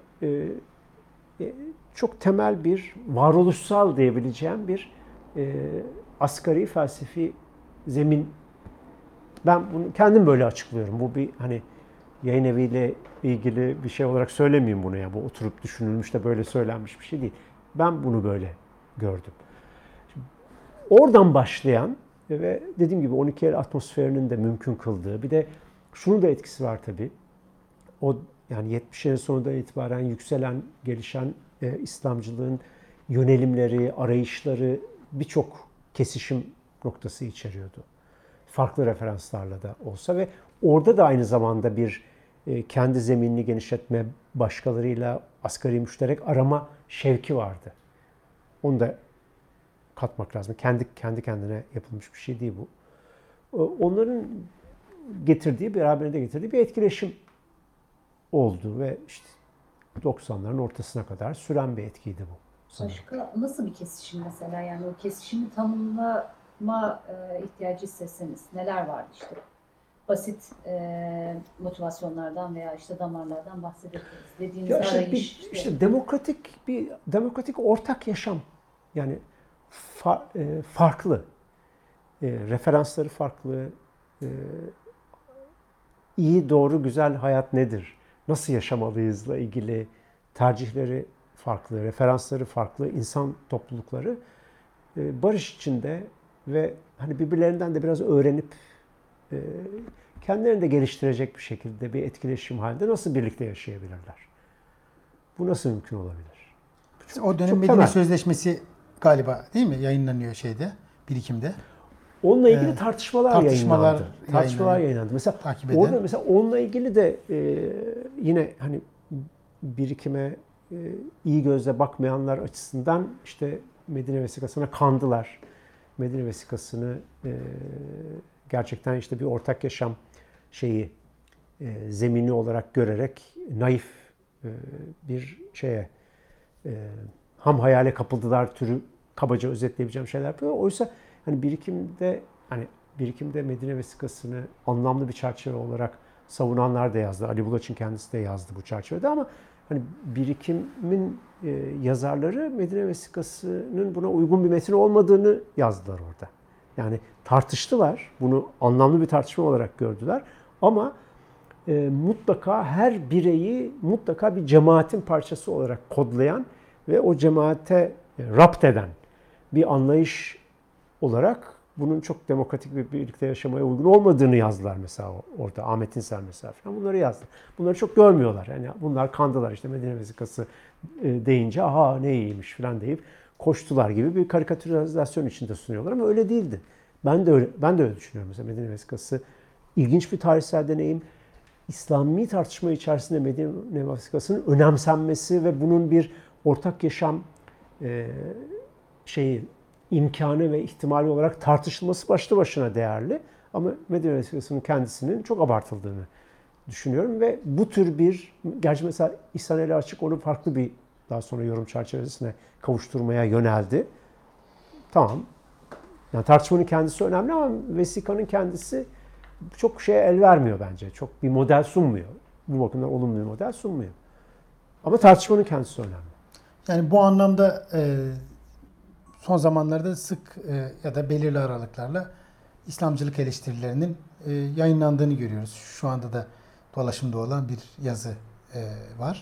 çok temel bir varoluşsal diyebileceğim bir asgari felsefi zemin. Ben bunu kendim böyle açıklıyorum. Bu bir hani yayın eviyle ilgili bir şey olarak söylemeyeyim bunu ya. Bu oturup düşünülmüş de böyle söylenmiş bir şey değil. Ben bunu böyle gördüm. Şimdi, oradan başlayan ve dediğim gibi 12 Eylül atmosferinin de mümkün kıldığı, bir de şunun da etkisi var tabii. O yani 70'lerin sonundan itibaren yükselen, gelişen İslamcılığın yönelimleri, arayışları birçok kesişim noktası içeriyordu. Farklı referanslarla da olsa ve orada da aynı zamanda bir kendi zeminini genişletme, başkalarıyla asgari müşterek arama şevki vardı. Onu da katmak lazım. Kendi kendine yapılmış bir şey değil bu. Onların beraberinde getirdiği bir etkileşim oldu ve işte 90'ların ortasına kadar süren bir etkiydi bu. Sanırım. Başka nasıl bir kesişim mesela? Yani o kesişimi tanımlama ihtiyacı hissetseniz neler vardı işte? Basit motivasyonlardan veya işte damarlardan bahsedebiliriz. Dediğiniz arayış. İşte demokratik ortak yaşam. Yani farklı. Referansları farklı. İyi, doğru, güzel hayat nedir? Nasıl yaşamalıyızla ilgili tercihleri farklı, referansları farklı, insan toplulukları barış içinde ve hani birbirlerinden de biraz öğrenip kendilerini de geliştirecek bir şekilde bir etkileşim halinde nasıl birlikte yaşayabilirler? Bu nasıl mümkün olabilir? O dönem Medine Sözleşmesi galiba değil mi? Yayınlanıyor birikimde. Onunla ilgili tartışmalar yayınlandı. Mesela orada mesela onunla ilgili de yine hani birikime iyi gözle bakmayanlar açısından işte Medine Vesikası'na kandılar. Medine Vesikası'nı gerçekten işte bir ortak yaşam şeyi zemini olarak görerek naif bir şeye ham hayale kapıldılar türü kabaca özetleyebileceğim şeyler yapıyor. Oysa hani birikimde Medine Vesikası'nı anlamlı bir çerçeve olarak savunanlar da yazdı. Ali Bulaç'ın kendisi de yazdı bu çerçevede ama hani birikimin yazarları Medine Vesikası'nın buna uygun bir metin olmadığını yazdılar orada. Yani tartıştılar. Bunu anlamlı bir tartışma olarak gördüler. Ama mutlaka her bireyi mutlaka bir cemaatin parçası olarak kodlayan ve o cemaate rapt eden bir anlayış olarak bunun çok demokratik bir birlikte yaşamaya uygun olmadığını yazdılar mesela orada. Ahmet İnsel mesela falan bunları yazdı. Bunları çok görmüyorlar. Yani bunlar kandılar işte Medine Vesikası deyince aha ne iyiymiş falan deyip koştular gibi bir karikatürizasyon içinde sunuyorlar ama öyle değildi. Ben de öyle düşünüyorum mesela Medine Vesikası ilginç bir tarihsel deneyim. İslami tartışma içerisinde Medine Vesikası'nın önemsenmesi ve bunun bir ortak yaşam imkanı ve ihtimali olarak tartışılması başlı başına değerli. Ama Medine Vesikası'nın kendisinin çok abartıldığını düşünüyorum ve bu tür gerçi mesela İhsan Eli Açık onu farklı bir daha sonra yorum çerçevesine kavuşturmaya yöneldi. Tamam. Yani tartışmanın kendisi önemli ama vesikanın kendisi çok şeye el vermiyor bence. Çok bir model sunmuyor. Bu bakımdan olumlu bir model sunmuyor. Ama tartışmanın kendisi önemli. Yani bu anlamda son zamanlarda sık ya da belirli aralıklarla İslamcılık eleştirilerinin yayınlandığını görüyoruz. Şu anda da dolaşımda olan bir yazı var.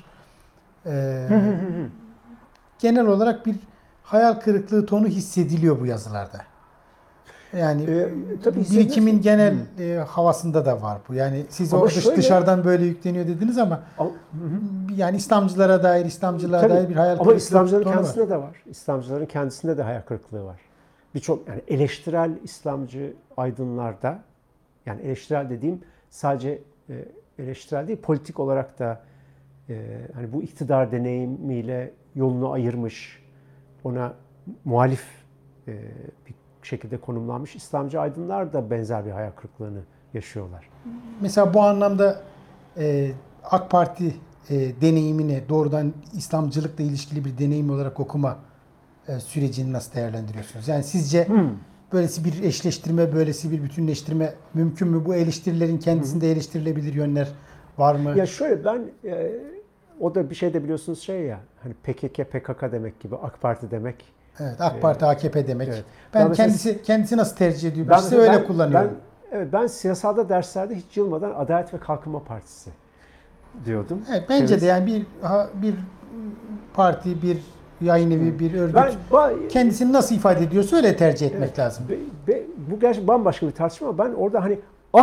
Genel olarak bir hayal kırıklığı tonu hissediliyor bu yazılarda. Yani tabii birikimin genel havasında da var bu. Yani siz ama o dışarıdan böyle yükleniyor dediniz ama yani İslamcılığa dair bir hayal kırıklığı ama İslamcıların tonu kendisinde var. de var. İslamcıların kendisinde de hayal kırıklığı var. Birçok yani eleştirel İslamcı aydınlarda yani eleştirel dediğim sadece eleştirel değil politik olarak da hani bu iktidar deneyimiyle yolunu ayırmış, ona muhalif bir şekilde konumlanmış İslamcı aydınlar da benzer bir hayal kırıklığını yaşıyorlar. Mesela bu anlamda AK Parti deneyimini doğrudan İslamcılıkla ilişkili bir deneyim olarak okuma sürecini nasıl değerlendiriyorsunuz? Yani sizce böylesi bir eşleştirme, böylesi bir bütünleştirme mümkün mü? Bu eleştirilerin kendisinde eleştirilebilir yönler var mı? Ya şöyle o da bir şey de biliyorsunuz ya hani PKK, PKK demek gibi AK Parti demek. Evet, AK Parti, AKP demek. Evet. Ben kendisi nasıl tercih ediyor? Ben size öyle kullanıyorum. Ben siyasalda derslerde hiç yılmadan Adalet ve Kalkınma Partisi diyordum. Evet, bence de yani bir parti, bir yayın evi, bir örgüt kendisini nasıl ifade ediyorsa öyle tercih etmek lazım. Bu gerçekten bambaşka bir tartışma ama ben orada hani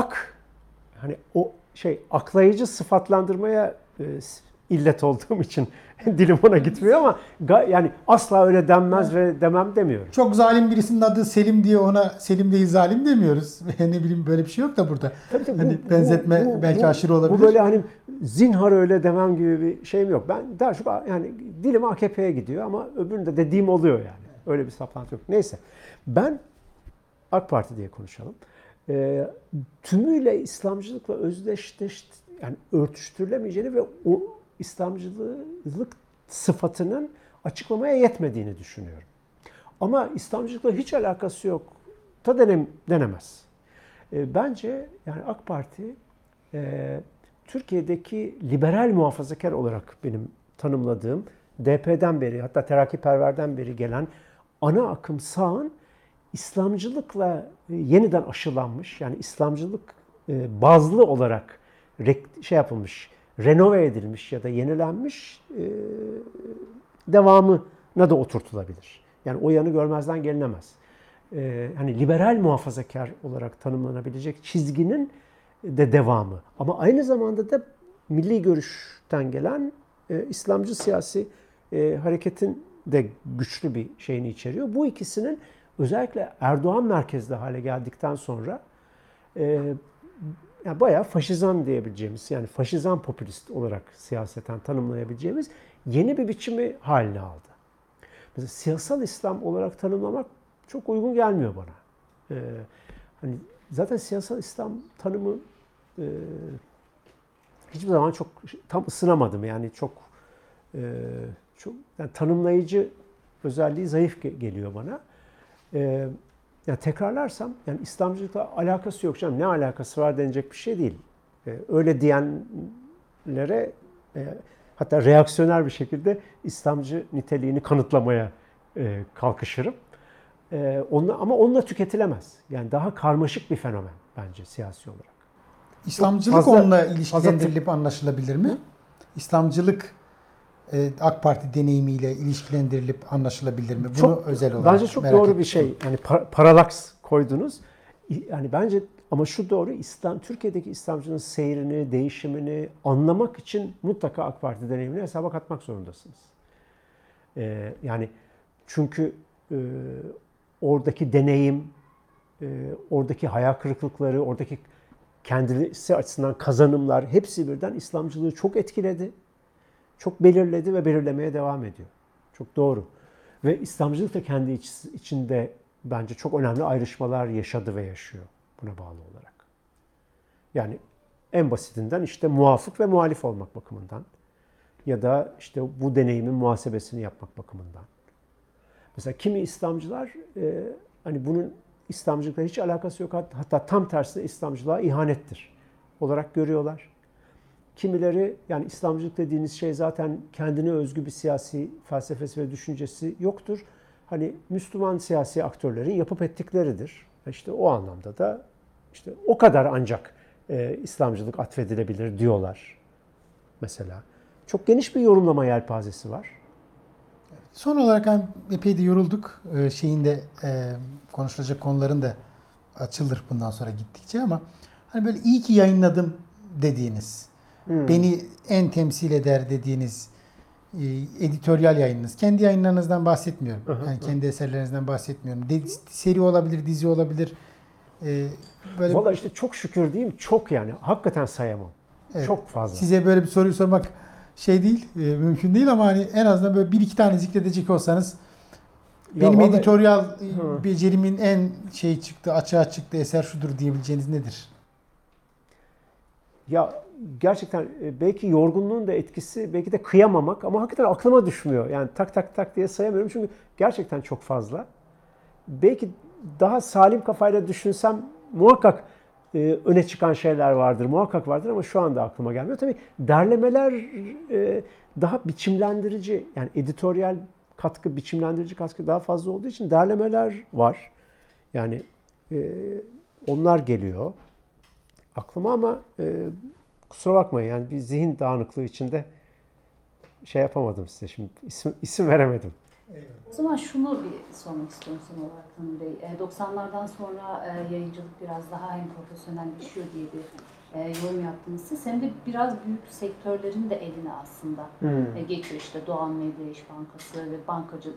aklayıcı sıfatlandırmaya illet olduğum için dilim ona gitmiyor ama yani asla öyle denmez ve demem demiyorum. Çok zalim birisinin adı Selim diye ona Selim değil zalim demiyoruz. Ne bileyim böyle bir şey yok da burada. Tabii, hani benzetme belki aşırı olabilir. Bu böyle hani zinhar öyle demem gibi bir şeyim yok. Ben daha çok yani dilim AKP'ye gidiyor ama öbüründe dediğim oluyor yani. Öyle bir saplantı yok. Neyse. Ben AK Parti diye konuşalım. Tümüyle İslamcılıkla yani örtüştürülemeyeceğini ve o İslamcılık sıfatının açıklamaya yetmediğini düşünüyorum. Ama İslamcılıkla hiç alakası yok da denemez. Bence yani AK Parti Türkiye'deki liberal muhafazakar olarak benim tanımladığım DP'den beri hatta Terakkiperver'den beri gelen ana akım sağın İslamcılıkla yeniden aşılanmış yani İslamcılık bazlı olarak yapılmış, renove edilmiş ya da yenilenmiş devamına da oturtulabilir. Yani o yanı görmezden gelinemez. Hani liberal muhafazakar olarak tanımlanabilecek çizginin de devamı. Ama aynı zamanda da milli görüşten gelen İslamcı siyasi hareketin de güçlü bir şeyini içeriyor. Bu ikisinin özellikle Erdoğan merkezli hale geldikten sonra yani bayağı faşizan diyebileceğimiz, yani faşizan popülist olarak siyaseten tanımlayabileceğimiz yeni bir biçimi haline aldı. Mesela siyasal İslam olarak tanımlamak çok uygun gelmiyor bana. Hani zaten siyasal İslam tanımı hiçbir zaman çok tam ısınamadım. Yani çok yani tanımlayıcı özelliği zayıf geliyor bana. Yani tekrarlarsam, yani İslamcılıkla alakası yok canım, ne alakası var denecek bir şey değil. Öyle diyenlere hatta reaksiyoner bir şekilde İslamcı niteliğini kanıtlamaya kalkışırım. Ama onunla tüketilemez. Yani daha karmaşık bir fenomen bence siyasi olarak. İslamcılık onunla ilişkilendirilip anlaşılabilir mi? İslamcılık AK Parti deneyimiyle ilişkilendirilip anlaşılabilir mi? Bunu Çok, özel olarak bence çok merak doğru ettim. bir şey. Yani paralaks koydunuz. Yani bence ama şu doğru, Türkiye'deki İslamcının seyrini, değişimini anlamak için mutlaka AK Parti deneyimini hesaba katmak zorundasınız. Yani çünkü oradaki deneyim, oradaki hayal kırıklıkları, oradaki kendisi açısından kazanımlar hepsi birden İslamcılığı çok etkiledi, çok belirledi ve belirlemeye devam ediyor. Çok doğru. Ve İslamcılık da kendi içinde bence çok önemli ayrışmalar yaşadı ve yaşıyor buna bağlı olarak. Yani en basitinden işte muvafık ve muhalif olmak bakımından ya da işte bu deneyimin muhasebesini yapmak bakımından. Mesela kimi İslamcılar hani bunun İslamcılıkla hiç alakası yok, hatta tam tersine İslamcılığa ihanettir olarak görüyorlar. Kimileri, yani İslamcılık dediğiniz şey zaten kendine özgü bir siyasi felsefesi ve düşüncesi yoktur. Hani Müslüman siyasi aktörlerin yapıp ettikleridir. İşte o anlamda da işte o kadar ancak İslamcılık atfedilebilir diyorlar mesela. Çok geniş bir yorumlama yelpazesi var. Son olarak hani epey de yorulduk. Konuşulacak konuların da açılır bundan sonra gittikçe ama hani böyle iyi ki yayınladım dediğiniz, beni en temsil eder dediğiniz editoryal yayınınız. Kendi yayınlarınızdan bahsetmiyorum. Yani kendi eserlerinizden bahsetmiyorum. Seri olabilir, dizi olabilir. Böyle Valla işte çok şükür diyeyim, çok yani. Hakikaten sayamam. evet, çok fazla. size böyle bir soruyu sormak değil, mümkün değil ama hani en azından böyle bir iki tane zikredecek olsanız benim vallahi, editoryal becerimin en açığa çıktığı eser şudur diyebileceğiniz nedir? Ya gerçekten belki yorgunluğun da etkisi, belki de kıyamamak, ama hakikaten aklıma düşmüyor. Yani tak tak tak diye sayamıyorum çünkü gerçekten çok fazla. Belki daha salim kafayla düşünsem muhakkak öne çıkan şeyler vardır, muhakkak vardır ama şu anda aklıma gelmiyor. Tabii derlemeler daha biçimlendirici, yani editoryal katkı, biçimlendirici katkı daha fazla olduğu için derlemeler var. Yani onlar geliyor aklıma ama kusura bakmayın, yani bir zihin dağınıklığı içinde şey yapamadım size şimdi, isim veremedim. O zaman şunu bir sormak istiyorum son olarak Tanrı Bey. 90'lardan sonra yayıncılık biraz daha hem profesyonelleşiyor diye bir yorum yaptınız siz. Hem de biraz büyük sektörlerin de eline aslında geçiyor. İşte Doğan Medya İş Bankası ve bankacılık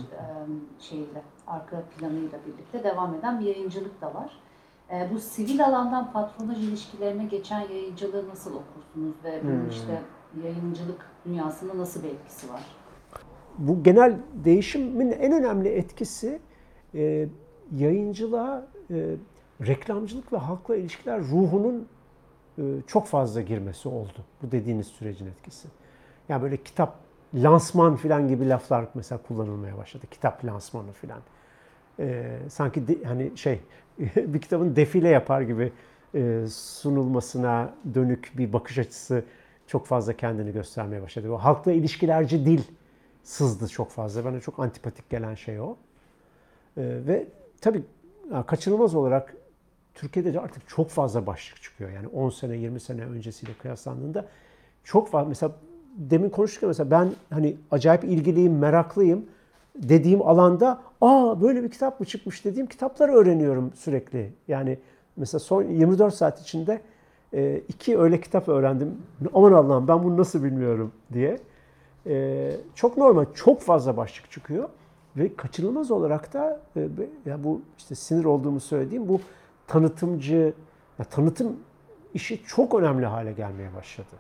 arka planıyla birlikte devam eden bir yayıncılık da var. Bu sivil alandan patronaj ilişkilerine geçen yayıncılığı nasıl okursunuz ve bunun işte yayıncılık dünyasında nasıl bir etkisi var? Bu genel değişimin en önemli etkisi yayıncılığa reklamcılık ve halkla ilişkiler ruhunun çok fazla girmesi oldu. Bu dediğiniz sürecin etkisi. Yani böyle kitap lansman falan gibi laflar mesela kullanılmaya başladı. Kitap lansmanı falan. Sanki hani bir kitabın defile yapar gibi sunulmasına dönük bir bakış açısı çok fazla kendini göstermeye başladı. O halkla ilişkilerci dil sızdı çok fazla. Bana çok antipatik gelen şey o. Ve tabii kaçınılmaz olarak Türkiye'de de artık çok fazla başlık çıkıyor. Yani 10 sene, 20 sene öncesiyle kıyaslandığında çok fazla. Mesela demin konuştuk ya, mesela ben hani acayip ilgiliyim, meraklıyım dediğim alanda böyle bir kitap mı çıkmış dediğim kitapları öğreniyorum sürekli. Yani mesela son 24 saat içinde 2 öyle kitap öğrendim. Aman Allah'ım, ben bunu nasıl bilmiyorum diye. Çok normal, çok fazla başlık çıkıyor ve kaçınılmaz olarak da bu işte sinir olduğumu söylediğim bu tanıtımcı, tanıtım işi çok önemli hale gelmeye başladı.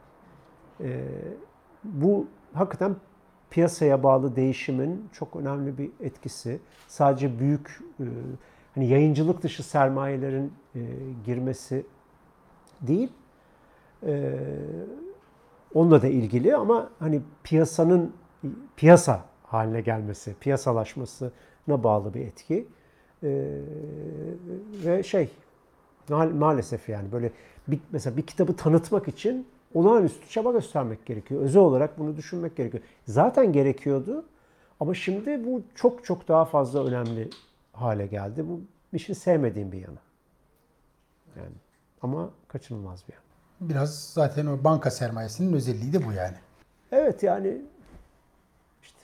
Bu hakikaten piyasaya bağlı değişimin çok önemli bir etkisi. Sadece büyük hani yayıncılık dışı sermayelerin girmesi değil, onunla da ilgili ama hani piyasanın piyasa haline gelmesi, piyasalaşmasına bağlı bir etki. Ve maalesef yani böyle mesela bir kitabı tanıtmak için olağanüstü çaba göstermek gerekiyor. Özel olarak bunu düşünmek gerekiyor. Zaten gerekiyordu ama şimdi bu çok çok daha fazla önemli hale geldi. Bu işin sevmediğim bir yanı. Yani ama kaçınılmaz bir yanı. Biraz zaten o banka sermayesinin özelliği de bu yani. Evet yani işte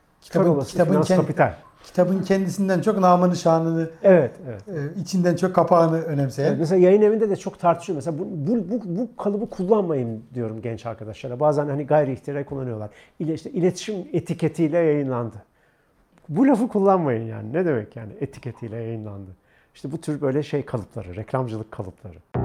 Kitabın kendisinden çok namını şanını, evet. içinden çok kapağını önemseyen. Evet, mesela yayın evinde de çok tartışıyor. Mesela bu kalıbı kullanmayın diyorum genç arkadaşlara. Bazen hani gayri ihtiyari kullanıyorlar. İşte iletişim etiketiyle yayınlandı. Bu lafı kullanmayın yani. Ne demek yani etiketiyle yayınlandı? İşte bu tür böyle kalıpları, reklamcılık kalıpları.